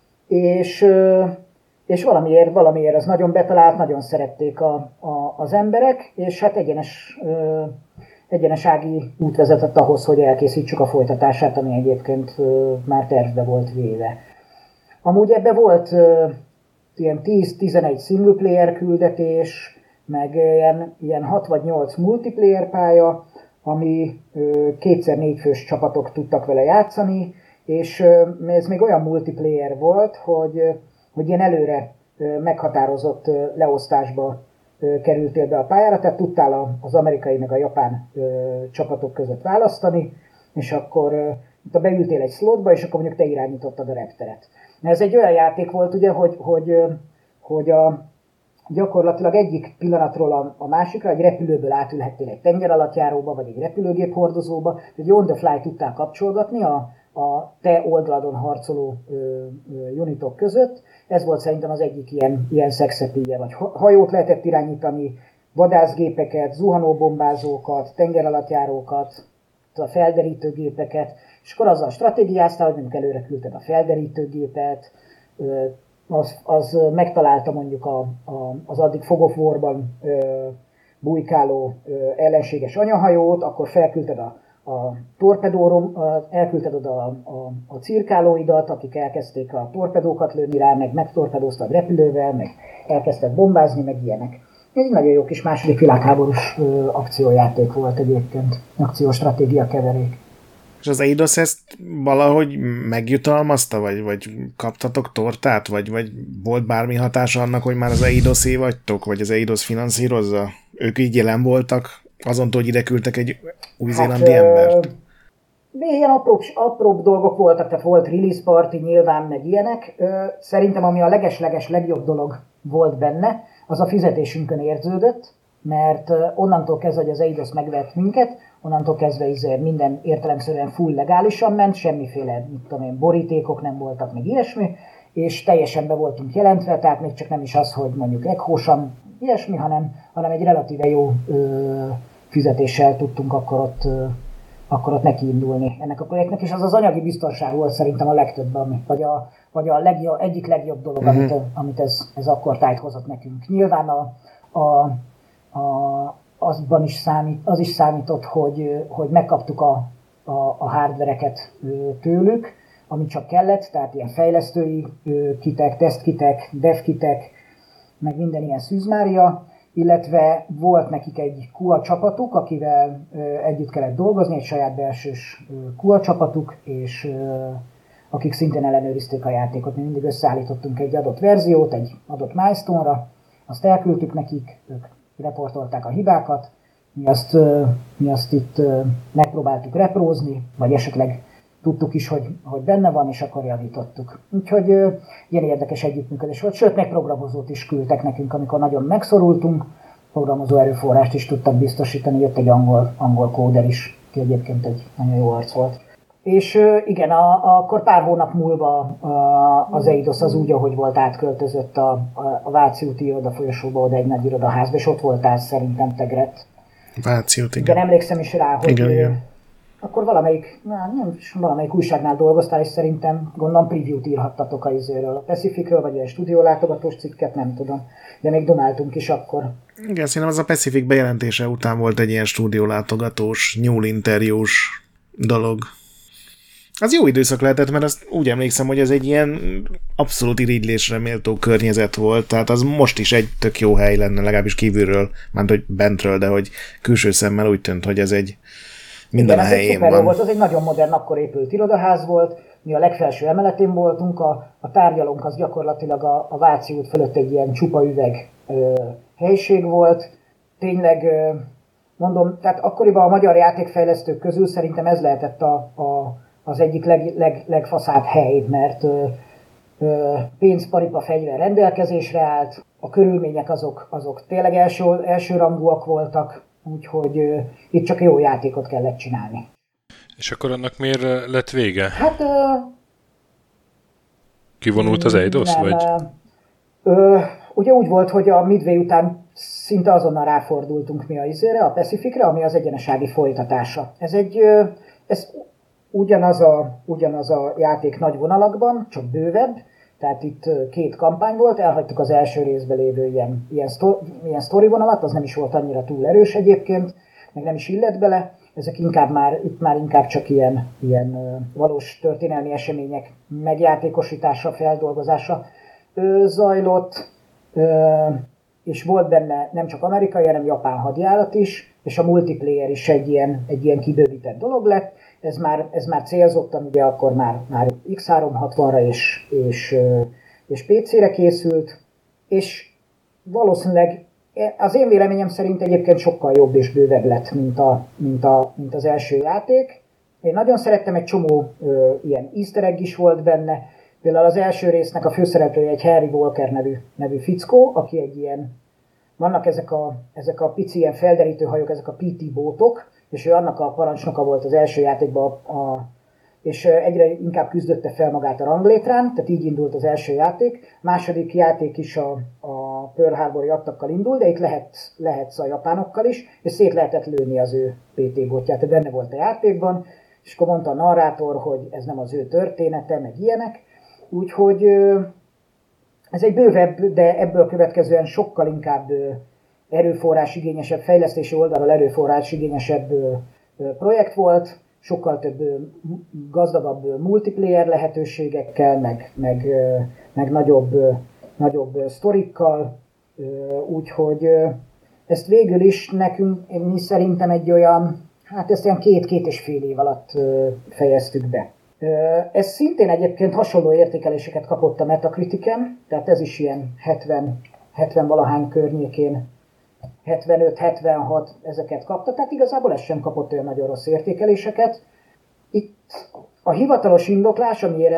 és valamiért az nagyon betalált, nagyon szerették az emberek, és hát egyenes ági út vezetett ahhoz, hogy elkészítsük a folytatását, ami egyébként már tervbe volt véve. Amúgy ebbe volt ilyen 10-11 single player küldetés, meg ilyen 6 vagy 8 multiplayer pálya, ami 2x4 fős csapatok tudtak vele játszani, és ez még olyan multiplayer volt, hogy ilyen előre meghatározott leosztásba kerültél be a pályára, tehát tudtál az amerikai meg a japán csapatok között választani, és akkor beültél egy slotba, és akkor mondjuk te irányítottad a repteret. Ez egy olyan játék volt, ugye, hogy gyakorlatilag egyik pillanatról a másikra egy repülőből átülhettél egy tengeralattjáróba, vagy egy repülőgép hordozóba, hogy on the fly tudtál kapcsolgatni a te oldaladon harcoló unitok között. Ez volt szerintem az egyik ilyen szexepíje, vagy hajót lehetett irányítani, vadászgépeket, zuhanóbombázókat, tengeralattjárókat, a felderítőgépeket, és akkor azzal stratégiáztál, hogy mondjuk előre küldted a felderítőgépet, az megtalálta mondjuk az addig Fog of War-ban bujkáló ellenséges anyahajót, akkor felküldted elküldted oda a cirkálóidat, akik elkezdték a torpedókat lőni rá, meg megtorpedóztad repülővel, meg elkezdted bombázni, meg ilyenek. Ez egy nagyon jó kis második világháborús akciójáték volt egyébként, akcióstratégia keverék. És az Eidos ezt valahogy megjutalmazta, vagy kaptatok tortát, vagy volt bármi hatása annak, hogy már az Eidos-é vagytok, vagy az Eidos finanszírozza? Ők így jelen voltak, azontól, hogy ide küldtek egy új-zélandi embert? Ilyen apróbb dolgok voltak, tehát volt release party nyilván, meg ilyenek. Szerintem ami a leges legjobb dolog volt benne, az a fizetésünkön érződött, mert onnantól kezdve, hogy az Eidos megvett minket, onnantól kezdve minden értelemszerűen full legálisan ment, semmiféle, borítékok nem voltak, meg ilyesmi, és teljesen be voltunk jelentve, tehát még csak nem is az, hogy mondjuk ekhósan ilyesmi, hanem egy relatíve jó fizetéssel tudtunk akkor ott nekiindulni ennek a projektnek, és az az anyagi biztonság volt szerintem a legtöbb, vagy egyik legjobb dolog, amit ez akkor tájt hozott nekünk. Nyilván az is számított, hogy megkaptuk a hardvereket tőlük, ami csak kellett, tehát ilyen fejlesztői kitek, tesztkitek, devkitek, meg minden ilyen szűzmária, illetve volt nekik egy QA csapatuk, akivel együtt kellett dolgozni, egy saját belsős QA csapatuk, és akik szintén ellenőrizték a játékot. Mi mindig összeállítottunk egy adott verziót, egy adott milestone-ra, azt elküldtük nekik, ők reportolták a hibákat, mi azt itt megpróbáltuk reprózni, vagy esetleg tudtuk is, hogy benne van, és akkor javítottuk. Úgyhogy ilyen érdekes együttműködés volt, sőt, még programozót is küldtek nekünk, amikor nagyon megszorultunk, programozó erőforrást is tudtak biztosítani, jött egy angol kóder is, ki egyébként egy nagyon jó arc volt. És igen, akkor pár hónap múlva az Eidos az úgy, ahogy volt, átköltözött a Váci úti irodafolyosóba, oda egy nagy irodaházba, és ott voltál szerintem Tegret. Váci út, igen. Igen, emlékszem is rá, hogy... Igen. akkor valamelyik újságnál dolgoztál, és szerintem gondolom preview-t írhattatok a izéről, a Pacificről, vagy egy stúdiólátogatós cikket, nem tudom. De még donáltunk is akkor. Igen, szerintem az a Pacific bejelentése után volt egy ilyen stúdiólátogatós, nyúl interjús dolog. Az jó időszak lehetett, mert azt úgy emlékszem, hogy ez egy ilyen abszolút irigylésre méltó környezet volt, tehát az most is egy tök jó hely lenne, legalábbis kívülről, mert hogy bentről, de hogy külső szemmel úgy tűnt, hogy ez egy minden igen, a helyén van. Jó volt, az egy nagyon modern, akkor épült irodaház volt, mi a legfelső emeletén voltunk, a tárgyalónk az gyakorlatilag a Váci út fölött egy ilyen csupa üveg helység volt. Tényleg, mondom, tehát akkoriban a magyar játékfejlesztők közül szerintem ez lehetett az egyik legfaszább hely, mert pénz, paripa, fegyver rendelkezésre állt, a körülmények azok tényleg elsőrangúak voltak, úgyhogy itt csak jó játékot kellett csinálni. És akkor annak miért lett vége? Hát... Kivonult az Eidos, vagy? Ugye úgy volt, hogy a Midway után szinte azonnal ráfordultunk mi a Pacificre, ami az egyenesági folytatása. Ez ugyanaz a játék nagy vonalakban, csak bővebb, tehát itt 2 kampány volt, elhagytuk az első részben lévő ilyen sztori vonalat, az nem is volt annyira túl erős egyébként, meg nem is illett bele, ezek itt már inkább csak ilyen valós történelmi események megjátékosítása, feldolgozása zajlott, és volt benne nem csak amerikai, hanem japán hadjárat is, és a multiplayer is egy ilyen kibővített dolog lett. Ez már célzottan, ugye akkor már X360-ra és PC-re készült, és valószínűleg az én véleményem szerint egyébként sokkal jobb és bővebb lett, mint az első játék. Én nagyon szerettem, egy csomó ilyen easter egg is volt benne. Például az első résznek a főszereplője egy Harry Walker nevű fickó, aki egy ilyen, vannak ezek a pici ilyen felderítő hajók, ezek a PT bótok, és ő annak a parancsnoka volt az első játékban, és egyre inkább küzdötte fel magát a ranglétrán, tehát így indult az első játék. Második játék is a Pearl Harbor-i attakkal indul, de itt lehetsz a japánokkal is, és szét lehetett lőni az ő PT bótját, tehát benne volt a játékban, és akkor mondta a narrátor, hogy ez nem az ő története, meg ilyenek. Úgyhogy ez egy bővebb, de ebből következően sokkal inkább erőforrásigényesebb, fejlesztési oldalról erőforrásigényesebb projekt volt, sokkal több gazdagabb multiplayer lehetőségekkel, meg nagyobb sztorikkal, úgyhogy ezt végül is nekünk, mi szerintem egy olyan, hát ezt ilyen 2-2,5 év alatt fejeztük be. Ez szintén egyébként hasonló értékeléseket kapott a Metacriticen, tehát ez is ilyen 70 valahány környékén, 75-76 ezeket kapta, tehát igazából ez sem kapott olyan nagyon rossz értékeléseket. Itt a hivatalos indoklás, amiért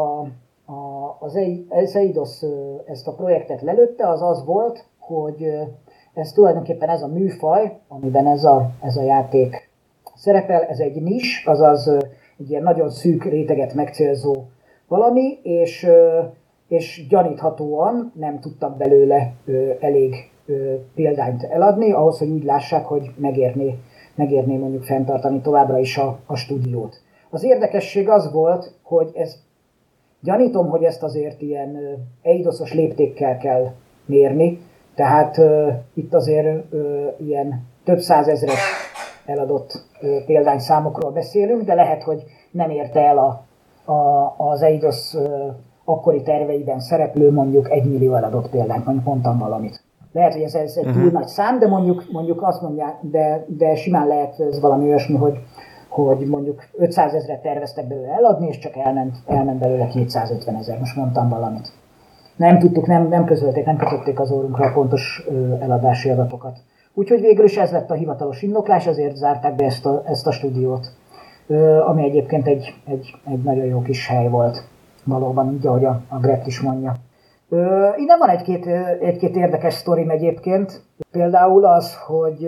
az Eidos ezt a projektet lelőtte, az volt, hogy ez tulajdonképpen ez a műfaj, amiben ez a játék szerepel, ez egy nis, azaz egy ilyen nagyon szűk réteget megcélzó valami, és gyaníthatóan nem tudtak belőle elég példányt eladni, ahhoz, hogy úgy lássák, hogy megérné mondjuk fenntartani továbbra is a stúdiót. Az érdekesség az volt, hogy gyanítom, hogy ezt azért ilyen eidoszos léptékkel kell mérni, tehát itt azért ilyen több százezres eladott példányszámokról beszélünk, de lehet, hogy nem érte el az Eidos akkori terveiben szereplő mondjuk 1 millió eladott példányt, mondjuk mondtam valamit. Lehet, hogy ez egy túl nagy szám, de mondjuk azt mondják, de simán lehet ez valami olyasmi, hogy mondjuk 500 000 terveztek belőle eladni, és csak elment belőle 250 000, most mondtam valamit. Nem tudtuk, nem kötötték az órunkra a pontos eladási adatokat. Úgyhogy végül is ez lett a hivatalos indoklás, ezért zárták be ezt a stúdiót, ami egyébként egy nagyon jó kis hely volt, valóban, így ahogy a Greg is mondja. Innen van egy-két érdekes sztorim egyébként, például az, hogy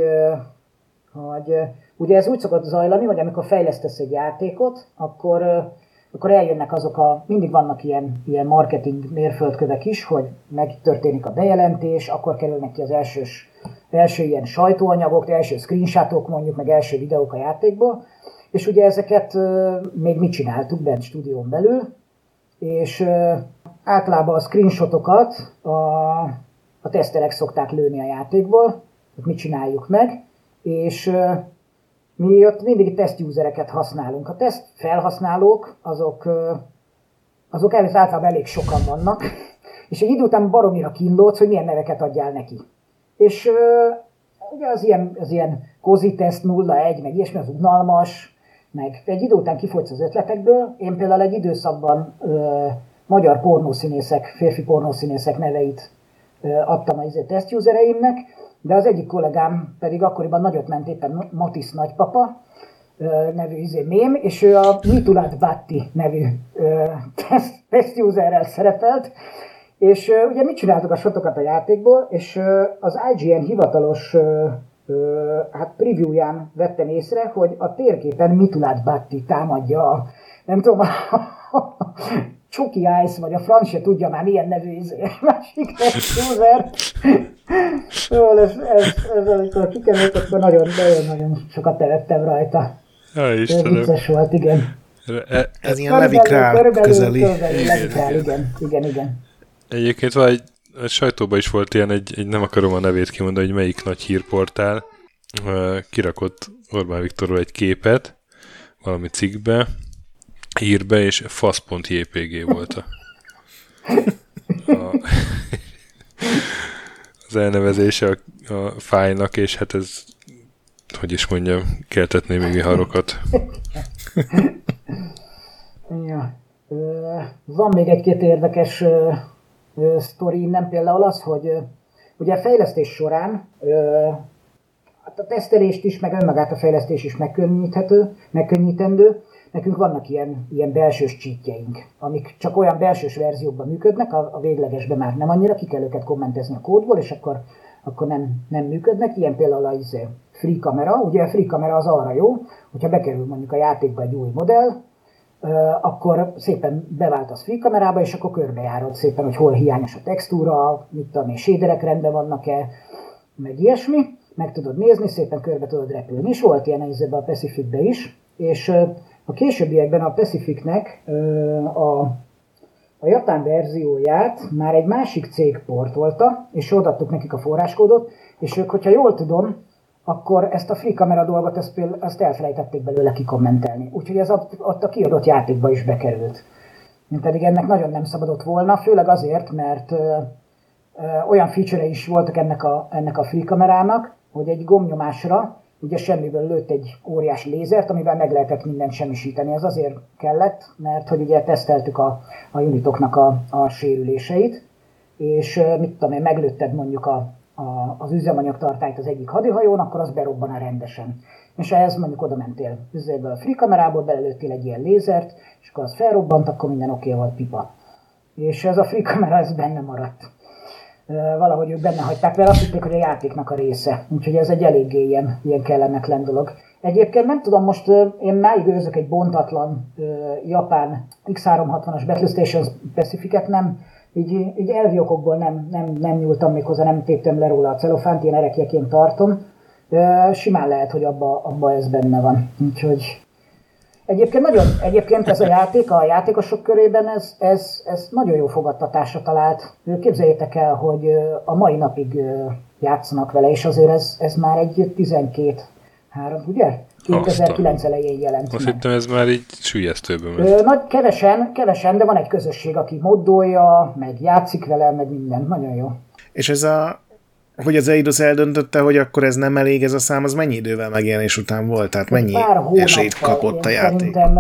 ugye ez úgy szokott zajlani, hogy amikor fejlesztesz egy játékot, akkor eljönnek mindig vannak ilyen marketing mérföldkövek is, hogy megtörténik a bejelentés, akkor kerülnek ki az első ilyen sajtóanyagok, első screenshotok mondjuk, meg első videók a játékból, És ugye ezeket még mi csináltuk bent stúdión belül, és általában a screenshotokat a teszterek szokták lőni a játékból, hogy mi csináljuk meg, és mi ott mindig tesztjúzereket használunk. A teszt felhasználók, azok általában elég sokan vannak, és egy idő után baromira kínlódsz, hogy milyen neveket adjál neki. És ugye az ilyen cozy test 0-1, meg ilyesmi, az unalmas, meg egy idő után kifogysz az ötletekből. Én például egy időszakban magyar pornószínészek, férfi pornószínészek neveit adtam az tesztjúzereimnek, de az egyik kollégám pedig akkoriban nagyot ment éppen Matisz nagypapa nevű mém, és ő a Mitulat Batti nevű tesztjúzerrel szerepelt, és ugye mit csináltuk a shotokat a játékból, és az IGN hivatalos previewján vettem észre, hogy a térképen Mitulat Batti támadja a, nem tudom, Chucky Ice, vagy a franc se tudja már milyen nevű másik tesztjúzer. Szóval ez amikor kikerült, akkor nagyon sokat tevettem rajta. Ja, Istenem. Vicces volt, igen. Ez ilyen Levi Král közeli. Levi Král, igen. Egyébként van egy sajtóban is volt ilyen, egy nem akarom a nevét kimondani, hogy melyik nagy hírportál kirakott Orbán Viktorról egy képet valami cikkbe, hírbe, és fasz.jpg volt az elnevezése a fájlnak, és hát ez, hogy is mondjam, keltetné még viharokat. Ja. Van még egy-két érdekes sztori, nem például az, hogy ugye a fejlesztés során a tesztelést is, meg önmagát a fejlesztés is megkönnyítendő. Nekünk vannak ilyen belsős cheatjeink, amik csak olyan belsős verziókban működnek, a véglegesben már nem annyira, ki kell őket kommentezni a kódból, és akkor nem működnek. Ilyen például a free kamera. Ugye a free kamera az arra jó, hogyha bekerül mondjuk a játékba egy új modell, akkor szépen beváltasz free kamerába, és akkor körbejárod szépen, hogy hol hiányos a textúra, mit tudom én, shaderek rendben vannak-e, meg ilyesmi. Meg tudod nézni, szépen körbe tudod repülni. És volt ilyen a Pacificben is, és a későbbiekben a Pacificnek a japán verzióját már egy másik cég portolta, és odaadtuk nekik a forráskódot, és ők, hogyha jól tudom, akkor ezt a free kamera dolgot, ezt elfelejtették belőle kikommentelni. Úgyhogy ez ott a kiadott játékba is bekerült. Pedig ennek nagyon nem szabadott volna, főleg azért, mert olyan feature-ei is voltak ennek a free kamerának, hogy egy gombnyomásra ugye semmiből lőtt egy óriás lézert, amivel meg lehetett mindent semmisíteni. Ez azért kellett, mert hogy ugye teszteltük a unitoknak a sérüléseit, és mit tudom én, meglőtted mondjuk az üzemanyagtartályt az egyik hadihajón, akkor az berobban rendesen. És ehhez mondjuk oda mentél a free kamerából, belelőttél egy ilyen lézert, és akkor az felrobbant, akkor minden oké volt, pipa. És ez a free kamera, ez benne maradt. Valahogy ők benne hagyták, mert azt hitték, hogy a játéknak a része. Úgyhogy ez egy eléggé ilyen kellemetlen dolog. Egyébként nem tudom, most én máig őrzök egy bontatlan japán X360-as Battlestation Pacificet, nem, így elvi okokból nem nyúltam még hozzá, nem téptem le róla a celofánt, ilyen erekjeként tartom. Simán lehet, hogy abba ez benne van. Úgyhogy Egyébként ez a játék a játékosok körében ez nagyon jó fogadtatásra talált. Képzeljétek el, hogy a mai napig játszanak vele, és azért ez már egy 12-3, ugye? 2009 elején jelent meg. Azt meg. hittem, ez már így sülyeztőben ment. Kevesen, de van egy közösség, aki moddolja, meg játszik vele, meg minden. Nagyon jó. És hogy az Eidos eldöntötte, hogy akkor ez nem elég ez a szám, az mennyi idővel megjelenés után volt? Tehát mennyi esélyt kapott a játék? Szerintem,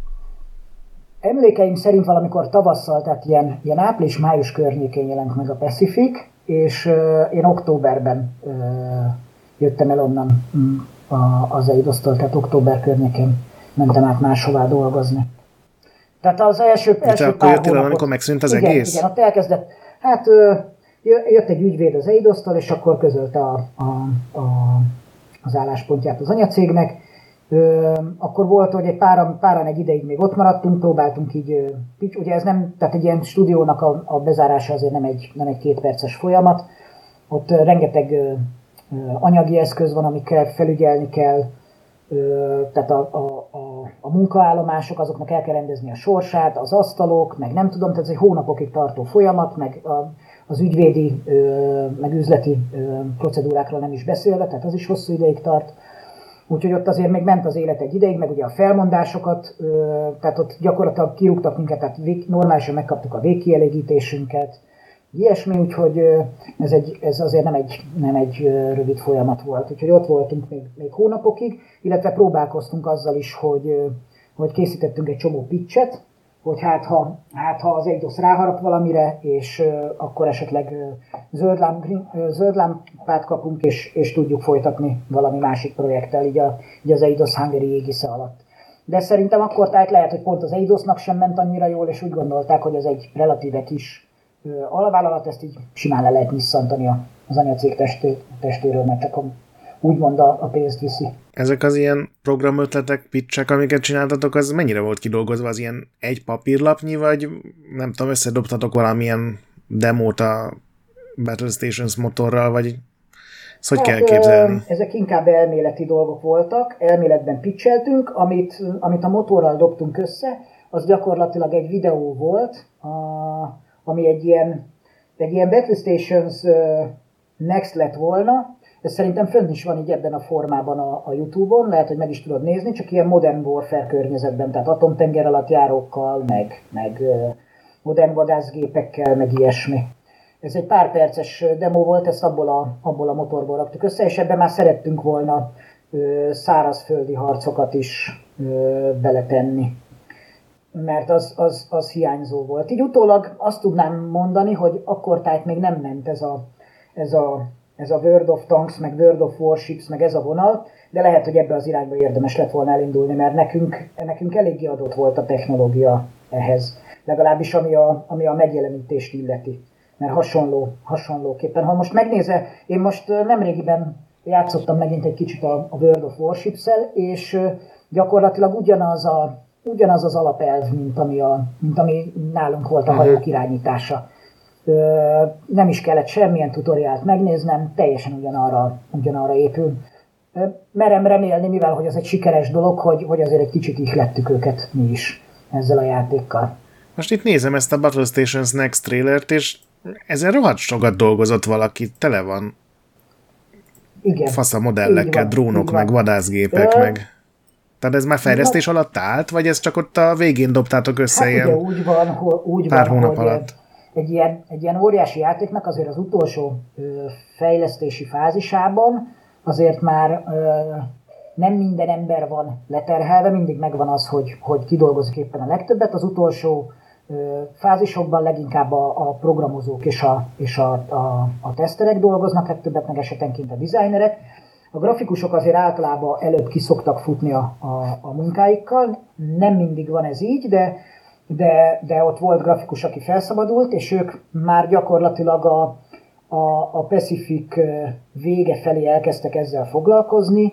emlékeim szerint valamikor tavasszal, tehát ilyen április-május környékén jelent meg a Pacific, és én októberben jöttem el onnan az Eidostól, tehát október környékén mentem át máshová dolgozni. Tehát az első akkor jöttél el, amikor megszűnt az egész? Igen, ott elkezdett, jött egy ügyvéd az Eidosztól, és akkor közölte az álláspontját az anyacégnek. Akkor volt, hogy páran egy ideig még ott maradtunk, próbáltunk így, ugye ez nem, tehát egy ilyen stúdiónak a bezárása azért nem egy 2 perces folyamat. Ott rengeteg anyagi eszköz van, amikkel felügyelni kell, tehát a munkaállomások, azoknak el kell rendezni a sorsát, az asztalok, meg nem tudom, tehát ez egy hónapokig tartó folyamat, meg az ügyvédi, meg üzleti procedúrákról nem is beszélve, tehát az is hosszú ideig tart. Úgyhogy ott azért még ment az élet egy ideig, meg ugye a felmondásokat, tehát ott gyakorlatilag kirúgtak minket, tehát normálisan megkaptuk a végkielégítésünket, ilyesmi, úgyhogy ez azért nem egy rövid folyamat volt. Úgyhogy ott voltunk még hónapokig, illetve próbálkoztunk azzal is, hogy készítettünk egy csomó pitchet, hogy hát ha az Eidos ráharap valamire, és akkor esetleg zöld lámpát kapunk, és tudjuk folytatni valami másik projekttel, így az Eidos Hungary égisze alatt. De szerintem akkor tehát lehet, hogy pont az Eidosnak sem ment annyira jól, és úgy gondolták, hogy ez egy relatíve kis alvállalat, ezt így simán le lehet nyisszantani az anyacég testéről, mert csak úgymond a pénzt viszi. Ezek az ilyen programötletek, pitchek, amiket csináltatok, az mennyire volt kidolgozva? Az ilyen egy papírlapnyi, vagy nem tudom, összedobtatok valamilyen demót a Battle Stations motorral, vagy ezt hogy kell képzelni? Ezek inkább elméleti dolgok voltak, elméletben pitcheltünk, amit a motorral dobtunk össze, az gyakorlatilag egy videó volt, ami egy ilyen Battle Stations Next lett volna. Ez szerintem fönn is van így ebben a formában a YouTube-on, lehet, hogy meg is tudod nézni, csak ilyen Modern Warfare környezetben, tehát atomtenger alatt járókkal, meg modern vadászgépekkel, meg ilyesmi. Ez egy pár perces demo volt, ezt abból a motorból raktuk össze, és ebben már szerettünk volna szárazföldi harcokat is beletenni, mert az hiányzó volt. Így utólag azt tudnám mondani, hogy akkor tehát még nem ment ez a World of Tanks, meg World of Warships, meg ez a vonal, de lehet, hogy ebbe az irányba érdemes lett volna elindulni, mert nekünk eléggé adott volt a technológia ehhez, legalábbis ami a megjelenítést illeti. Mert hasonlóképpen. Ha most megnézze, én most nemrégiben játszottam megint egy kicsit a World of Warships-el, és gyakorlatilag ugyanaz az alapelv, mint ami nálunk volt a hajók irányítása. Nem is kellett semmilyen tutoriált megnéznem, teljesen ugyanarra épül. Merem remélni, mivel hogy ez egy sikeres dolog, hogy azért egy kicsit ihlettük őket mi is ezzel a játékkal. Most itt nézem ezt a Battle Stations Next trailert, és ezen rohadt sokat dolgozott valaki, tele van fasz a modellekkel, drónok, meg vadászgépek, meg... Tehát ez már fejlesztés alatt állt, vagy ez csak ott a végén dobtátok össze hát ilyen úgy pár van, hónap hogy alatt? Egy ilyen óriási játéknak azért az utolsó fejlesztési fázisában azért már nem minden ember van leterhelve, mindig megvan az, hogy kidolgozik éppen a legtöbbet. Az utolsó fázisokban leginkább a programozók és a teszterek dolgoznak, legtöbbet meg esetenként a designerek. A grafikusok azért általában előbb ki szoktak futni a munkáikkal, nem mindig van ez így, de ott volt grafikus, aki felszabadult, és ők már gyakorlatilag a Pacific vége felé elkezdtek ezzel foglalkozni,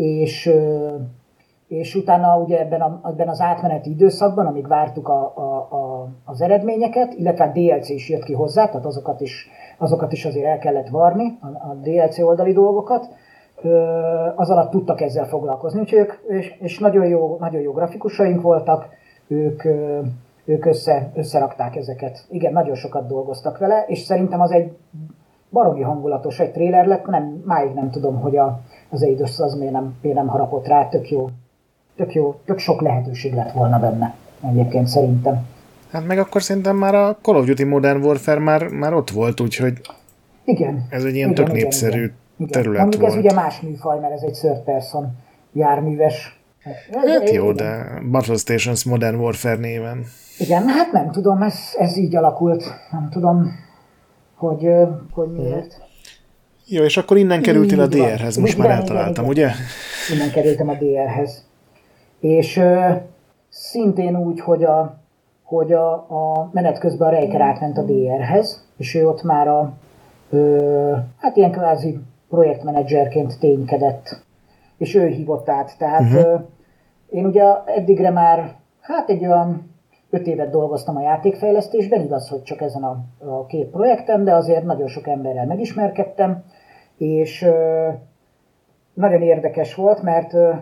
és utána ugye ebben az átmeneti időszakban, amíg vártuk az eredményeket, illetve a DLC is jött ki hozzá, tehát azokat is azért el kellett varni, a DLC oldali dolgokat, az alatt tudtak ezzel foglalkozni. Úgyhogy és nagyon jó grafikusaink voltak, ők összerakták ezeket. Igen, nagyon sokat dolgoztak vele, és szerintem az egy baromi hangulatos egy tréler lett, máig nem tudom, hogy az Eidos az miért nem harapott rá, tök sok lehetőség lett volna benne egyébként szerintem. Hát meg akkor szerintem már a Call of Duty Modern Warfare már ott volt, úgyhogy igen, ez egy ilyen tök népszerű terület mondjuk volt. Ez ugye más műfaj, mert ez egy third person járműves. Hát jó, de Battle Stations Modern Warfare néven. Igen, hát nem tudom, ez így alakult. Nem tudom, hogy miért. Jó, és akkor innen kerültél a DR-hez, most már eltaláltam, ugye? Innen kerültem a DR-hez. És szintén úgy, hogy a menet közben a Reiker átment a DR-hez, és ő ott már hát ilyen kvázi projektmenedzserként ténykedett, és ő hívott át. Tehát én ugye eddigre már egy olyan 5 évet dolgoztam a játékfejlesztésben, igaz, hogy csak ezen a 2 projekten, de azért nagyon sok emberrel megismerkedtem, és nagyon érdekes volt, mert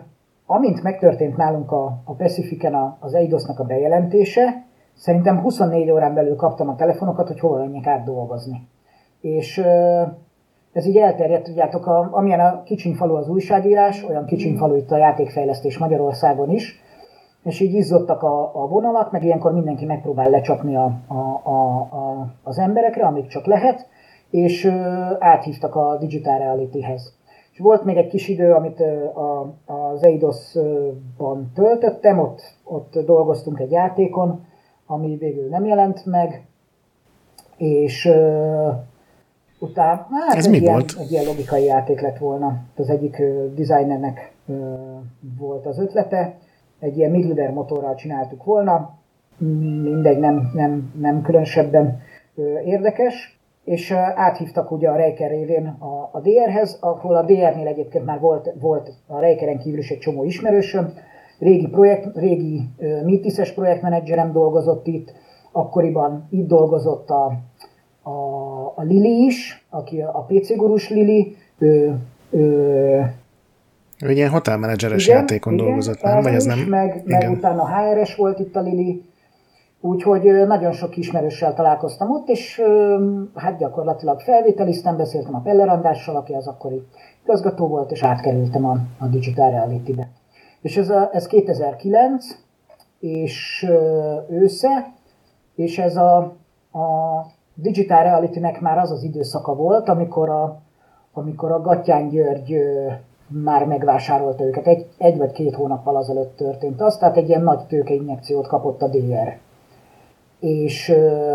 amint megtörtént nálunk a Pacificen az Eidos-nak a bejelentése, szerintem 24 órán belül kaptam a telefonokat, hogy hova menjek át dolgozni. És ez így elterjedt, tudjátok, amilyen a kicsiny falu az újságírás, olyan kicsiny falu itt a játékfejlesztés Magyarországon is, és így izzottak a vonalak, meg ilyenkor mindenki megpróbál lecsapni az emberekre, amíg csak lehet, és áthívtak a Digital Reality-hez. És volt még egy kis idő, amit az Eidos-ban töltöttem, ott dolgoztunk egy játékon, ami végül nem jelent meg, és utána ez mi volt? Egy ilyen logikai játék lett volna. Az egyik designernek volt az ötlete, egy ilyen Middleware motorral csináltuk volna, mindegy, nem különösebben érdekes, és áthívtak ugye a Reiker révén a DR-hez, ahol a DR-nél egyébként már volt a Reikeren kívül is egy csomó ismerősöm, régi Mythises projektmenedzserem dolgozott itt, akkoriban itt dolgozott a Lili is, aki a PC gurus Lili, egy ilyen hotelmenedzseres játékon dolgozott, nem? Vagy ez nem? Meg utána HRS volt itt a Lili, úgyhogy nagyon sok ismerőssel találkoztam ott, és hát gyakorlatilag felvételiztem, beszéltem a Peller Andrással, aki az akkori igazgató volt, és átkerültem a Digital Reality-be. És ez 2009, és ősze, és ez a Digital Reality-nek már az időszaka volt, amikor a Gattyán György már megvásárolta őket. Egy vagy 2 hónappal azelőtt történt az, tehát egy ilyen nagy tőkeinjekciót kapott a DR. És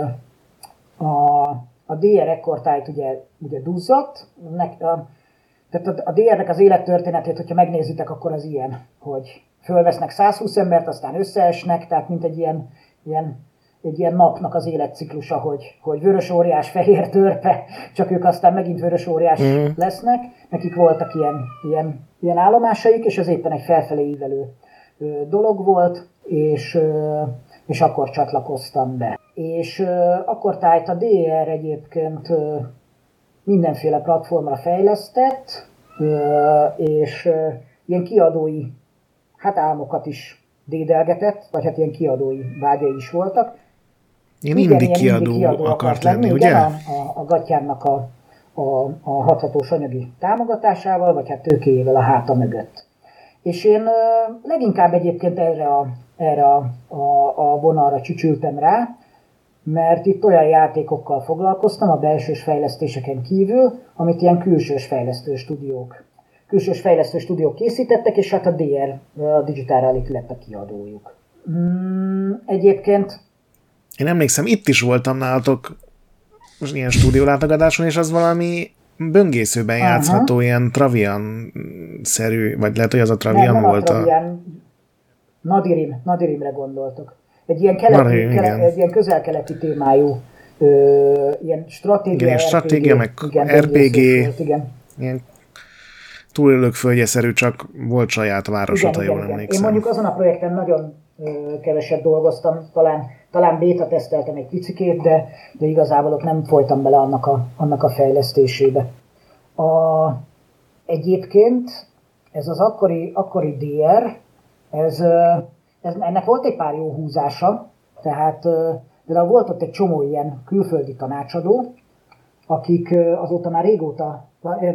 a DR ekkortájt ugye duzzadt. Tehát a DR-nek az élettörténetét, hogyha megnézitek, akkor az ilyen, hogy fölvesznek 120 embert, aztán összeesnek, tehát mint egy ilyen napnak az életciklusa, hogy vörös óriás, fehér törpe, csak ők aztán megint vörös óriás lesznek. Nekik voltak ilyen állomásaik, és ez éppen egy felfelé ívelő dolog volt, és akkor csatlakoztam be. És akkor tájt a DR egyébként mindenféle platformra fejlesztett, és ilyen kiadói álmokat is dédelgetett, vagy hát ilyen kiadói vágyai is voltak. Ilyen indie kiadó akart lenni, ugye? Igen, a Gattyánnak a hathatós anyagi támogatásával, vagy hát tőkéjével a háta mögött. És én leginkább egyébként erre a vonalra csücsültem rá, mert itt olyan játékokkal foglalkoztam a belsős fejlesztéseken kívül, amit ilyen külsős fejlesztő stúdiók készítettek, és hát a DR, a Digital Reality lett a kiadójuk. Egyébként... Én emlékszem, itt is voltam nálatok ilyen stúdiólátogatáson, és az valami böngészőben játszható, ilyen Travian-szerű, vagy lehet, hogy az a Travian volt. Nem a Travian, Nadirimre gondoltok. Egy ilyen, egy ilyen közel-keleti témájú, ilyen stratégia, meg RPG, ilyen túlélők földjeszerű, csak volt saját városod, ha jól emlékszem. Én mondjuk azon a projekten nagyon keveset dolgoztam, talán béta teszteltem egy picikét, de igazából ott nem folytam bele annak a fejlesztésébe. Egyébként ez az akkori DR, ennek volt egy pár jó húzása, tehát például volt ott egy csomó ilyen külföldi tanácsadó, akik azóta már régóta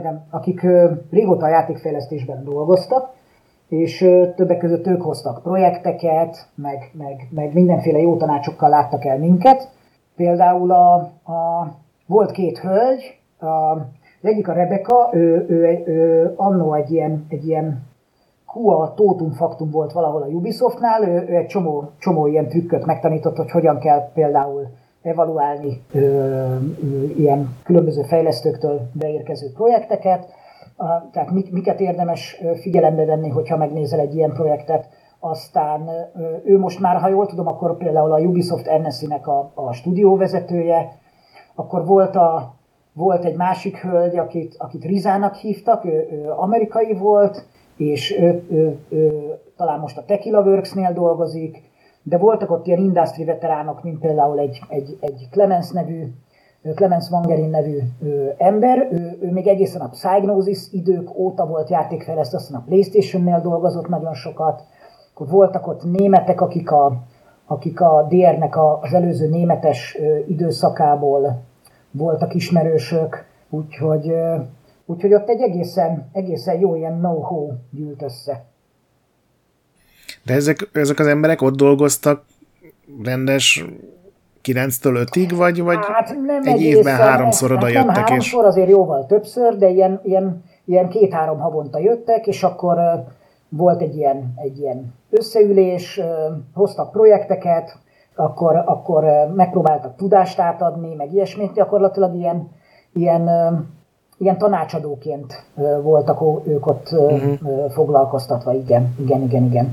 a játékfejlesztésben dolgoztak, és többek között ők hoztak projekteket, meg mindenféle jó tanácsokkal láttak el minket. Például volt 2 hölgy, az egyik a Rebecca, ő annó egy ilyen QA Totum Factum volt valahol a Ubisoftnál, ő egy csomó ilyen trükköt megtanított, hogy hogyan kell például evaluálni ilyen különböző fejlesztőktől beérkező projekteket, tehát miket érdemes figyelembe venni, hogyha megnézel egy ilyen projektet. Aztán ő most már, ha jól tudom, akkor például a Ubisoft NSC-nek a stúdióvezetője, akkor volt egy másik hölgy, akit Rizának hívtak, ő amerikai volt, és ő talán most a Tequila Works-nél dolgozik, de voltak ott ilyen industry veteránok, mint például egy Clemens nevű Clemens Wangerin nevű ember, ő még egészen a Psygnosis idők óta volt játékfejlesztő, aztán a PlayStation-nél dolgozott nagyon sokat. Akkor voltak ott németek, akik a DR-nek az előző németes időszakából voltak ismerősök, úgyhogy ott egy egészen jó ilyen know-how gyűlt össze. De ezek az emberek ott dolgoztak rendes 9-től 5-ig, vagy hát nem egy évben 3-szor oda jöttek? Nem 3-szor, azért jóval többször, de ilyen 2-3 havonta jöttek, és akkor volt egy ilyen összeülés, hoztak projekteket, akkor megpróbáltak tudást átadni, meg ilyesmit, gyakorlatilag ilyen tanácsadóként voltak ők ott foglalkoztatva, igen.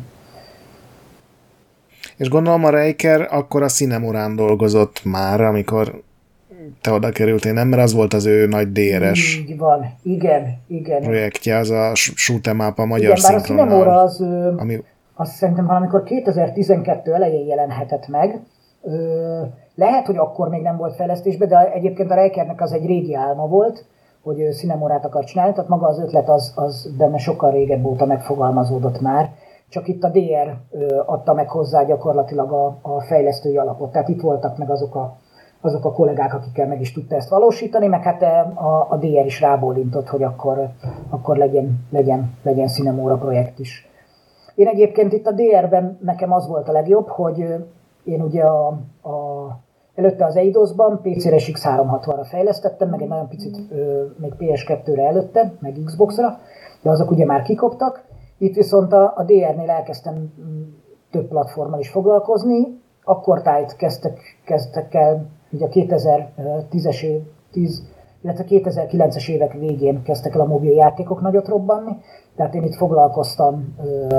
És gondolom a Reiker akkor a Cinemorán dolgozott már, amikor te oda kerültél, nem? Mert az volt az ő nagy DRS így van, igen. projektje, az a shoot 'em up a magyar szinkronnal. Bár a Cinemora azt szerintem valamikor 2012 elején jelenhetett meg. Lehet, hogy akkor még nem volt fejlesztésben, de egyébként a Reikernek az egy régi álma volt, hogy ő Cinemorát akar csinálni, tehát maga az ötlet az benne sokkal régebb óta megfogalmazódott már, csak itt a DR adta meg hozzá gyakorlatilag a fejlesztői alapot. Tehát itt voltak meg azok a kollégák, akikkel meg is tudta ezt valósítani, meg hát a DR is rábólintott, hogy akkor legyen Cinemora projekt is. Én egyébként itt a DR-ben nekem az volt a legjobb, hogy én ugye előtte az Eidos-ban PC-re és X360-ra fejlesztettem, meg egy nagyon picit még PS2-re előtte, meg Xbox-ra, de azok ugye már kikoptak. Itt viszont a DR-nél elkezdtem több platformmal is foglalkozni. Akkortájt kezdtek el, ugye a 2010-es év, illetve 2009-es évek végén kezdtek el a mobil játékok nagyot robbanni. Tehát én itt foglalkoztam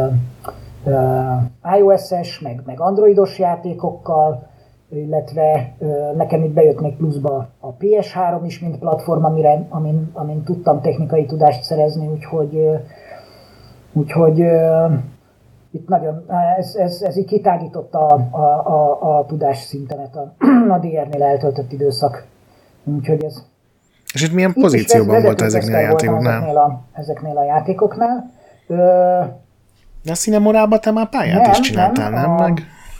iOS-es, meg androidos játékokkal, illetve nekem itt bejött még pluszba a PS3 is, mint platform, amin tudtam technikai tudást szerezni, úgyhogy itt nagyon, ez így kitágította a tudásszintemet a DR-nél eltöltött időszak. Úgyhogy ez... És itt milyen pozícióban volt ezeknél a játékoknál? Ezeknél a játékoknál. De a Cinemorában te már pályát is csináltál, nem?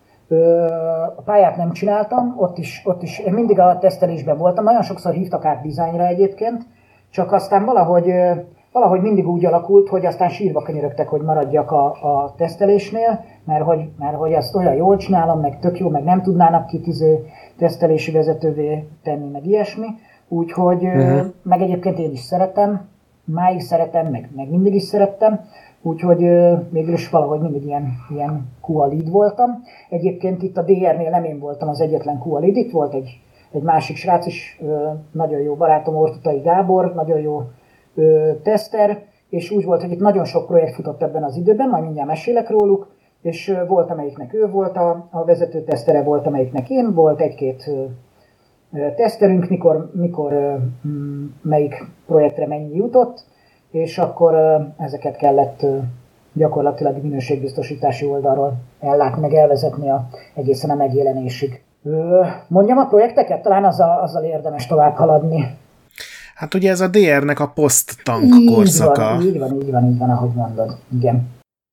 A pályát nem csináltam, ott is én mindig a tesztelésben voltam, nagyon sokszor hívtak át dizájnra egyébként, csak aztán valahogy mindig úgy alakult, hogy aztán sírva könyörögtek, hogy maradjak a tesztelésnél, mert hogy azt olyan jól csinálom, meg tök jó, meg nem tudnának kit tesztelési vezetővé tenni, meg ilyesmi. Úgyhogy, meg egyébként én is szeretem, máig szeretem, meg mindig is szerettem, úgyhogy végül is valahogy mindig ilyen QA lead voltam. Egyébként itt a DR-nél nem én voltam az egyetlen QA lead, itt volt egy másik srác is, nagyon jó barátom, Ortutai Gábor, nagyon jó teszter, és úgy volt, hogy itt nagyon sok projekt futott ebben az időben, majd mindjárt mesélek róluk, és volt, amelyiknek ő volt a vezető tesztere, volt, amelyiknek én, volt egy-két teszterünk, mikor melyik projektre mennyi jutott, és akkor ezeket kellett gyakorlatilag minőségbiztosítási oldalról ellátni, meg elvezetni egészen a megjelenésig. Mondjam a projekteket? Talán azzal érdemes tovább haladni. Hát ugye ez a DR-nek a post-tank korszaka. Így van, ahogy mondod. Igen.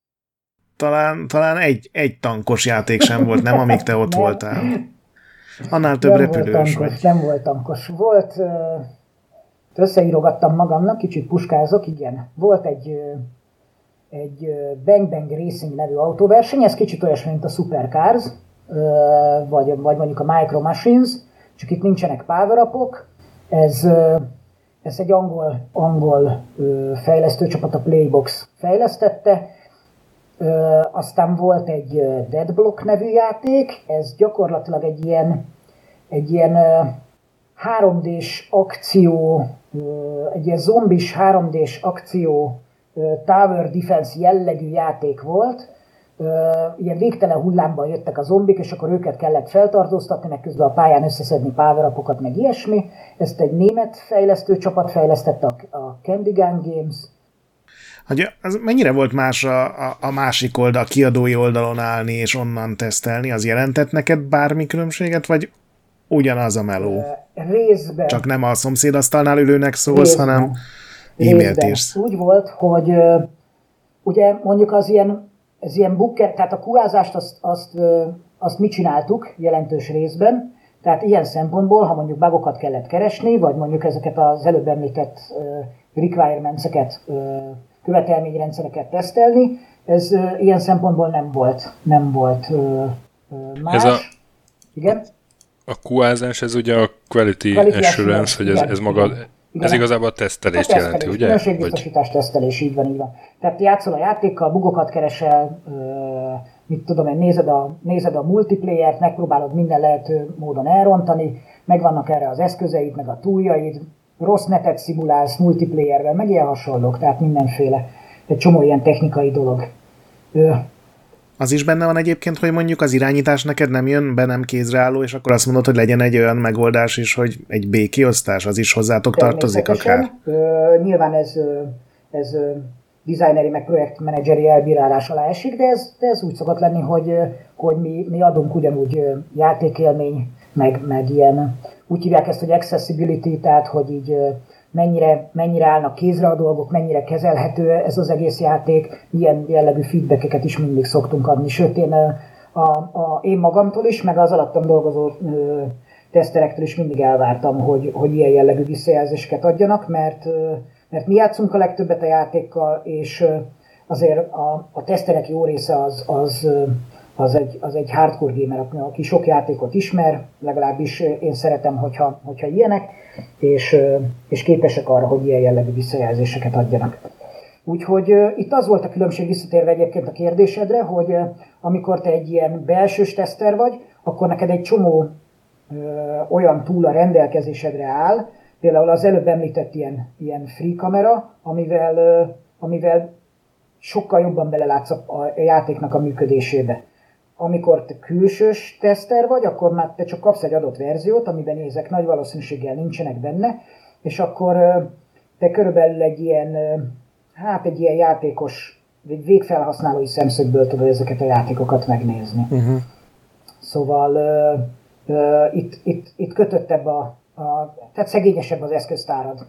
Talán egy tankos játék sem volt, nem, amíg te ott voltál. Annál több repülős vagy. Nem volt tankos. Volt, összeírogattam magamnak, kicsit puskázok, igen. Volt egy Bang Bang Racing nevű autóverseny, ez kicsit olyasmi, mint a Supercars, vagy mondjuk a Micro Machines, csak itt nincsenek power-upok. Ez egy angol fejlesztőcsapat, a Playbox fejlesztette. Aztán volt egy Deadblock nevű játék, ez gyakorlatilag egy ilyen 3D-s akció, egy ilyen zombis 3D-s akció Tower Defense jellegű játék volt. Ilyen végtelen hullámban jöttek a zombik, és akkor őket kellett feltartóztatni, meg közben a pályán összeszedni power-upokat, meg ilyesmi. Ezt egy német fejlesztő csapat fejlesztette, a Candy Gun Games. Az mennyire volt más a másik oldal, a kiadói oldalon állni és onnan tesztelni? Az jelentett neked bármi különbséget, vagy Ugyanaz a meló. Részben. Csak nem a szomszédasztalnál ülőnek szólsz, hanem e-mailt írsz. Úgy volt, hogy ugye mondjuk az ilyen booker, tehát a QA-zást azt mi csináltuk jelentős részben, tehát ilyen szempontból, ha mondjuk bugokat kellett keresni, vagy mondjuk ezeket az előbb említett requirements-eket, követelményrendszereket tesztelni, ez ilyen szempontból nem volt más. Igen? A QA-zás, ez ugye a Quality Assurance, hogy ez maga... Igen. Ez igazából a tesztelést jelenti, ugye? Minőségbiztosítás tesztelés, így van. Tehát játszol a játékkal, bugokat keresel, mit tudom én, nézed a multiplayert, megpróbálod minden lehető módon elrontani, megvannak erre az eszközeid, meg a tooljaid, rossz netet szimulálsz multiplayervel, meg ilyen hasonlók, tehát mindenféle, egy csomó ilyen technikai dolog. Az is benne van egyébként, hogy mondjuk az irányítás neked nem jön be, nem kézreálló, és akkor azt mondod, hogy legyen egy olyan megoldás is, hogy egy B-kiosztás, az is hozzátok tartozik akár? Nyilván ez designeri meg projektmenedzseri elbírálás alá esik, de ez úgy szokott lenni, hogy mi adunk ugyanúgy játékélmény, meg ilyen, úgy hívják ezt, hogy accessibility, tehát hogy így mennyire állnak kézre a dolgok, mennyire kezelhető ez az egész játék, ilyen jellegű feedbackeket is mindig szoktunk adni. Sőt, én magamtól is, meg az alattam dolgozó teszterektől is mindig elvártam, hogy ilyen jellegű visszajelzéseket adjanak, mert mi játszunk a legtöbbet a játékkal, és azért a teszterek jó része az egy hardcore gamer, aki sok játékot ismer, legalábbis én szeretem, hogyha ilyenek, és képesek arra, hogy ilyen jellegű visszajelzéseket adjanak. Úgyhogy itt az volt a különbség, visszatérve egyébként a kérdésedre, hogy amikor te egy ilyen belsős teszter vagy, akkor neked egy csomó olyan tool a rendelkezésedre áll, például az előbb említett ilyen free kamera, amivel sokkal jobban belelátsz a játéknak a működésébe. Amikor te külsős teszter vagy, akkor már te csak kapsz egy adott verziót, amiben ezek nagy valószínűséggel nincsenek benne, és akkor te körülbelül egy ilyen játékos, egy végfelhasználói szemszögből tudod ezeket a játékokat megnézni. Uh-huh. Szóval itt kötöttebb tehát szegényesebb az eszköztárad.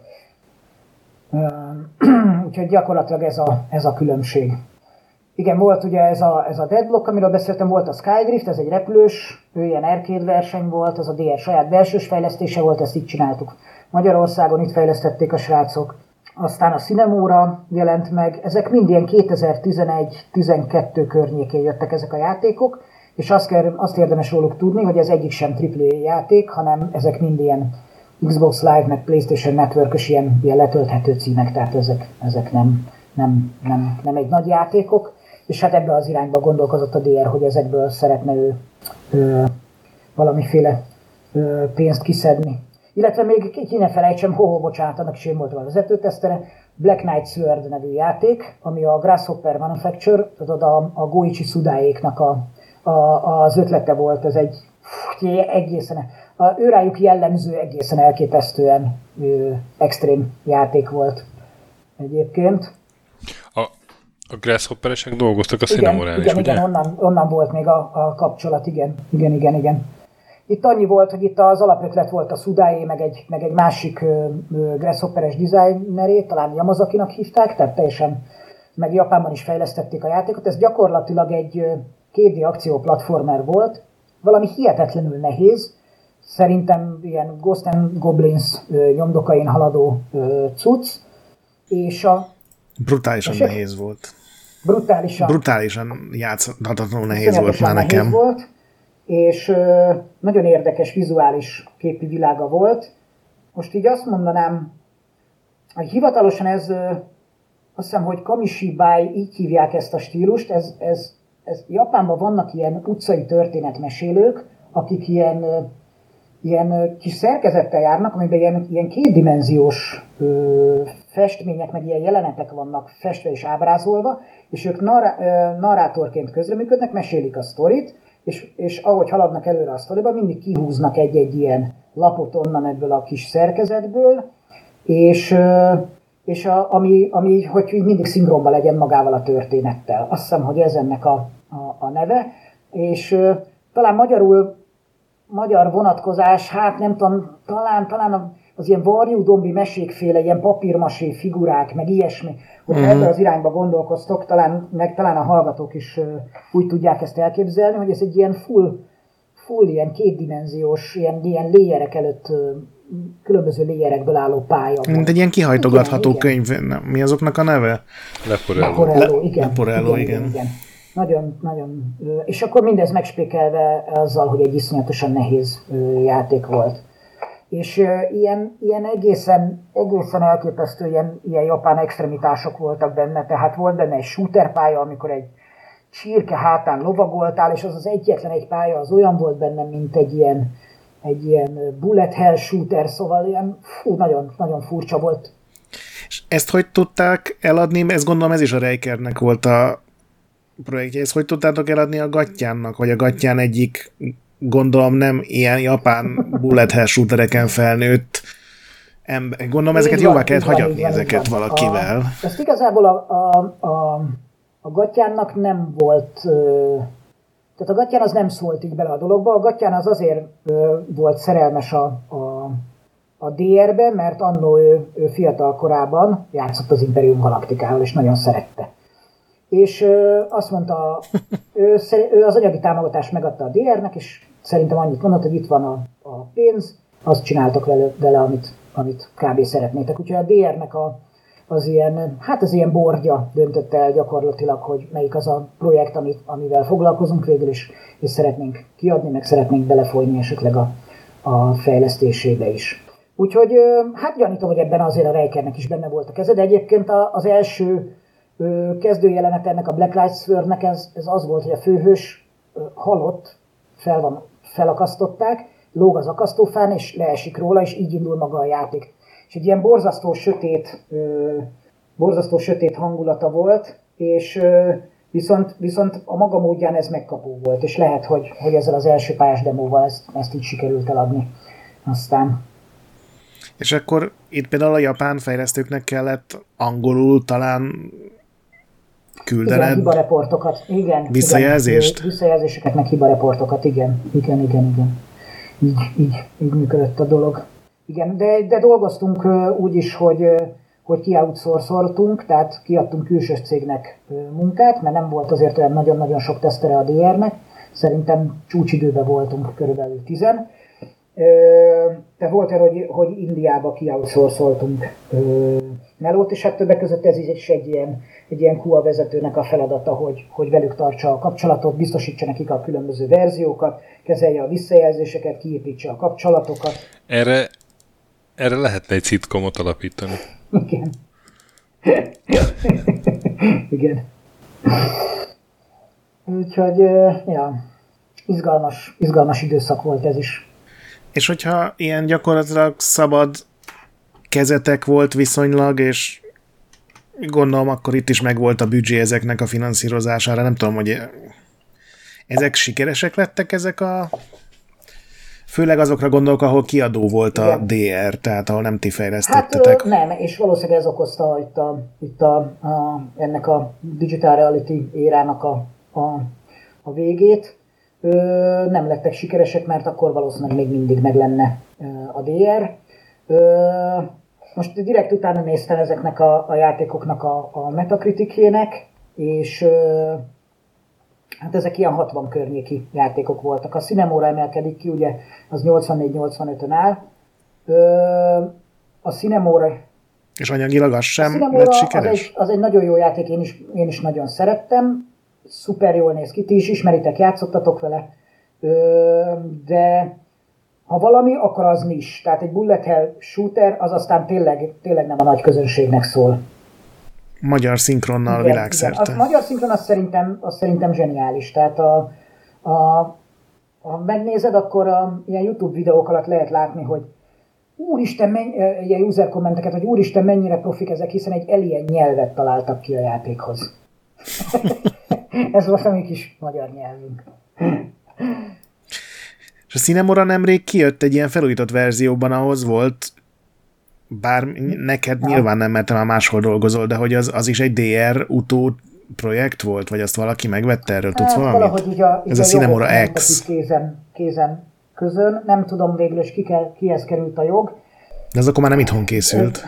Úgyhogy gyakorlatilag ez a különbség. Igen, volt ugye ez a Deadlock, amiről beszéltem, volt a Skydrift, ez egy repülős, ilyen arcade verseny volt, az a DR saját belsős fejlesztése volt, ezt így csináltuk Magyarországon, itt fejlesztették a srácok. Aztán a Cinemóra jelent meg, ezek mind ilyen 2011-12 környékén jöttek ezek a játékok, és azt érdemes róluk tudni, hogy ez egyik sem AAA játék, hanem ezek mind ilyen Xbox Live, meg PlayStation Network-ös ilyen letölthető címek, tehát ezek nem egy nagy játékok, és hát ebbe az irányba gondolkozott a DR, hogy ezekből szeretne ő valamiféle pénzt kiszedni. Illetve még ki ne felejtsem, bocsánat, annak is én voltam a vezetőtesztere, Black Knight Sword nevű játék, ami a Grasshopper Manufacture, tudod, a Goichi Sudáéknak az ötlete volt, ez egy egészen, őrájuk jellemző, egészen elképesztően extrém játék volt egyébként. A Grasshopperesek dolgoztak a Cinemorán is, ugye? Igen, onnan volt még a kapcsolat, igen. Itt annyi volt, hogy itt az alapötlet volt a Sudáé, meg egy másik Grasshopperes designeré, talán Yamazakinak hívták, tehát teljesen, meg Japánban is fejlesztették a játékot. Ez gyakorlatilag egy 2D akció platformer volt, valami hihetetlenül nehéz, szerintem ilyen Ghost and Goblins nyomdokain haladó cucc, és brutálisan nehéz volt. Brutálisan játszhatatlanul nehéz volt már nekem. Volt, és nagyon érdekes vizuális képi világa volt. Most így azt mondanám, hogy hivatalosan ez azt hiszem, hogy Kamishibai, így hívják ezt a stílust, ez Japánban vannak ilyen utcai történetmesélők, akik ilyen kis szerkezettel járnak, amiben ilyen kétdimenziós festmények, meg ilyen jelenetek vannak festve és ábrázolva, és ők narrátorként közreműködnek, mesélik a sztorit, és ahogy haladnak előre a sztoriba, mindig kihúznak egy-egy ilyen lapot onnan ebből a kis szerkezetből, és ami hogy mindig szinkronban legyen magával a történettel. Azt hiszem, hogy ez ennek a neve, és talán magyarul magyar vonatkozás, hát nem tudom, talán az ilyen varjú-dombi mesékféle, ilyen papírmasé figurák, meg ilyesmi, hogy ebben az irányba gondolkoztok, talán a hallgatók is úgy tudják ezt elképzelni, hogy ez egy ilyen full ilyen kétdimenziós, ilyen léjerek előtt, különböző léjerekből álló pálya. Mint egy ilyen kihajtogatható könyv. Mi azoknak a neve? Leporello, igen. Nagyon. És akkor mindez megspékelve azzal, hogy egy iszonyatosan nehéz játék volt. És ilyen egészen elképesztő ilyen japán extremitások voltak benne, tehát volt benne egy shooter pálya, amikor egy csirke hátán lovagoltál, és az egyetlen egy pálya az olyan volt benne, mint egy ilyen bullet hell shooter, szóval ilyen nagyon, nagyon furcsa volt. És ezt hogy tudták eladni? Ezt gondolom ez is a Reikernek volt a projektje. Ezt hogy tudtátok eladni a Gattyánnak? Vagy a Gattyán egyik, gondolom nem ilyen japán bullet hell shootereken felnőtt ember. Gondolom ezeket jóvá kellett hagyatni ezeket valakivel. Ezt igazából a Gattyánnak nem volt... Tehát a Gattyán az nem szólt így bele a dologba. A Gattyán az azért volt szerelmes a DR-be, mert annó ő fiatal korában játszott az Imperium Galaktikával, és nagyon szerette. És azt mondta, ő az anyagi támogatást megadta a DR-nek, és szerintem annyit mondott, hogy itt van a pénz, azt csináltok vele amit kb. Szeretnétek. Úgyhogy a DR-nek az ilyen bordja döntött el gyakorlatilag, hogy melyik az a projekt, amivel foglalkozunk végül is, és szeretnénk kiadni, meg szeretnénk belefolyni esetleg a fejlesztésébe is. Úgyhogy hát gyanítom, hogy ebben azért a Reikernek is benne volt a keze, de egyébként az első kezdőjelenet ennek a Black Light Swordnek ez az volt, hogy a főhős halott, felakasztották, lóg az akasztófán, és leesik róla, és így indul maga a játék. És egy ilyen borzasztó sötét hangulata volt, és viszont a maga módján ez megkapó volt, és lehet, hogy ezzel az első pályás demóval ezt így sikerült eladni. Aztán... És akkor itt például a japán fejlesztőknek kellett angolul talán küldened? Igen, hibareportokat, igen. Visszajelzést? Visszajelzéseket, meg hibareportokat, igen. Így működött a dolog. Igen, de dolgoztunk úgy is, hogy ki-outsourcoltunk, tehát kiadtunk külsős cégnek munkát, mert nem volt azért olyan nagyon-nagyon sok tesztere a DR-nek. Szerintem csúcsidőben voltunk körülbelül 10. De volt erre, hogy Indiába ki-outsourcoltunk melót, és hát többek között ez is egy ilyen QA vezetőnek a feladata, hogy velük tartsa a kapcsolatot, biztosítsa nekik a különböző verziókat, kezelje a visszajelzéseket, kiépítse a kapcsolatokat. Erre lehetne egy szitkomot alapítani. Igen. Igen. Úgyhogy, izgalmas időszak volt ez is. És hogyha ilyen gyakorlatilag szabad kezetek volt viszonylag, és gondolom akkor itt is megvolt a büdzsé ezeknek a finanszírozására, nem tudom, hogy ezek sikeresek lettek ezek főleg azokra gondolok, ahol kiadó volt a DR, tehát ahol nem ti fejlesztettetek. Hát nem, és valószínűleg ez okozta itt ennek a digital reality érának a végét. Nem lettek sikeresek, mert akkor valószínűleg még mindig meg lenne a DR. Most direkt utána néztem ezeknek a játékoknak a Metacriticjének, és hát ezek ilyen 60 környéki játékok voltak. A Cinemora emelkedik ki, ugye az 84-85-ön áll. A Cinemora... És anyagilag az sem lett sikeres? Az egy nagyon jó játék, én is nagyon szerettem. Szuper jól néz ki, ti is ismeritek, játszottatok vele. De ha valami, akkor az nis. Tehát egy bullet hell shooter, az aztán tényleg nem a nagy közönségnek szól. Magyar szinkronnal világszerte. Igen. A magyar szinkron az szerintem zseniális. Tehát ha megnézed, akkor ilyen YouTube videók alatt lehet látni, hogy úristen, ilyen user kommenteket, hogy úristen, mennyire profik ezek, hiszen egy alien nyelvet találtak ki a játékhoz. Ez most a mi kis magyar nyelvünk. És a Cinemora nemrég kijött egy ilyen felújított verzióban, ahhoz volt, bár neked nyilván nem, mert te már máshol dolgozol, de hogy az is egy DR utó projekt volt, vagy azt valaki megvette, erről tudsz valamit? Valahogy így ez a Cinemora X. Kézen közön, nem tudom végül is kihez került a jog. De az akkor már nem itthon készült.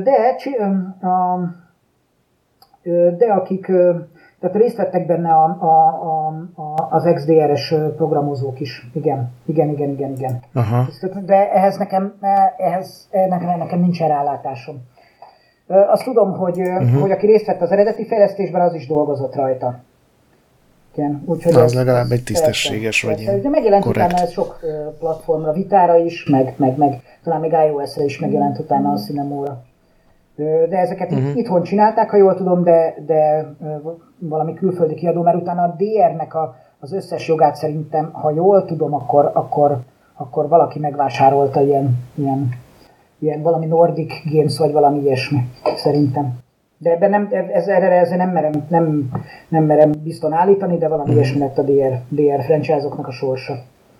De akik, tehát részt vettek benne az XDR-es programozók is. Igen. Aha. De ehhez nekem nincsen rálátásom. Azt tudom, hogy aki részt vett az eredeti fejlesztésben, az is dolgozott rajta. Igen, úgyhogy az legalább egy tisztességes vagy ilyen. De megjelent utána ez sok platformra, Vitára is, meg talán még iOS-re is megjelent utána a Cinemóra. De ezeket itthon csinálták, ha jól tudom, de valami külföldi kiadó, mert utána a DR-nek az összes jogát szerintem, ha jól tudom, akkor valaki megvásárolta ilyen valami Nordic Games, vagy valami ilyesmi, szerintem. De ebben ezzel nem merem bizton állítani, de valami ilyesmi lett a DR franchise-oknak a sorsa.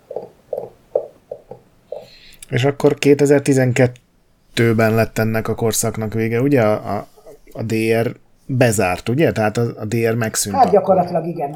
És akkor 2012-ben lett ennek a korszaknak vége, ugye? A DR bezárt, ugye? Tehát a DR megszűnt. Hát gyakorlatilag igen.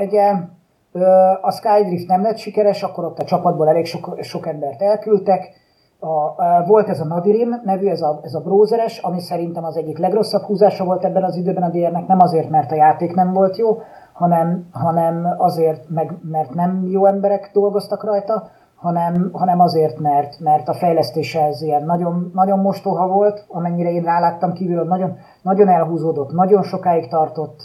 A Skydrift nem lett sikeres, akkor ott a csapatból elég sok embert elküldtek. Volt ez a Nadirim nevű, ez a browseres, ami szerintem az egyik legrosszabb húzása volt ebben az időben a DR-nek, nem azért, mert a játék nem volt jó, hanem azért, mert nem jó emberek dolgoztak rajta, hanem azért, mert a fejlesztése ez ilyen nagyon, nagyon mostoha volt, amennyire én ráláttam kívül, nagyon, nagyon elhúzódott, nagyon sokáig tartott.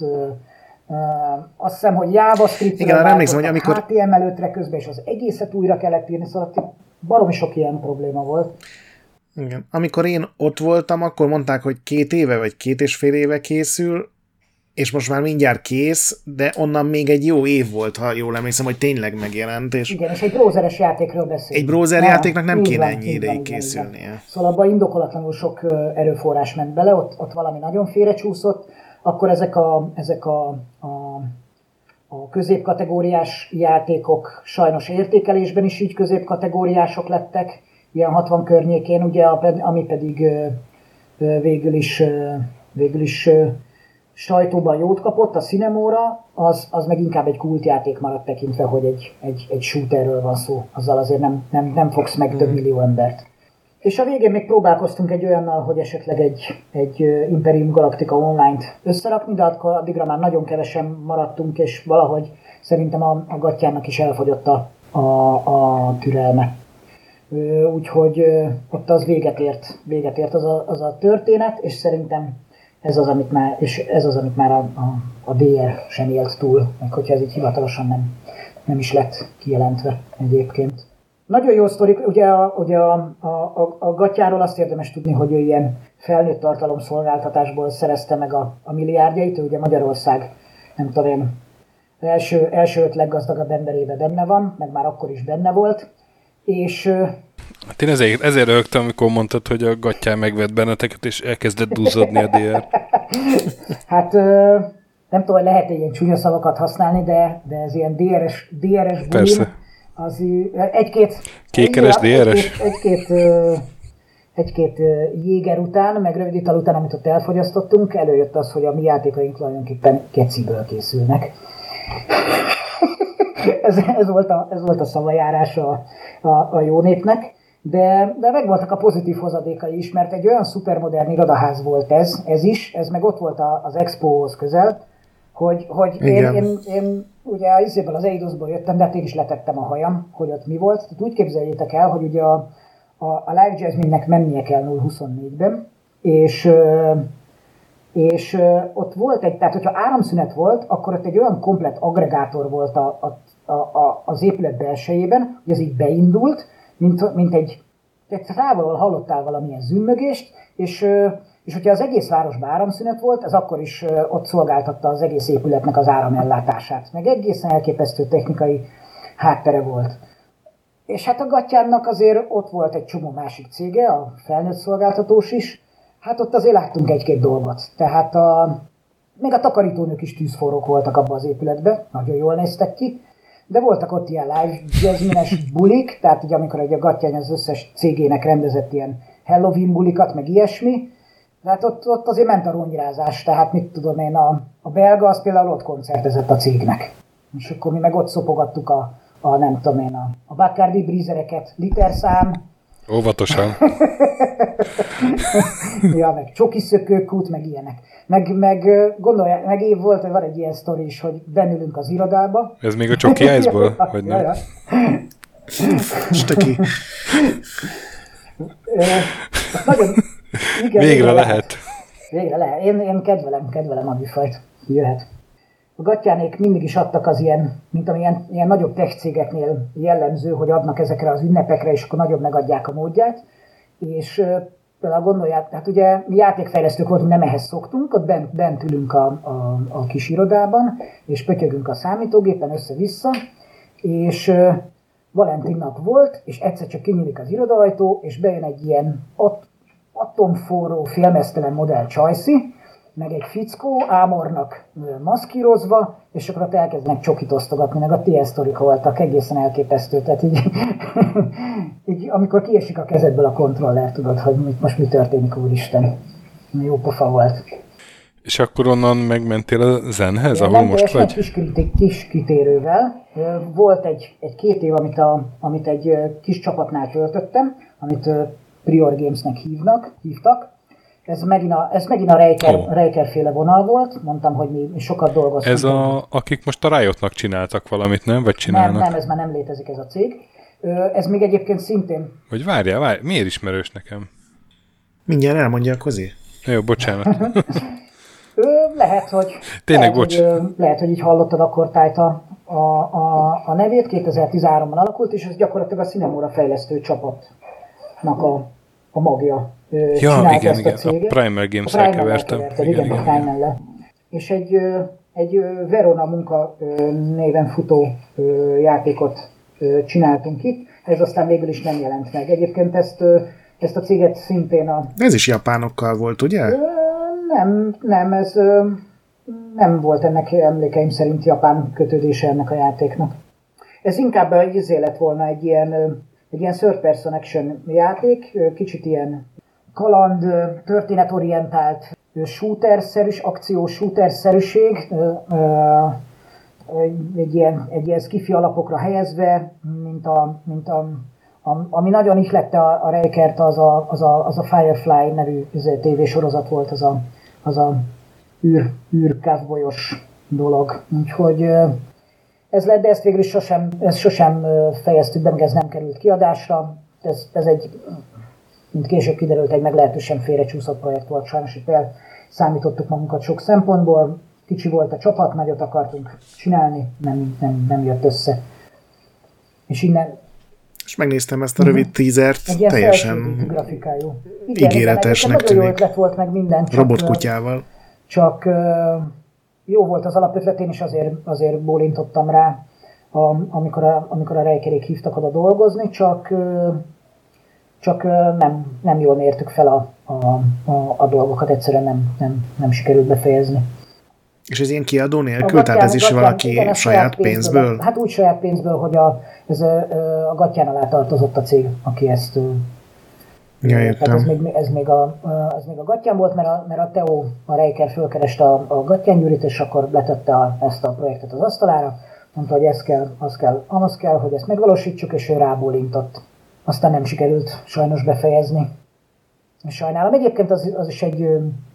Azt hiszem, hogy JavaScript-re váltottak, HTML5-re közben, és az egészet újra kellett írni, szóval baromi sok ilyen probléma volt. Igen. Amikor én ott voltam, akkor mondták, hogy 2 éve vagy 2,5 éve készül, és most már mindjárt kész, de onnan még egy jó év volt, ha jól emlékszem, hogy tényleg megjelent. És igen, és egy browseres játékról beszélünk. Egy browser játéknak nem kéne ennyi ideig készülnie. Szóval abban indokolatlanul sok erőforrás ment bele, ott valami nagyon félrecsúszott, akkor ezek a középkategóriás játékok sajnos értékelésben is így középkategóriások lettek, ilyen 60 környékén, ugye, ami pedig végül is sajtóban jót kapott, a Cinemóra, az meg inkább egy kultjáték maradt tekintve, hogy egy shooterről van szó, azzal azért nem fogsz meg több millió embert. És a végén még próbálkoztunk egy olyannal, hogy esetleg egy Imperium Galactica online-t összerakni, de akkor addigra már nagyon kevesen maradtunk, és valahogy szerintem a gatyának is elfogyott a türelme. Úgyhogy ott az véget ért az a történet, és szerintem ez az, amit már a DR sem élt túl, meg hogyha ez így hivatalosan nem is lett kijelentve egyébként. Nagyon jó sztorik, ugye a gatyáról azt érdemes tudni, hogy ő ilyen felnőtt tartalomszolgáltatásból szerezte meg a milliárdjait, ő ugye Magyarország, nem tudom én, első 5 leggazdagabb emberében benne van, meg már akkor is benne volt, és... Hát én ezért rögtem, amikor mondtad, hogy a gatyán megvett benneteket, és elkezdett duzzadni a DR. Hát nem tudom, hogy lehet ilyen csúnya szavakat használni, de ez ilyen DRS bulim. Persze. Az egy-két kékeres DRS? Egy-két jéger után, meg rövid ital után, amit ott elfogyasztottunk, előjött az, hogy a mi játékaink tulajdonképpen keciből készülnek. ez volt a szavajárása a jó népnek, de megvoltak a pozitív hozadékai is, mert egy olyan szupermodern irodaház volt ez meg ott volt az Expohoz közel, hogy én ugye az Eidosból jöttem, de hát én is letettem a hajam, hogy ott mi volt. Tehát úgy képzeljétek el, hogy ugye a Live Jasmine-nek mennie kell 0-24-ben, és ott volt tehát hogyha áramszünet volt, akkor ott egy olyan komplett aggregátor volt az épület belsejében, hogy ez így beindult, mint egy távolról hallottál valamilyen zümmögést, és hogyha az egész városban áramszünet volt, ez akkor is ott szolgáltatta az egész épületnek az áramellátását. Meg egészen elképesztő technikai háttere volt. És hát a gatyánnak azért ott volt egy csomó másik cége, a felnőtt szolgáltatós is. Hát ott azért láttunk egy-két dolgot. Tehát még a takarítónők is tűzforrók voltak abban az épületben, nagyon jól néztek ki. De voltak ott ilyen live jazzmines bulik, tehát így amikor a gatyány az összes cégének rendezett ilyen Halloween bulikat, meg ilyesmi. Tehát ott azért ment a ronyrázás, tehát mit tudom én, a belga az például ott koncertezett a cégnek. És akkor mi meg ott szopogattuk nem tudom én, a Bacardi brízereket literszám. Óvatosan. Ja, meg csokiszökőkút, meg ilyenek. Meg gondolják, meg én volt, hogy van egy ilyen sztori is, hogy bennülünk az irodába. Ez még a csoki ice-ból, vagy nem? Ja. Stöki. Nagyon, igen, végre lehet. Végre lehet. Én kedvelem a műfajt. Jöhet. A gatyánék mindig is adtak az ilyen, mint amilyen ilyen nagyobb tech cégeknél jellemző, hogy adnak ezekre az ünnepekre, és akkor nagyobb megadják a módját. És például gondolják, hát ugye mi játékfejlesztők voltunk, nem ehhez szoktunk, ott bent ülünk a kis irodában, és pötyögünk a számítógépen össze-vissza, és Valentin nap volt, és egyszer csak kinyílik az irodaajtó, és bejön egy ilyen atomforró, félmeztelen modell csajszi, meg egy fickó ámornak maszkírozva, és akkor ott elkezdenek csokit osztogatni, meg a TS sztorik voltak, egészen elképesztő. Tehát így amikor kiesik a kezedből a kontroller, tudod, hogy most mi történik, úristen. Jó pofa volt. És akkor onnan megmentél a zenhez, ahol most vagy? Kis kitérővel. Volt egy 2 év, amit egy kis csapatnál töltöttem, amit Prior Gamesnek hívtak. Ez megint a Reiker féle vonal volt. Mondtam, hogy mi sokat dolgoztunk. Ez akik most a Riotnak csináltak valamit, nem? Vagy csinálnak? Nem, ez már nem létezik ez a cég. Ez még egyébként szintén... Vagy várjál, miért ismerős nekem? Mindjárt elmondja a Kozi. Jó, bocsánat. Lehet, hogy... Tényleg, bocs. Lehet, hogy így hallottad akkor Tájta a nevét. 2013-ban alakult, és ez gyakorlatilag a Cinemora fejlesztő csapatnak a magja. Ja, igen, a Primal Games-re kevertem. Igen, a Primal-le. És egy Verona munka néven futó játékot csináltunk itt, ez aztán végül is nem jelent meg. Egyébként ezt a céget szintén Ez is japánokkal volt, ugye? Nem, ez nem volt ennek emlékeim szerint japán kötődése ennek a játéknak. Ez inkább lett volna egy ilyen third person action játék, kicsit ilyen kaland, történetorientált shooter-szerűs, akció-shooter-szerűség, egy ilyen skifi alapokra helyezve, mint ami nagyon ihlette a Reikert, az a Firefly nevű tévésorozat volt, az a űr-cowboyos dolog. Úgyhogy ez lett, de ezt végül is sosem fejeztük be, meg ez nem került kiadásra. Ez egy, mint később kiderült, egy meglehetősen félrecsúszott projekt volt, sajnos itt elszámítottuk magunkat sok szempontból. Kicsi volt a csapat, nagyot akartunk csinálni, nem jött össze. És innen... És megnéztem ezt a rövid teasert, teljesen ígéretesnek tűnik. Nagyon jó ötlet volt meg minden. Robotkutyával. Csak jó volt az alapötlet, én is azért bólintottam rá, amikor a Reikerék hívtak oda dolgozni, csak nem jól mértük fel a dolgokat, egyszerűen nem sikerült befejezni. És ez ilyen kiadó nélkül? Tehát ez is valaki saját pénzből? Hát úgy saját pénzből, hogy ez a Gattyán alá tartozott a cég, aki ezt... Ja, értem. Tehát ez még a Gattyán volt, mert a Theo, a Reiker fölkereste a Gattyán Gyurit, és akkor letette ezt a projektet az asztalára. Mondta, hogy ez kell, az kell, hogy ezt megvalósítsuk, és ő rábólintott. Aztán nem sikerült sajnos befejezni. Sajnálom. Egyébként az is egy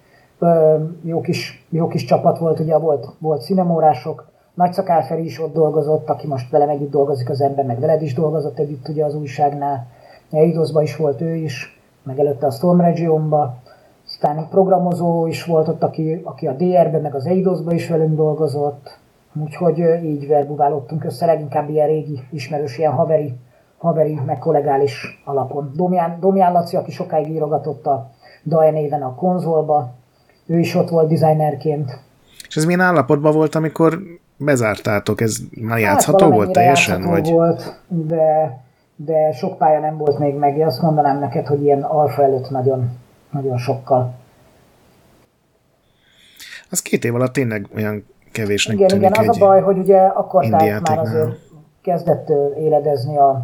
jó kis csapat volt, ugye volt cinemórások, Nagyszakál Feri is ott dolgozott, aki most velem együtt dolgozik az ember, meg veled is dolgozott együtt ugye az újságnál. Eidosban is volt ő is, meg előtte a Storm Regionban. Aztán egy programozó is volt ott, aki a DR-ben, meg az Eidosban is velünk dolgozott. Úgyhogy így verbuválódtunk össze, leginkább ilyen régi ismerős, ilyen haveri, meg kollegális alapon. Domján Laci, aki sokáig írogatott a DAE néven a konzolba, ő is ott volt designerként. És ez milyen állapotban volt, amikor bezártátok? Ez már játszható volt teljesen? Vagy? Volt, de sok pálya nem volt még meg. Azt mondanám neked, hogy ilyen alfa előtt nagyon, nagyon sokkal. Az 2 év alatt tényleg olyan kevésnek tűnik. Igen, az a baj, hogy ugye akkor már azért kezdett éledezni a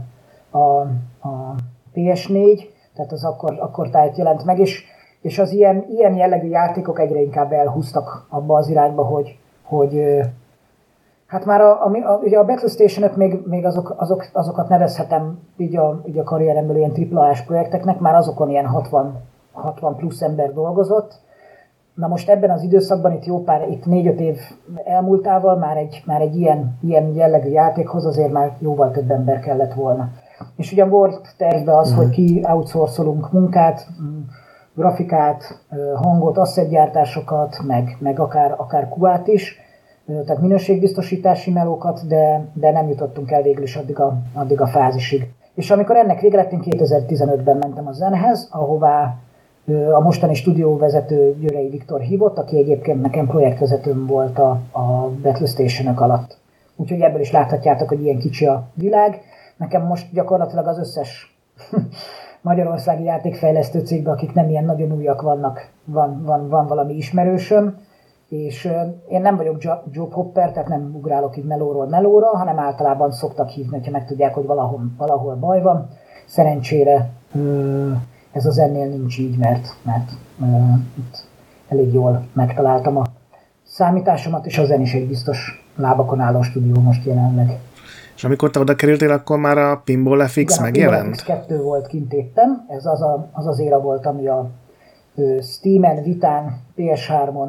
PS4, tehát az akkor tájt jelent meg, és az ilyen jellegű játékok egyre inkább elhúztak abba az irányba, hogy Hát már ugye a Battle Station-ök még azokat nevezhetem így a karrieremből ilyen AAA-s projekteknek, már azokon ilyen 60 plusz ember dolgozott. Na most ebben az időszakban itt 4-5 év elmúltával már egy ilyen jellegű játékhoz azért már jóval több ember kellett volna. És ugye volt tervbe az, hogy ki outsourcolunk munkát, grafikát, hangot, assetgyártásokat, meg akár QA-t is, tehát minőségbiztosítási melókat, de nem jutottunk el végül is addig a fázisig. És amikor ennek vége lett, én 2015-ben mentem a Zenhez, ahová a mostani stúdióvezető Györei Viktor hívott, aki egyébként nekem projektvezetőm volt a Battle Station-ök alatt. Úgyhogy ebből is láthatjátok, hogy ilyen kicsi a világ. Nekem most gyakorlatilag az összes magyarországi játékfejlesztő cégben, akik nem ilyen nagyon újak vannak, van valami ismerősöm, és én nem vagyok jobhopper, tehát nem ugrálok így melóról melóra, hanem általában szoktak hívni, hogyha megtudják, hogy valahol baj van. Szerencsére ez az ennél nincs így, mert itt elég jól megtaláltam a számításomat, és a Zen is egy biztos lábakon álló stúdió most jelenleg. És amikor te oda kerültél, akkor már a Pinball FX megjelent? A Pinball FX 2 volt kint éppen, ez az éra volt, ami a Steamen, Vitán, PS3-on,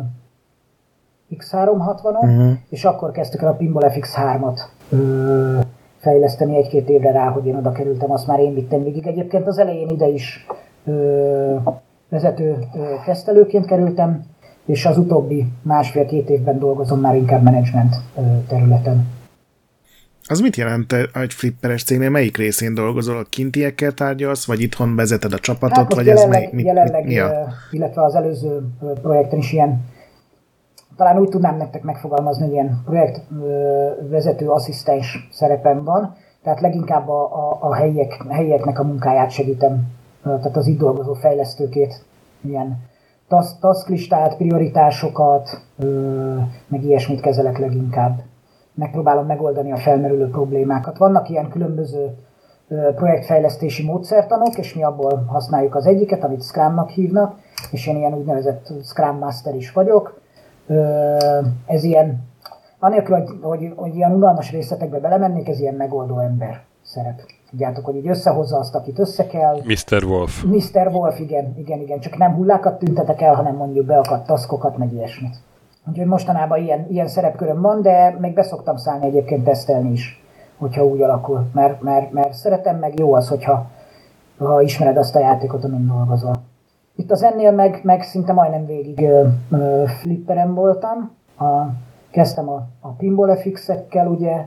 X360-on, és akkor kezdtük el a Pinball FX 3-at fejleszteni 1-2 évre rá, hogy én oda kerültem, azt már én vittem végig. Egyébként az elején ide is vezető tesztelőként kerültem, és az utóbbi 1,5-2 évben dolgozom már inkább menedzsment területen. Az mit jelent, egy flipperes cégnél melyik részén dolgozol? A kintiekkel tárgyalsz, vagy itthon vezeted a csapatot? Hát vagy jelenleg illetve az előző projekten is ilyen, talán úgy tudnám nektek megfogalmazni, hogy ilyen projektvezető asszisztens szerepem van, tehát leginkább a helyieknek a munkáját segítem, tehát az itt dolgozó fejlesztőkét, ilyen tasklistát, prioritásokat, meg ilyesmit kezelek leginkább. Megpróbálom megoldani a felmerülő problémákat. Vannak ilyen különböző projektfejlesztési módszertanok, és mi abból használjuk az egyiket, amit Scrumnak hívnak, és én ilyen úgynevezett Scrum Master is vagyok. Ez ilyen, anélkül, hogy ilyen unalmas részletekbe belemennék, ez ilyen megoldó ember szerep. Tudjátok, hogy így összehozza azt, akit össze kell. Mr. Wolf. Mr. Wolf, igen. Csak nem hullákat tüntetek el, hanem mondjuk beakadt taskokat, meg ilyesmit. Úgyhogy mostanában ilyen szerepköröm van, de még beszoktam szállni egyébként tesztelni is, hogyha úgy alakul. Mert szeretem, meg jó az, hogyha ismered azt a játékot, amin dolgozol. Itt az ennél meg szinte majdnem végig flipperem voltam. Kezdtem a Pinball FX-ekkel, ugye,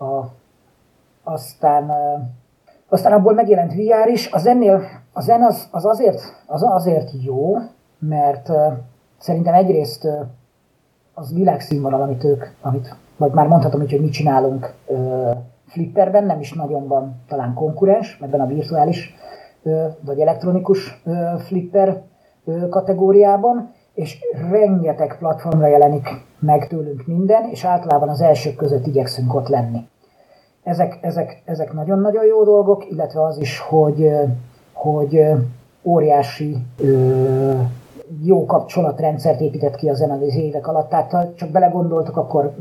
aztán abból megjelent VR is. A Zen az azért jó, mert szerintem egyrészt az világszínvonal, amit vagy már mondhatom így, hogy mit csinálunk flipperben, nem is nagyon van talán konkurens ebben a virtuális vagy elektronikus flipper kategóriában, és rengeteg platformra jelenik meg tőlünk minden, és általában az elsők között igyekszünk ott lenni. Ezek nagyon-nagyon jó dolgok, illetve az is, hogy óriási jó kapcsolatrendszert épített ki a Zen az évek alatt. Tehát ha csak belegondoltok, akkor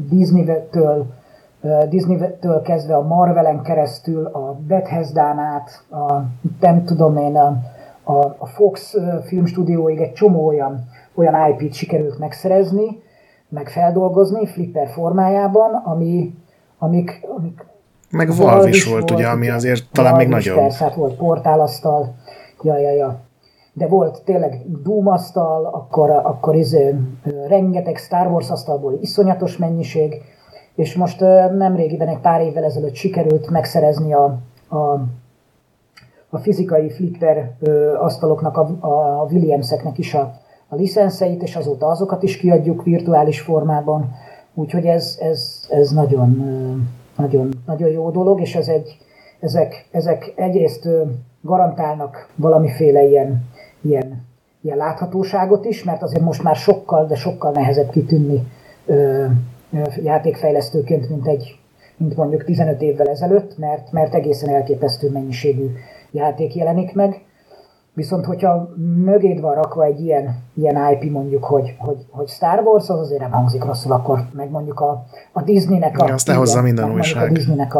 Disney-től kezdve a Marvelen keresztül, a Bethesdán át, nem tudom én, a Fox filmstúdióig egy csomó olyan IP-t sikerült megszerezni, meg feldolgozni flipper formájában, amik meg Valve is volt, ugye, ami azért talán még nagyobb. Persze, hát volt portálasztal, ja. De volt tényleg Doom asztal, akkor rengeteg Star Wars asztalból iszonyatos mennyiség, és most nemrégiben, egy pár évvel ezelőtt sikerült megszerezni a fizikai flipper asztaloknak, a Williamseknek is a licenszeit, és azóta azokat is kiadjuk virtuális formában, úgyhogy ez nagyon jó dolog, és ezek egyrészt garantálnak valamiféle ilyen láthatóságot is, mert azért most már sokkal nehezebb kitűnni játékfejlesztőként, mint mondjuk 15 évvel ezelőtt, mert egészen elképesztő mennyiségű játék jelenik meg. Viszont, hogyha mögéd van rakva egy ilyen IP, mondjuk, hogy Star Wars, az azért nem hangzik rosszul, akkor meg mondjuk a Disneynek azt lehozza minden újság. A Disneynek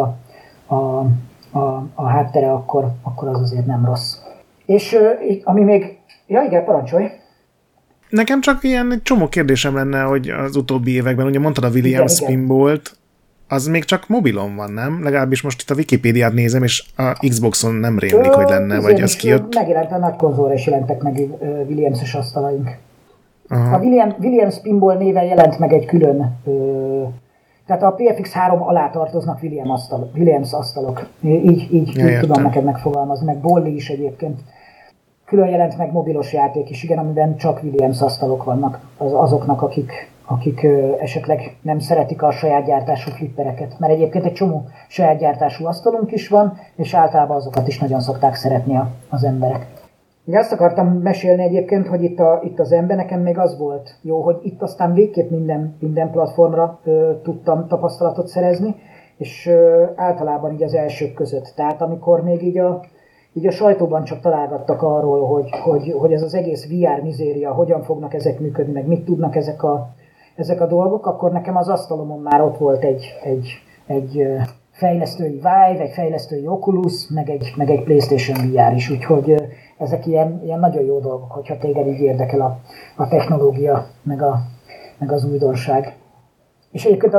a háttere, akkor az azért nem rossz. És ami még... Ja, igen, parancsolj! Nekem csak ilyen egy csomó kérdésem lenne, hogy az utóbbi években, ugye mondtad a Williams Pinballt, az még csak mobilon van, nem? Legalábbis most itt a Wikipédiát nézem, és a Xboxon nem rémlik, hogy lenne, vagy az kijött. Megjelent a nagy konzolra is jelentek meg Williams-es asztalaink. Aha. A Williams Pinball néven jelent meg egy külön... tehát a PFX3 alá tartoznak Williams asztalok. Így tudom neked megfogalmazni, meg Bolli is egyébként. Külön jelent meg mobilos játék is, igen, amiben csak Williams asztalok vannak azoknak, akik esetleg nem szeretik a saját gyártású flippereket. Mert egyébként egy csomó saját gyártású asztalunk is van, és általában azokat is nagyon szokták szeretni az emberek. Én azt akartam mesélni egyébként, hogy itt az ember nekem még az volt jó, hogy itt aztán végképp minden platformra tudtam tapasztalatot szerezni, és általában így az elsők között. Tehát amikor még így a sajtóban csak találgattak arról, hogy ez az egész VR mizéria, hogyan fognak ezek működni, meg mit tudnak ezek a dolgok, akkor nekem az asztalomon már ott volt egy fejlesztői Vive, egy fejlesztői Oculus, meg egy PlayStation VR is, úgyhogy ezek ilyen nagyon jó dolgok, hogyha téged így érdekel a technológia, meg az újdonság. És egyébként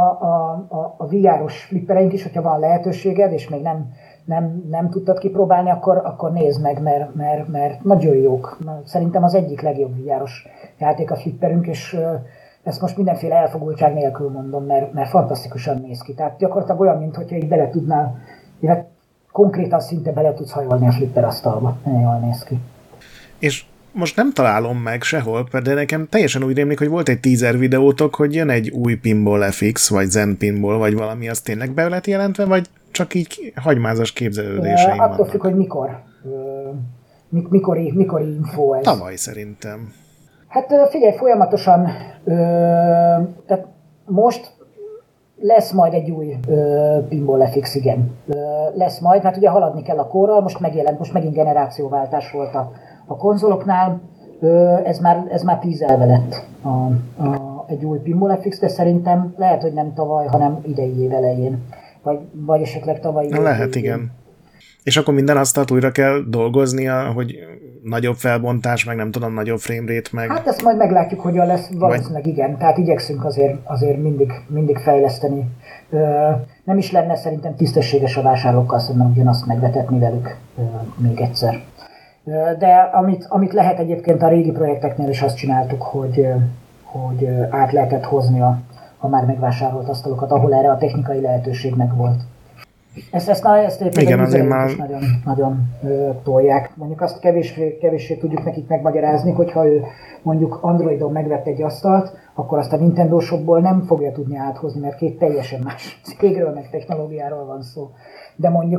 a VR-os flippereink is, hogyha van lehetőséged, és még nem tudtad kipróbálni, akkor nézd meg, mert nagyon jók. Szerintem az egyik legjobb VR-os játék a flipperünk, és ezt most mindenféle elfogultság nélkül mondom, mert fantasztikusan néz ki. Tehát gyakorlatilag olyan, mintha így bele tudnál, illetve konkrétan szinte bele tudsz hajolni a flipper asztalba. Nagyon jól néz ki. És most nem találom meg sehol, de nekem teljesen úgy rémlik, hogy volt egy teaser videótok, hogy jön egy új Pinball FX, vagy Zen Pinball, vagy valami, az tényleg be lett jelentve, vagy csak így hagymázas képzelődéseim vannak? Attól függ, hogy mikor. Mikori info ez. Tavaly szerintem. Hát figyelj, folyamatosan, tehát most lesz majd egy új Pinball FX, igen. Lesz majd, mert ugye haladni kell a korral, most megint generációváltás volt a konzoloknál, ez már tízelve lett egy új Pinball FX, de szerintem lehet, hogy nem tavaly, hanem idei év elején, vagy esetleg tavalyi év. Lehet, igen. És akkor minden asztalt újra kell dolgoznia, hogy nagyobb felbontás, meg nem tudom, nagyobb framerate, meg... Hát ezt majd meglátjuk, hogyan lesz, valószínűleg igen. Tehát igyekszünk azért mindig fejleszteni. Nem is lenne szerintem tisztességes a vásárlókkal szemben ugyanazt megvetetni velük még egyszer. De amit lehet egyébként a régi projekteknél is azt csináltuk, hogy át lehetett hozni a már megvásárolt asztalokat, ahol erre a technikai lehetőség megvolt. Ezt igen, azért már... is nagyon tolják. Mondjuk azt kevéssé tudjuk nekik megmagyarázni, hogyha ő mondjuk Androidon megvett egy asztalt, akkor azt a Nintendo Shopból nem fogja tudni áthozni, mert két teljesen más cégről, meg technológiáról van szó. De mondjuk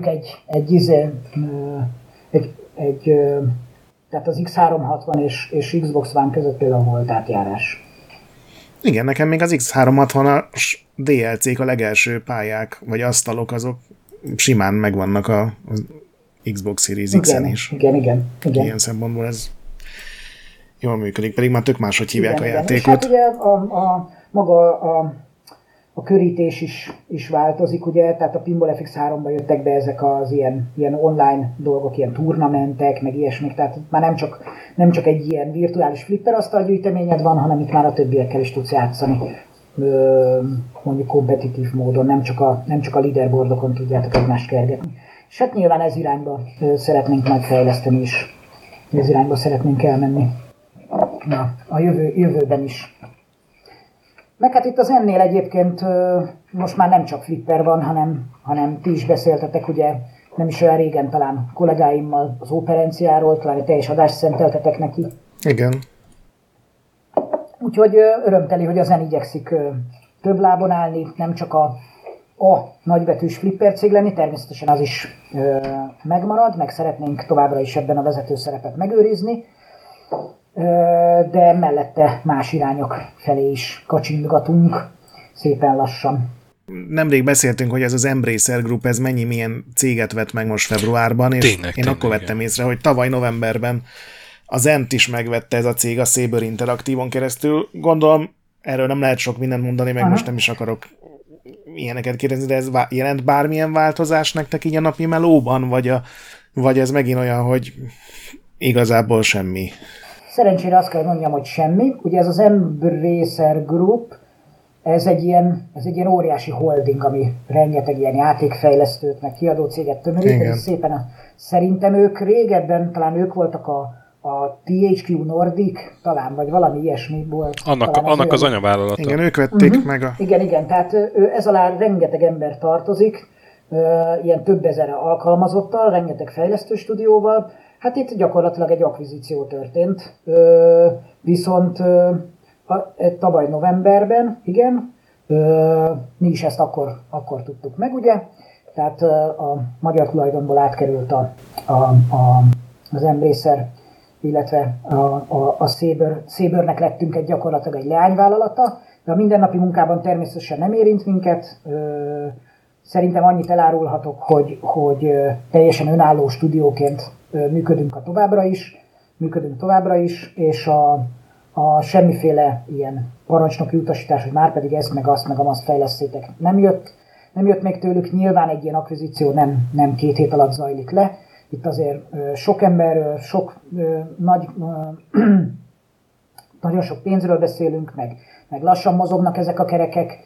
tehát az X360 és Xbox One között például volt átjárás. Igen, nekem még az X360-as DLC-k, a legelső pályák, vagy asztalok, azok simán megvannak a Xbox Series X-en is. Igen. Ilyen szempontból ez jól működik, pedig már tök máshogy hívják a játékot. És hát ugye maga a körítés is változik, ugye, tehát a Pinball FX3-ba jöttek be ezek az ilyen online dolgok, ilyen turnamentek, meg ilyesmik, tehát már nem csak egy ilyen virtuális flipper asztalgyűjteményed van, hanem itt már a többiekkel is tudsz játszani, mondjuk kompetitív módon, nem csak a leaderboardokon tudjátok egymást kergetni. És hát nyilván ez irányba szeretnénk majd fejleszteni is, ez irányba szeretnénk elmenni a jövőben is. Meg hát itt az ennél egyébként most már nem csak flipper van, hanem ti is beszéltetek, ugye nem is olyan régen talán kollégáimmal az operenciáról, talán egy teljes adást szenteltetek neki. Igen. Úgyhogy örömteli, hogy a Zen igyekszik több lábon állni, nem csak a nagybetűs flipper cég lenni, természetesen az is megmarad, meg szeretnénk továbbra is ebben a vezető szerepet megőrizni, de mellette más irányok felé is kacsingatunk szépen lassan. Nemrég beszéltünk, hogy ez az Embracer Group, ez milyen céget vett meg most februárban, és tényleg, akkor vettem észre, hogy tavaly novemberben az Ent is megvette ez a cég a Saber Interactive-on keresztül. Gondolom, erről nem lehet sok mindent mondani, meg most nem is akarok ilyeneket kérdezni, de ez jelent bármilyen változás nektek így a napi melóban, vagy ez megint olyan, hogy igazából semmi? Szerencsére azt kell mondjam, hogy semmi. Ugye ez az Embracer Group, ez egy ilyen óriási holding, ami rengeteg ilyen játékfejlesztőt, meg kiadó céget tömörít, és szépen szerintem ők régebben, talán ők voltak a THQ Nordic, talán, vagy valami ilyesmi volt. Annak az anyavállalata. Igen, ők vették meg a... Igen, tehát ez alá rengeteg ember tartozik, ilyen több ezer alkalmazottal, rengeteg fejlesztő stúdióval. Hát itt gyakorlatilag egy akvizíció történt, viszont tavaly novemberben, igen, mi is ezt akkor tudtuk meg, ugye, tehát a magyar tulajdonból átkerült az Embracer, illetve a Sabernek lettünk gyakorlatilag egy leányvállalata, de a mindennapi munkában természetesen nem érint minket. Szerintem annyit elárulhatok, hogy teljesen önálló stúdióként működünk továbbra is, és a semmiféle ilyen parancsnoki utasítás, hogy már pedig ezt, meg azt fejlesztétek, nem jött még tőlük. Nyilván egy ilyen akvizíció nem 2 hét alatt zajlik le. Itt azért sok emberről, nagyon sok pénzről beszélünk, meg lassan mozognak ezek a kerekek,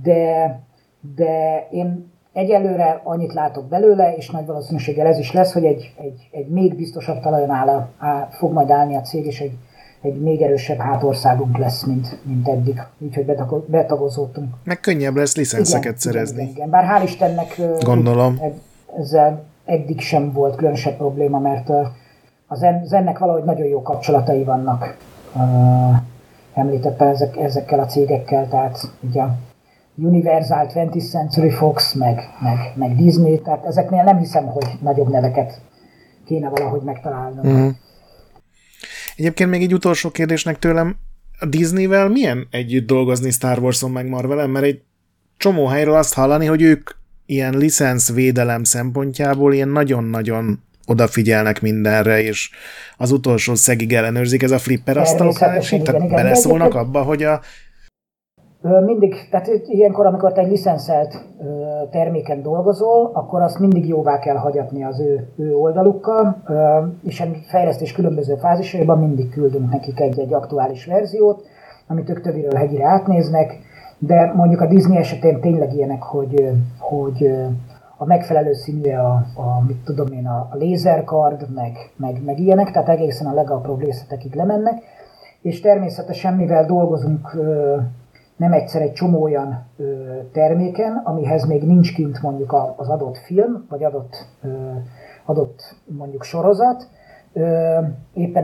de én egyelőre annyit látok belőle, és nagy valószínűséggel ez is lesz, hogy egy még biztosabb talajon fog majd állni a cég, és egy még erősebb hátországunk lesz, mint eddig. Úgyhogy betagozódtunk. Meg könnyebb lesz licenszeket szerezni. Igen. Bár hál' Istennek gondolom. Ezzel eddig sem volt különösebb probléma, mert az ennek valahogy nagyon jó kapcsolatai vannak. Említettem ezekkel a cégekkel, tehát ugye Universal, 20th Century Fox, meg Disney, tehát ezeknél nem hiszem, hogy nagyobb neveket kéne valahogy megtalálnunk. Mm. Egyébként még egy utolsó kérdésnek tőlem, a Disneyvel milyen együtt dolgozni Star Wars-on meg Marvelen, mert egy csomó helyről azt hallani, hogy ők ilyen licenszvédelem szempontjából ilyen nagyon-nagyon odafigyelnek mindenre, és az utolsó szegig ellenőrzik, ez a flipper asztaloknál, és itt beleszólnak abba, hogy mindig, tehát ilyenkor, amikor te egy licenszelt terméken dolgozol, akkor azt mindig jóvá kell hagyatni az ő oldalukkal, és a fejlesztés különböző fázisaiban mindig küldünk nekik egy aktuális verziót, amit ők töviről hegyire átnéznek, de mondjuk a Disney esetén tényleg ilyenek, hogy a megfelelő színűje a lézerkard, meg ilyenek, tehát egészen a legapróbb részletekig lemennek, és természetesen, mivel dolgozunk nem egyszer egy csomó olyan terméken, amihez még nincs kint mondjuk az adott film, vagy adott mondjuk sorozat, éppen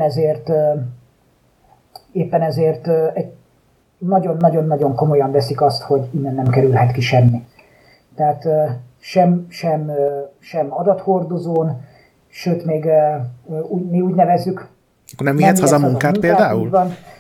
ezért egy nagyon-nagyon komolyan veszik azt, hogy innen nem kerülhet ki semmi. Tehát sem adathordozón, sőt még mi úgy nevezzük. Akkor nem vihetsz haza munkát például?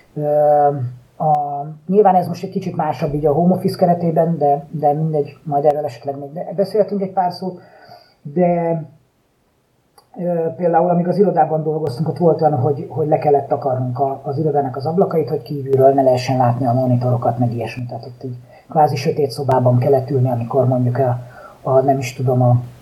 Nyilván ez most egy kicsit másabb így a home office keretében, de mindegy, majd erről esetleg még beszéltünk egy pár szót, de például amíg az irodában dolgoztunk, ott volt olyan, hogy le kellett takarnunk az irodának az ablakait, hogy kívülről ne lehessen látni a monitorokat, meg ilyesmi. Tehát ott így kvázi sötét szobában kellett ülni, amikor mondjuk nem is tudom,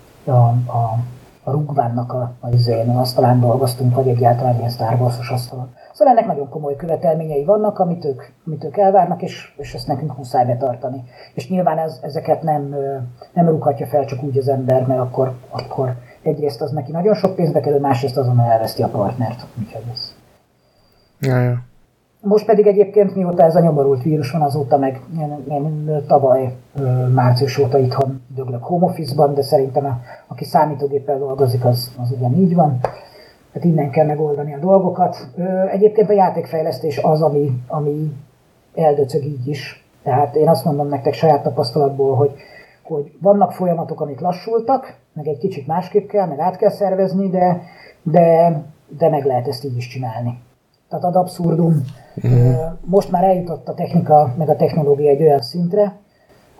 a rugvánnak az asztalán dolgoztunk, vagy egyáltalán ilyen Star Wars-os asztalon. Szóval ennek nagyon komoly követelményei vannak, amit ők elvárnak, és ezt nekünk muszáj betartani. És nyilván ezeket nem rúghatja fel csak úgy az ember, mert akkor egyrészt az neki nagyon sok pénzbe kerül, másrészt azonnal elveszti a partnert. Úgyhogy ez. Ja. Most pedig egyébként, mióta ez a nyomorult vírus van, azóta meg én tavaly március óta itthon döglök home office-ban, de szerintem aki számítógéppel dolgozik, az ugyanígy van. Tehát innen kell megoldani a dolgokat. Egyébként a játékfejlesztés az, ami eldöcög így is. Tehát én azt mondom nektek saját tapasztalatból, hogy vannak folyamatok, amik lassultak, meg egy kicsit másképp kell, meg át kell szervezni, de meg lehet ezt így is csinálni. Tehát ad abszurdum. Most már eljutott a technika, meg a technológia egy olyan szintre,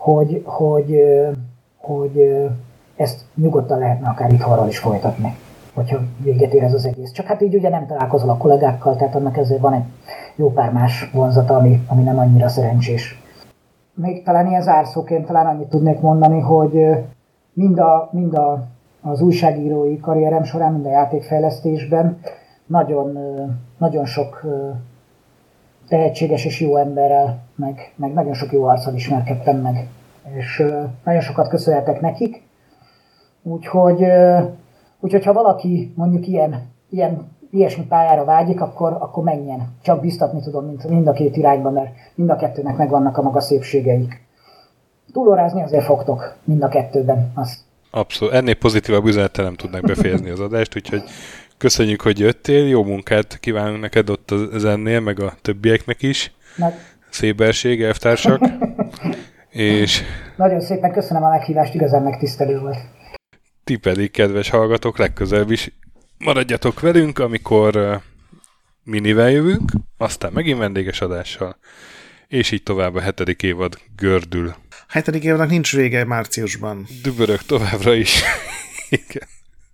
hogy ezt nyugodtan lehetne akár itthonról is folytatni, hogyha véget ér ez az egész. Csak hát így ugye nem találkozol a kollégákkal, tehát annak ezért van egy jó pár más vonzata, ami nem annyira szerencsés. Még talán ilyen zárszóként talán annyit tudnék mondani, hogy mind az újságírói karrierem során, mind a játékfejlesztésben nagyon sok tehetséges és jó emberrel, meg nagyon sok jó arccal ismerkedtem meg, és nagyon sokat köszönhetek nekik. Úgyhogy ha valaki mondjuk ilyesmi pályára vágyik, akkor menjen. Csak biztatni tudom mind a két irányban, mert mind a kettőnek megvannak a maga szépségeik. Túlórázni azért fogtok mind a kettőben. Abszolút. Ennél pozitívabb üzenettel nem tudnak befejezni az adást, úgyhogy köszönjük, hogy jöttél, jó munkát kívánunk neked ott az ennél, meg a többieknek is. Széberség, elvtársak. És nagyon szépen köszönöm a meghívást, igazán megtisztelő volt. Ti pedig, kedves hallgatók, legközelebb is maradjatok velünk, amikor minivel jövünk, aztán megint vendéges adással, és így tovább a 7. évad gördül. 7. évadnak nincs vége márciusban. Dübörög továbbra is. Igen.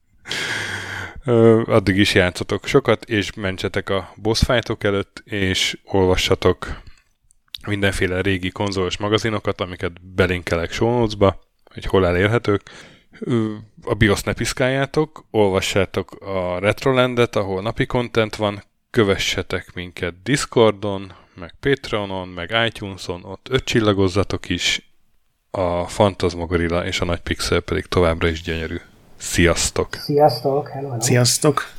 Addig is játszatok sokat, és mentsetek a boss fightok előtt, és olvassatok mindenféle régi konzolos magazinokat, amiket belinkelek show notes-ba, hogy hol elérhetők. A BIOS ne piszkáljátok, olvassátok a Retrolandet, ahol napi content van, kövessetek minket Discordon, meg Patreonon, meg iTunes-on, ott 5 csillagozzatok is, a Fantasmagorilla és a Nagy Pixel pedig továbbra is gyönyörű. Sziasztok! Sziasztok! Hello. Sziasztok!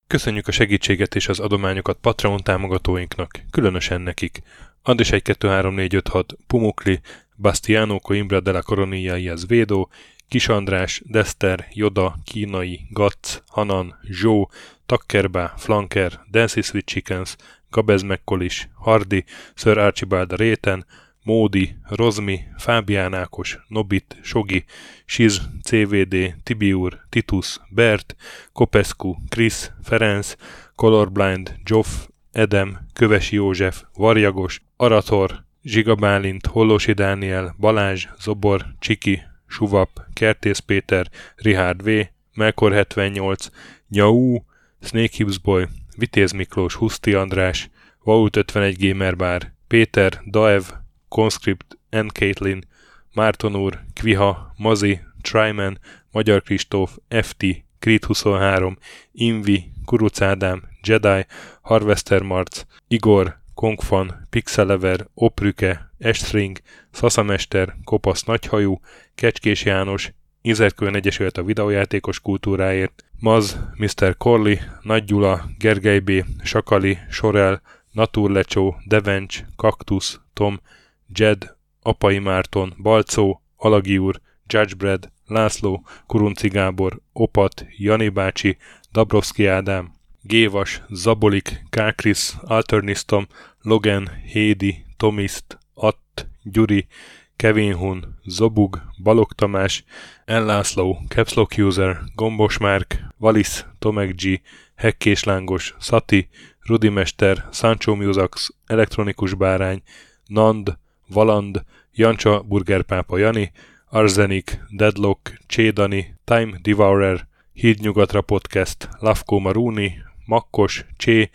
Köszönjük a segítséget és az adományokat Patreon támogatóinknak, különösen nekik. Andis 1, 2, 3, 4, 5, 6, Pumukli, Bastiano, Coimbra de la Coronilla y Védó, Kis András, Dester, Joda, Kínai, Gatz, Hanan, Zsó, Takkerbá, Flanker, Dancy Sweet Chickens, Gabez Mekkolis, Hardi, Sir Archibald a Réten, Módi, Rozmi, Fábián Ákos, Nobit, Sogi, Siz, CVD, Tibiur, Titus, Bert, Kopescu, Krisz, Ferenc, Colorblind, Joff, Edem, Kövesi József, Varjagos, Arator, Zsiga Bálint, Hollósi Dániel, Balázs, Zobor, Csiki, Suvap, Kertész Péter, Richard V, Melkor 78, Nyau, Snake Hips Boy, Vitéz Miklós, Huszti András, Vault 51 Gamerbar, Péter, Daev, Conscript, N. Caitlin, Márton úr, Kviha, Mazi, Tryman, Magyar Kristóf, FT, Creed 23, Invi, Kuruc Ádám, Jedi, Harvester Marc, Igor, Kongfan, Pixelever, Oprüke, Estring, Szaszamester, Kopasz Nagyhajú, Kecskés János, Izerkőn Egyesület a videójátékos kultúráért, Maz, Mr. Corley, Nagy Gyula, Gergely B., Sakali, Sorel, Naturlecsó, Devencs, Kaktusz, Tom, Jed, Apai Márton, Balcó, Alagi úr, Judgebred, László, Kurunci Gábor, Opat, Jani bácsi, Dabrowski Ádám, Gévas, Zabolik, Kákris, Alternisztom, Logan, Hédi, Tomiszt, Att, Gyuri, Kevin Hun, Zobug, Balog Tamás, Ellászló, Capslock User, Gombos Márk, Valisz, Tomek G, Hekkés Lángos, Szati, Rudimester, Sancho Musax, Elektronikus Bárány, Nand, Valand, Jancsa Burgerpápa Jani, Arzenik, Deadlock, Csédani, Time Devourer, Hídnyugatra Podcast, Lavko Maruni, Makkos, Csé,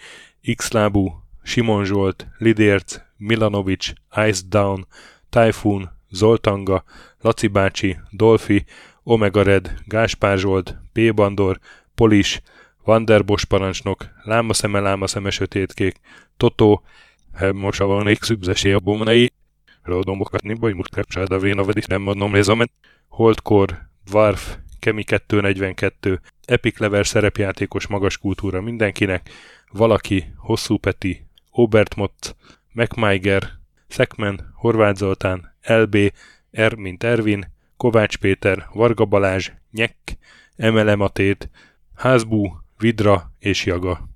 Xlábú, Simon Zsolt, Lidérc, Milanovic, Ice Down, Typhoon, Zoltanga, Laci bácsi, Dolfi, Omega Red, Gáspár Zsolt, P. Bandor, Polis, Vanderbos parancsnok, Lámaszeme sötétkék, Totó, Hemmosavanék szübzesé a bomnai, Rodomokatni bajmut kapcsáda véna vedis nem mondom lézamen, Holdkor, Dwarf, Kemi 242, Epic Lever szerepjátékos magas kultúra mindenkinek, Valaki, Hosszú Peti, Obert Motz, MacMiger, Szekmen, Horváth Zoltán, LB, R mint Ervin, Kovács Péter, Varga Balázs, Nyek, MLM Atét, Házbú, Vidra és Jaga.